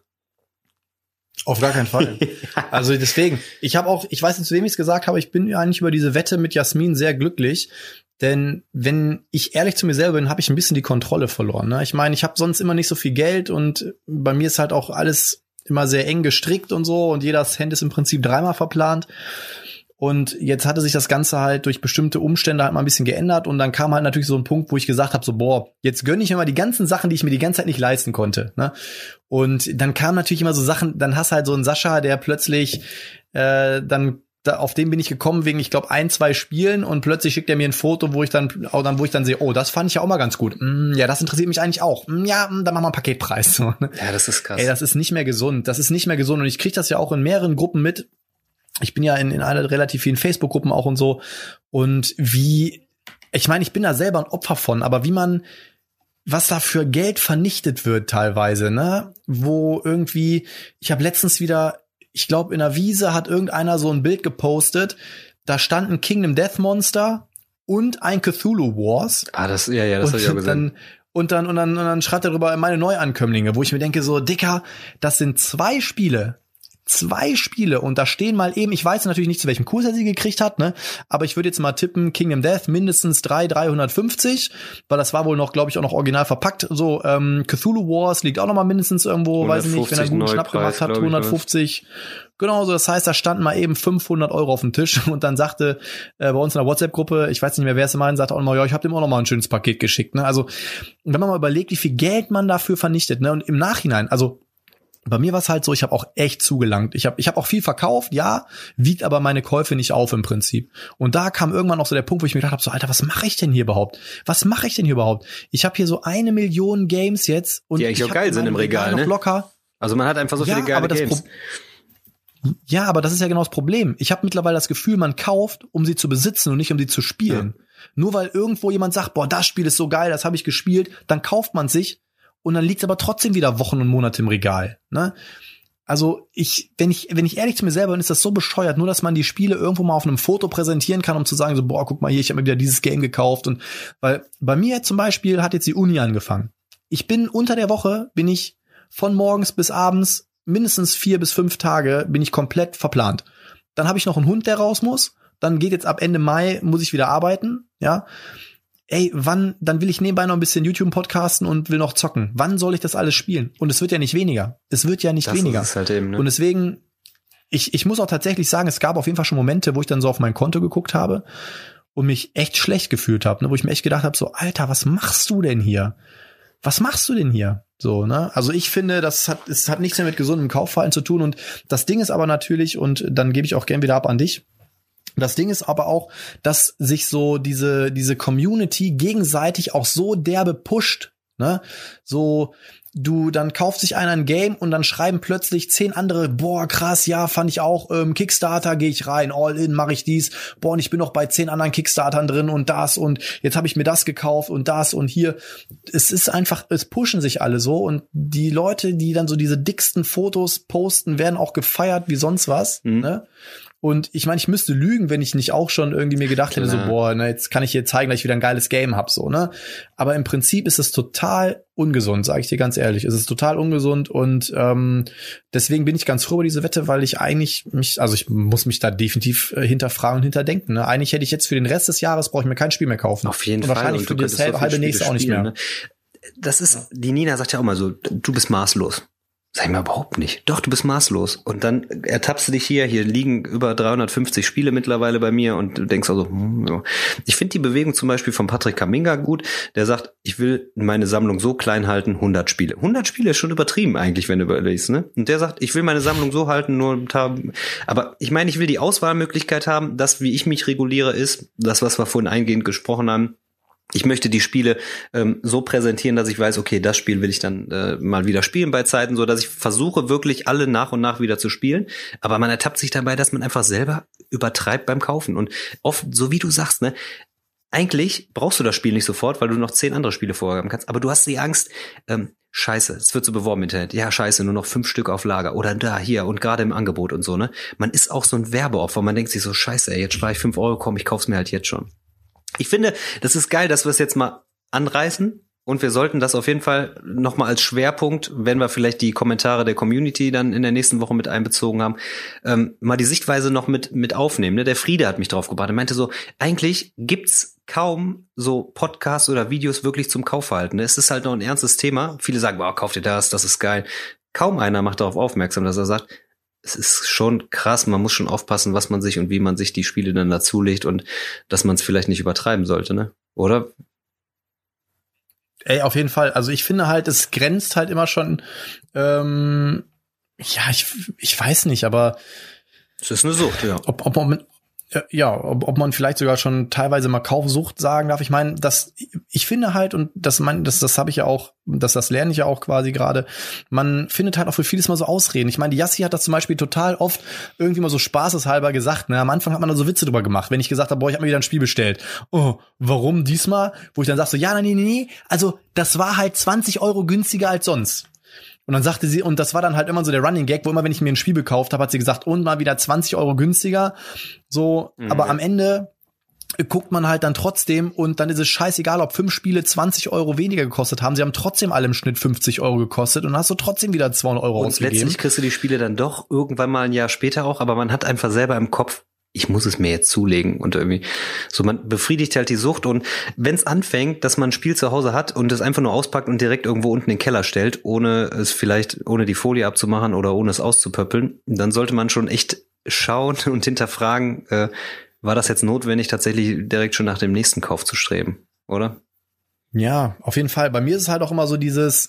Auf gar keinen Fall. Also deswegen, ich habe auch, ich weiß nicht, zu wem ich es gesagt habe, ich bin eigentlich über diese Wette mit Jasmin sehr glücklich. Denn wenn ich ehrlich zu mir selber bin, habe ich ein bisschen die Kontrolle verloren. Ne? Ich meine, ich habe sonst immer nicht so viel Geld und bei mir ist halt auch alles immer sehr eng gestrickt und so und jeder Cent ist im Prinzip dreimal verplant. Und jetzt hatte sich das Ganze halt durch bestimmte Umstände halt mal ein bisschen geändert und dann kam halt natürlich so ein Punkt, wo ich gesagt habe, so boah, jetzt gönne ich mir mal die ganzen Sachen, die ich mir die ganze Zeit nicht leisten konnte. Ne? Und dann kamen natürlich immer so Sachen, dann hast du halt so einen Sascha, der plötzlich äh, dann Da, auf den bin ich gekommen wegen, ich glaube, ein, zwei Spielen und plötzlich schickt er mir ein Foto, wo ich dann, auch dann, wo ich dann sehe, oh, das fand ich ja auch mal ganz gut. Mm, ja, das interessiert mich eigentlich auch. Mm, ja, mm, dann machen wir einen Paketpreis. So, ne? Ja, das ist krass. Ey, das ist nicht mehr gesund. Das ist nicht mehr gesund und ich kriege das ja auch in mehreren Gruppen mit. Ich bin ja in, in einer relativ vielen Facebook-Gruppen auch und so. Und wie, ich meine, ich bin da selber ein Opfer von, aber wie man, was da für Geld vernichtet wird teilweise, ne? Wo irgendwie, ich habe letztens wieder, ich glaube, in der Wiese hat irgendeiner so ein Bild gepostet, da stand ein Kingdom Death Monster und ein Cthulhu Wars. Ah, das, ja, ja, das habe ich auch gesehen. Dann, und dann, und dann, und dann schreibt er darüber meine Neuankömmlinge, wo ich mir denke, so, Dicker, das sind zwei Spiele, Zwei Spiele und da stehen mal eben, ich weiß natürlich nicht, zu welchem Kurs er sie gekriegt hat, ne, aber ich würde jetzt mal tippen, Kingdom Death mindestens drei, dreihundertfünfzig, weil das war wohl noch, glaube ich, auch noch original verpackt, so, ähm, Cthulhu Wars liegt auch noch mal mindestens irgendwo, weiß ich nicht, wenn er einen guten Schnapp gemacht hat, hundertfünfzig, genau so, das heißt, da standen mal eben fünfhundert Euro auf dem Tisch und dann sagte äh, bei uns in der WhatsApp-Gruppe, ich weiß nicht mehr, wer es meint, sagte auch noch, ja, ich habe dem auch noch mal ein schönes Paket geschickt, ne, also, wenn man mal überlegt, wie viel Geld man dafür vernichtet, ne, und im Nachhinein, also, bei mir war es halt so, ich habe auch echt zugelangt. Ich habe ich hab auch viel verkauft, ja, wiegt aber meine Käufe nicht auf im Prinzip. Und da kam irgendwann auch so der Punkt, wo ich mir gedacht habe, so Alter, was mache ich denn hier überhaupt? Was mache ich denn hier überhaupt? Ich habe hier so eine Million Games jetzt und die eigentlich auch geil sind im Regal, noch ne? locker. Also man hat einfach so viele ja, geile aber das Games. Pro- ja, aber das ist ja genau das Problem. Ich habe mittlerweile das Gefühl, man kauft, um sie zu besitzen und nicht um sie zu spielen. Ja. Nur weil irgendwo jemand sagt, boah, das Spiel ist so geil, das habe ich gespielt, dann kauft man sich. Und dann liegt's aber trotzdem wieder Wochen und Monate im Regal, ne? Also ich, wenn ich, wenn ich ehrlich zu mir selber bin, ist das so bescheuert, nur dass man die Spiele irgendwo mal auf einem Foto präsentieren kann, um zu sagen so, boah, guck mal hier, ich habe mir wieder dieses Game gekauft und weil bei mir zum Beispiel hat jetzt die Uni angefangen. Ich bin unter der Woche, bin ich von morgens bis abends mindestens vier bis fünf Tage bin ich komplett verplant. Dann habe ich noch einen Hund, der raus muss. Dann geht jetzt ab Ende Mai muss ich wieder arbeiten, ja. Ey, wann, dann will ich nebenbei noch ein bisschen YouTube podcasten und will noch zocken. Wann soll ich das alles spielen? Und es wird ja nicht weniger. Es wird ja nicht das weniger. Ist es halt eben, ne? Und deswegen, ich, ich muss auch tatsächlich sagen, es gab auf jeden Fall schon Momente, wo ich dann so auf mein Konto geguckt habe und mich echt schlecht gefühlt habe, ne? Wo ich mir echt gedacht habe, so, Alter, was machst du denn hier? Was machst du denn hier? So, ne? Also ich finde, das hat, es hat nichts mehr mit gesundem Kaufverhalten zu tun. Und das Ding ist aber natürlich, und dann gebe ich auch gern wieder ab an dich, das Ding ist aber auch, dass sich so diese diese Community gegenseitig auch so derbe pusht ne? So, du, dann kauft sich einer ein Game und dann schreiben plötzlich zehn andere, boah, krass, ja, fand ich auch, ähm, Kickstarter, gehe ich rein, all in, mache ich dies, boah, und ich bin noch bei zehn anderen Kickstartern drin und das und jetzt habe ich mir das gekauft und das und hier. Es ist einfach, es pushen sich alle so und die Leute, die dann so diese dicksten Fotos posten, werden auch gefeiert wie sonst was, mhm. ne? Und ich meine, ich müsste lügen, wenn ich nicht auch schon irgendwie mir gedacht hätte, so, boah, ne, jetzt kann ich hier zeigen, dass ich wieder ein geiles Game hab, so, ne? Aber im Prinzip ist es total ungesund, sage ich dir ganz ehrlich. Es ist total ungesund und ähm, deswegen bin ich ganz froh über diese Wette, weil ich eigentlich mich, also ich muss mich da definitiv äh, hinterfragen und hinterdenken, ne? Eigentlich hätte ich jetzt für den Rest des Jahres, brauche ich mir kein Spiel mehr kaufen. Auf jeden und Fall. Wahrscheinlich und für das halbe, halbe nächste auch nicht mehr. Ne? Das ist, die Nina sagt ja auch mal so, du bist maßlos. Sag ich mal überhaupt nicht. Doch, du bist maßlos. Und dann ertappst du dich hier. Hier liegen über dreihundertfünfzig Spiele mittlerweile bei mir und du denkst also, hm, ja. Ich finde die Bewegung zum Beispiel von Patrick Kaminga gut. Der sagt, ich will meine Sammlung so klein halten, hundert Spiele. hundert Spiele ist schon übertrieben eigentlich, wenn du überlegst, ne? Und der sagt, ich will meine Sammlung so halten, nur haben. Aber ich meine, ich will die Auswahlmöglichkeit haben. Das, wie ich mich reguliere, ist das, was wir vorhin eingehend gesprochen haben. Ich möchte die Spiele ähm, so präsentieren, dass ich weiß, okay, das Spiel will ich dann äh, mal wieder spielen bei Zeiten, so dass ich versuche wirklich alle nach und nach wieder zu spielen. Aber man ertappt sich dabei, dass man einfach selber übertreibt beim Kaufen. Und oft, so wie du sagst, ne, eigentlich brauchst du das Spiel nicht sofort, weil du noch zehn andere Spiele vorhaben kannst. Aber du hast die Angst, ähm, scheiße, es wird so beworben im Internet. Ja, scheiße, nur noch fünf Stück auf Lager. Oder da, hier und gerade im Angebot und so, ne. Man ist auch so ein Werbeopfer. Man denkt sich so, scheiße, ey, jetzt spare ich fünf Euro, komm, ich kauf's mir halt jetzt schon. Ich finde, das ist geil, dass wir es jetzt mal anreißen und wir sollten das auf jeden Fall nochmal als Schwerpunkt, wenn wir vielleicht die Kommentare der Community dann in der nächsten Woche mit einbezogen haben, ähm, mal die Sichtweise noch mit mit aufnehmen. Ne? Der Friede hat mich drauf gebracht. Er meinte so, eigentlich gibt's kaum so Podcasts oder Videos wirklich zum Kaufverhalten. Ne? Es ist halt noch ein ernstes Thema. Viele sagen, boah, kauft ihr das, das ist geil. Kaum einer macht darauf aufmerksam, dass er sagt, es ist schon krass, man muss schon aufpassen, was man sich und wie man sich die Spiele dann dazulegt und dass man es vielleicht nicht übertreiben sollte, ne? Oder? Ey, auf jeden Fall. Also ich finde halt, es grenzt halt immer schon, ähm, ja, ich, ich weiß nicht, aber es ist eine Sucht, ja. Ob, ob man, ja, ob, ob man vielleicht sogar schon teilweise mal Kaufsucht sagen darf. Ich meine, das, ich finde halt, und das mein, das, das habe ich ja auch, das, das lerne ich ja auch quasi gerade, man findet halt auch für vieles mal so Ausreden. Ich meine, die Yassi hat das zum Beispiel total oft irgendwie mal so spaßeshalber gesagt, ne? Am Anfang hat man da so Witze drüber gemacht, wenn ich gesagt habe, boah, ich habe mir wieder ein Spiel bestellt. Oh, warum diesmal? Wo ich dann sag so, ja, nee, nee, nee, also das war halt zwanzig Euro günstiger als sonst. Und dann sagte sie, und das war dann halt immer so der Running Gag, wo immer, wenn ich mir ein Spiel gekauft habe, hat sie gesagt, und mal wieder zwanzig Euro günstiger. So, mhm. Aber am Ende guckt man halt dann trotzdem und dann ist es scheißegal, ob fünf Spiele zwanzig Euro weniger gekostet haben. Sie haben trotzdem alle im Schnitt fünfzig Euro gekostet und dann hast du trotzdem wieder zweihundert Euro und ausgegeben. Und letztlich kriegst du die Spiele dann doch irgendwann mal ein Jahr später auch, aber man hat einfach selber im Kopf, ich muss es mir jetzt zulegen und irgendwie so, man befriedigt halt die Sucht und wenn es anfängt, dass man ein Spiel zu Hause hat und es einfach nur auspackt und direkt irgendwo unten in den Keller stellt, ohne es vielleicht, ohne die Folie abzumachen oder ohne es auszupöppeln, dann sollte man schon echt schauen und hinterfragen, äh, war das jetzt notwendig, tatsächlich direkt schon nach dem nächsten Kauf zu streben, oder? Ja, auf jeden Fall. Bei mir ist es halt auch immer so dieses,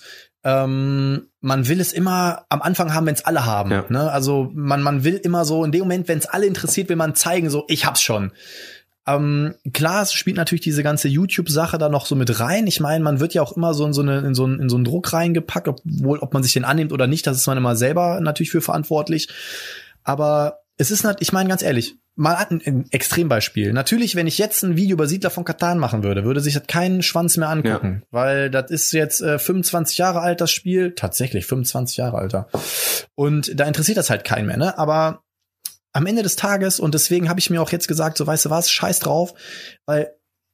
ähm, man will es immer am Anfang haben, wenn es alle haben. Ja. Ne? Also man man will immer so, in dem Moment, wenn es alle interessiert, will man zeigen, so, ich hab's schon. Ähm, klar, es spielt natürlich diese ganze YouTube-Sache da noch so mit rein. Ich meine, man wird ja auch immer so in so, eine, in so, einen, in so einen Druck reingepackt, obwohl, ob man sich den annimmt oder nicht, das ist man immer selber natürlich für verantwortlich. Aber es ist halt, ich meine, ganz ehrlich, mal ein, ein Extrembeispiel. Natürlich, wenn ich jetzt ein Video über Siedler von Catan machen würde, würde sich das keinen Schwanz mehr angucken. Ja. Weil das ist jetzt äh, fünfundzwanzig Jahre alt, das Spiel. Tatsächlich, fünfundzwanzig Jahre alter. Und da interessiert das halt keinen mehr, ne? Aber am Ende des Tages, und deswegen habe ich mir auch jetzt gesagt, so, weißt du was, scheiß drauf, weil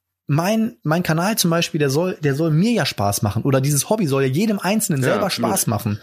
mein mein Kanal zum Beispiel, der soll der soll mir ja Spaß machen. Oder dieses Hobby soll ja jedem Einzelnen ja, selber absolut. Spaß machen.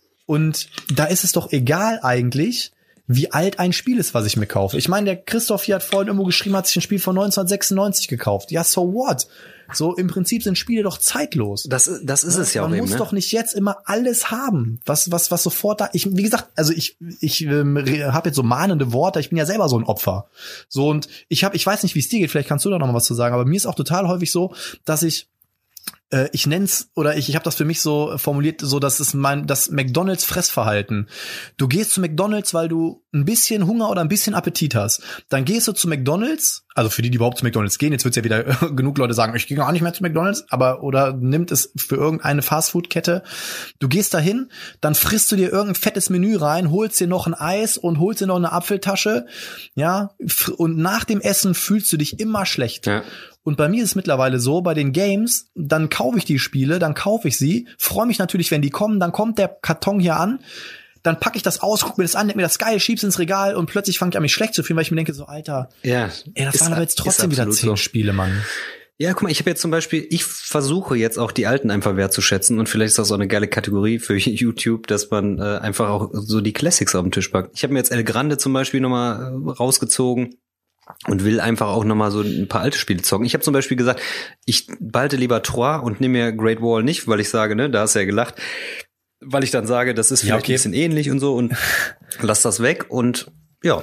Und da ist es doch egal eigentlich, wie alt ein Spiel ist, was ich mir kaufe. Ich meine, der Christoph hier hat vorhin irgendwo geschrieben, hat sich ein Spiel von neunzehnhundertsechsundneunzig gekauft. Ja, so what? So, im Prinzip sind Spiele doch zeitlos. Das, das ist es ja auch eben. Man muss ne? doch nicht jetzt immer alles haben, was, was, was sofort da, ich, wie gesagt, also ich, ich ähm, habe jetzt so mahnende Worte, ich bin ja selber so ein Opfer. So, und ich habe, ich weiß nicht, wie es dir geht, vielleicht kannst du da noch mal was zu sagen, aber mir ist auch total häufig so, dass ich ich nenn's oder ich ich habe das für mich so formuliert, so dass es mein das McDonald's Fressverhalten. Du gehst zu McDonald's, weil du ein bisschen Hunger oder ein bisschen Appetit hast. Dann gehst du zu McDonald's, also für die, die überhaupt zu McDonald's gehen, jetzt wird's ja wieder genug Leute sagen, ich gehe gar nicht mehr zu McDonald's, aber oder nimmt es für irgendeine Fastfood-Kette. Du gehst dahin, dann frisst du dir irgendein fettes Menü rein, holst dir noch ein Eis und holst dir noch eine Apfeltasche, ja, und nach dem Essen fühlst du dich immer schlecht. Ja. Und bei mir ist es mittlerweile so, bei den Games, dann kaufe ich die Spiele, dann kaufe ich sie, freue mich natürlich, wenn die kommen, dann kommt der Karton hier an, dann packe ich das aus, guck mir das an, denk mir das geil, schieb's ins Regal und plötzlich fange ich an, mich schlecht zu fühlen, weil ich mir denke so, Alter, ja, ey, das waren aber jetzt trotzdem wieder zehn so. Spiele, Mann. Ja, guck mal, ich habe jetzt zum Beispiel, ich versuche jetzt auch die Alten einfach wertzuschätzen und vielleicht ist das auch eine geile Kategorie für YouTube, dass man äh, einfach auch so die Classics auf den Tisch packt. Ich habe mir jetzt El Grande zum Beispiel nochmal äh, rausgezogen und will einfach auch nochmal so ein paar alte Spiele zocken. Ich habe zum Beispiel gesagt, ich behalte lieber Troyes und nehme mir Great Wall nicht, weil ich sage, ne, da hast du ja gelacht, weil ich dann sage, das ist vielleicht ja, okay. ein bisschen ähnlich und so und lass das weg und ja,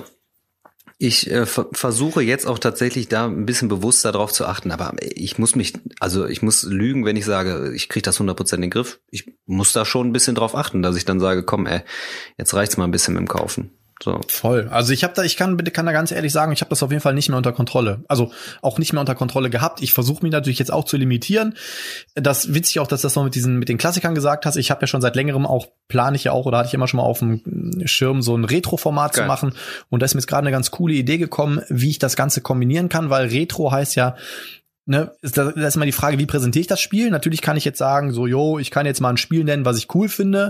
ich äh, ver- versuche jetzt auch tatsächlich da ein bisschen bewusster drauf zu achten, aber ich muss mich, also ich muss lügen, wenn ich sage, ich kriege das hundert Prozent in den Griff. Ich muss da schon ein bisschen drauf achten, dass ich dann sage, komm, ey, jetzt reicht's mal ein bisschen mit dem Kaufen. So. Voll. Also ich habe da, ich kann, kann da ganz ehrlich sagen, ich habe das auf jeden Fall nicht mehr unter Kontrolle. Also auch nicht mehr unter Kontrolle gehabt. Ich versuche mich natürlich jetzt auch zu limitieren. Das witzig auch, dass das noch mit diesen, mit den Klassikern gesagt hast. Ich habe ja schon seit längerem auch, plane ich ja auch, oder hatte ich immer schon mal auf dem Schirm, so ein Retro-Format Geil. zu machen. Und da ist mir jetzt gerade eine ganz coole Idee gekommen, wie ich das Ganze kombinieren kann, weil Retro heißt ja, ne, da ist immer die Frage, wie präsentiere ich das Spiel? Natürlich kann ich jetzt sagen, so, yo, ich kann jetzt mal ein Spiel nennen, was ich cool finde.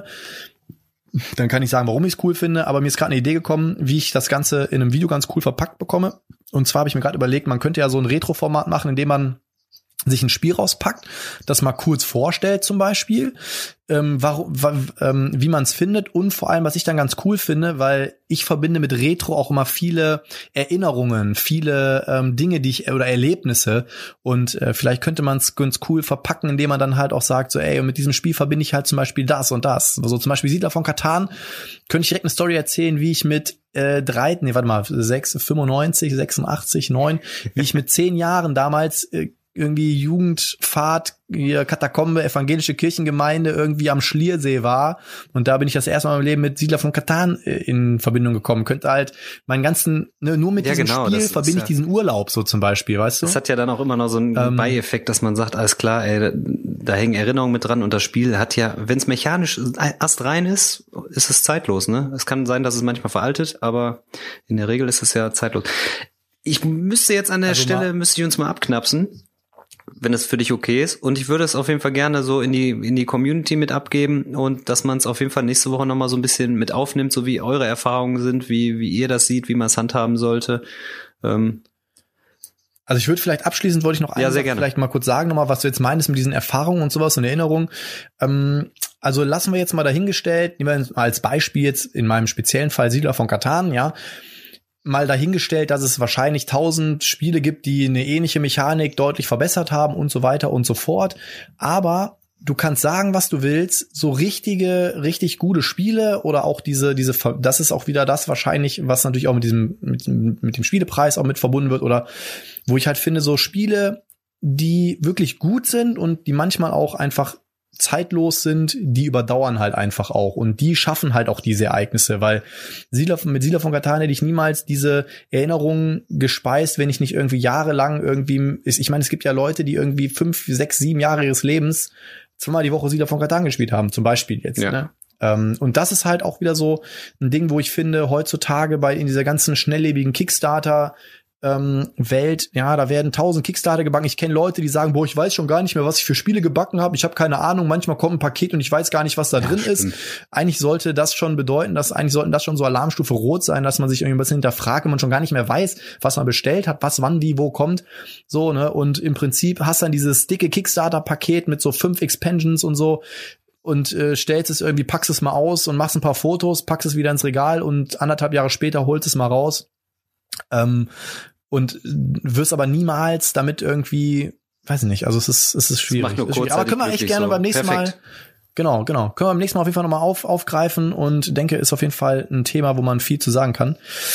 Dann kann ich sagen, warum ich es cool finde, aber mir ist gerade eine Idee gekommen, wie ich das Ganze in einem Video ganz cool verpackt bekomme. Und zwar habe ich mir gerade überlegt, man könnte ja so ein Retro-Format machen, indem man sich ein Spiel rauspackt, das mal kurz vorstellt zum Beispiel, ähm, warum, ähm, wie man es findet und vor allem, was ich dann ganz cool finde, weil ich verbinde mit Retro auch immer viele Erinnerungen, viele ähm, Dinge, die ich oder Erlebnisse und äh, vielleicht könnte man es ganz cool verpacken, indem man dann halt auch sagt, so ey, und mit diesem Spiel verbinde ich halt zum Beispiel das und das. So also zum Beispiel Siedler von Catan, könnte ich direkt eine Story erzählen, wie ich mit äh, drei, nee, warte mal, sechs, fünfundneunzig, sechsundachtzig, neun, wie ich mit zehn Jahren damals äh, irgendwie Jugendfahrt, hier Katakombe, evangelische Kirchengemeinde irgendwie am Schliersee war. Und da bin ich das erste Mal in meinem Leben mit Siedler von Catan in Verbindung gekommen. Könnte halt meinen ganzen, ne, nur mit ja, diesem genau, Spiel verbinde ich ja diesen Urlaub so zum Beispiel, weißt du? Das hat ja dann auch immer noch so einen ähm, Beieffekt, dass man sagt, alles klar, ey, da, da hängen Erinnerungen mit dran und das Spiel hat ja, wenn es mechanisch astrein ist, ist es zeitlos, ne? Es kann sein, dass es manchmal veraltet, aber in der Regel ist es ja zeitlos. Ich müsste jetzt an der also Stelle, müsste ich uns mal abknapsen, wenn es für dich okay ist. Und ich würde es auf jeden Fall gerne so in die in die Community mit abgeben und dass man es auf jeden Fall nächste Woche nochmal so ein bisschen mit aufnimmt, so wie eure Erfahrungen sind, wie wie ihr das seht, wie man es handhaben sollte. Ähm Also ich würde vielleicht abschließend, wollte ich noch ja, eine vielleicht mal kurz sagen, nochmal, was du jetzt meinst mit diesen Erfahrungen und sowas und Erinnerungen. Ähm, also lassen wir jetzt mal dahingestellt, nehmen wir mal als Beispiel jetzt in meinem speziellen Fall Siedler von Catan, ja, mal dahingestellt, dass es wahrscheinlich tausend Spiele gibt, die eine ähnliche Mechanik deutlich verbessert haben und so weiter und so fort. Aber du kannst sagen, was du willst, so richtige, richtig gute Spiele oder auch diese, diese, das ist auch wieder das wahrscheinlich, was natürlich auch mit diesem, mit, mit dem Spielepreis auch mit verbunden wird oder wo ich halt finde, so Spiele, die wirklich gut sind und die manchmal auch einfach zeitlos sind, die überdauern halt einfach auch und die schaffen halt auch diese Ereignisse, weil Siedler, mit Siedler von Catan hätte ich niemals diese Erinnerungen gespeist, wenn ich nicht irgendwie jahrelang irgendwie, ich meine, es gibt ja Leute, die irgendwie fünf, sechs, sieben Jahre ihres Lebens zweimal die Woche Siedler von Catan gespielt haben, zum Beispiel jetzt, ja. ne? Ähm, und das ist halt auch wieder so ein Ding, wo ich finde, heutzutage bei in dieser ganzen schnelllebigen Kickstarter Ähm, Welt, ja, da werden tausend Kickstarter gebacken. Ich kenne Leute, die sagen, boah, ich weiß schon gar nicht mehr, was ich für Spiele gebacken habe. Ich habe keine Ahnung. Manchmal kommt ein Paket und ich weiß gar nicht, was da ja, drin stimmt. ist. Eigentlich sollte das schon bedeuten, dass eigentlich sollten das schon so Alarmstufe rot sein, dass man sich irgendwie ein bisschen hinterfragt, wenn man schon gar nicht mehr weiß, was man bestellt hat, was wann wie wo kommt. So, ne? Und im Prinzip hast dann dieses dicke Kickstarter-Paket mit so fünf Expansions und so. Und äh, stellst es irgendwie, packst es mal aus und machst ein paar Fotos, packst es wieder ins Regal und anderthalb Jahre später holst es mal raus. Ähm, und wirst aber niemals damit irgendwie, weiß ich nicht, also es ist es ist schwierig. Das macht nur ist schwierig. Aber können wir echt gerne so. beim nächsten Perfekt. Mal, genau, genau, können wir beim nächsten Mal auf jeden Fall nochmal auf, aufgreifen und denke, ist auf jeden Fall ein Thema, wo man viel zu sagen kann.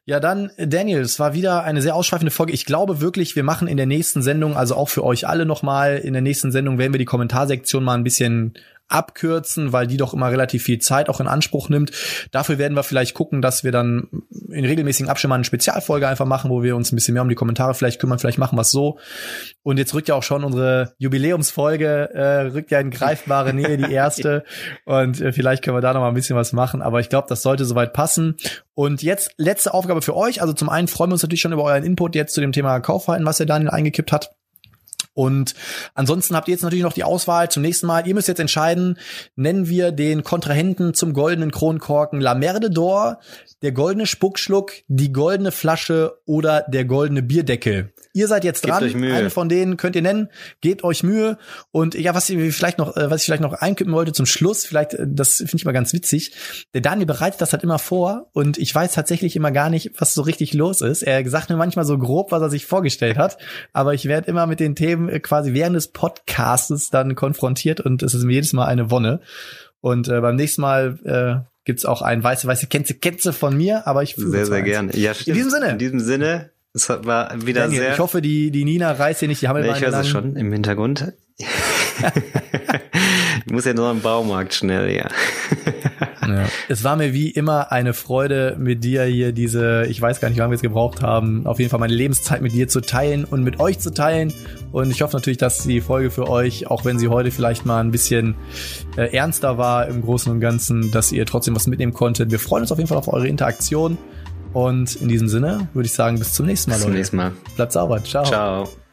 Ja, dann, Daniel, es war wieder eine sehr ausschweifende Folge. Ich glaube wirklich, wir machen in der nächsten Sendung, also auch für euch alle nochmal, in der nächsten Sendung werden wir die Kommentarsektion mal ein bisschen abkürzen, weil die doch immer relativ viel Zeit auch in Anspruch nimmt. Dafür werden wir vielleicht gucken, dass wir dann in regelmäßigen Abständen mal eine Spezialfolge einfach machen, wo wir uns ein bisschen mehr um die Kommentare vielleicht kümmern. Vielleicht machen wir es so. Und jetzt rückt ja auch schon unsere Jubiläumsfolge, äh, rückt ja in greifbare Nähe, die erste. Und äh, vielleicht können wir da noch mal ein bisschen was machen. Aber ich glaube, das sollte soweit passen. Und jetzt letzte Aufgabe für euch. Also zum einen freuen wir uns natürlich schon über euren Input jetzt zu dem Thema Kaufverhalten, was der Daniel eingekippt hat. Und ansonsten habt ihr jetzt natürlich noch die Auswahl zum nächsten Mal. Ihr müsst jetzt entscheiden, nennen wir den Kontrahenten zum goldenen Kronkorken La Merde d'Or, der goldene Spuckschluck, die goldene Flasche oder der goldene Bierdeckel. Ihr seid jetzt dran. Einen von denen könnt ihr nennen. Gebt euch Mühe. Und ja, was ich vielleicht noch, was ich vielleicht noch einkippen wollte zum Schluss, vielleicht, das finde ich mal ganz witzig. Der Daniel bereitet das halt immer vor und ich weiß tatsächlich immer gar nicht, was so richtig los ist. Er sagt mir manchmal so grob, was er sich vorgestellt hat, aber ich werde immer mit den Themen quasi während des Podcastes dann konfrontiert und es ist mir jedes Mal eine Wonne. Und äh, beim nächsten Mal äh, gibt's auch ein weiße, weiße Kenze, Kenze von mir, aber ich sehr, sehr gerne. Ja, stimmt. In diesem Sinne. In diesem Sinne. Es war wieder Daniel, sehr. Ich hoffe, die die Nina reißt hier nicht die Hammelbeine. Ich höre sie schon im Hintergrund. Ich muss ja nur am Baumarkt schnell, ja. Ja. Es war mir wie immer eine Freude, mit dir hier diese, ich weiß gar nicht, wie lange wir es gebraucht haben, auf jeden Fall meine Lebenszeit mit dir zu teilen und mit euch zu teilen. Und ich hoffe natürlich, dass die Folge für euch, auch wenn sie heute vielleicht mal ein bisschen äh, ernster war im Großen und Ganzen, dass ihr trotzdem was mitnehmen konntet. Wir freuen uns auf jeden Fall auf eure Interaktion. Und in diesem Sinne würde ich sagen, bis zum nächsten Mal, Bis zum Leute. nächsten Mal. Bleibt sauber. Ciao. Ciao.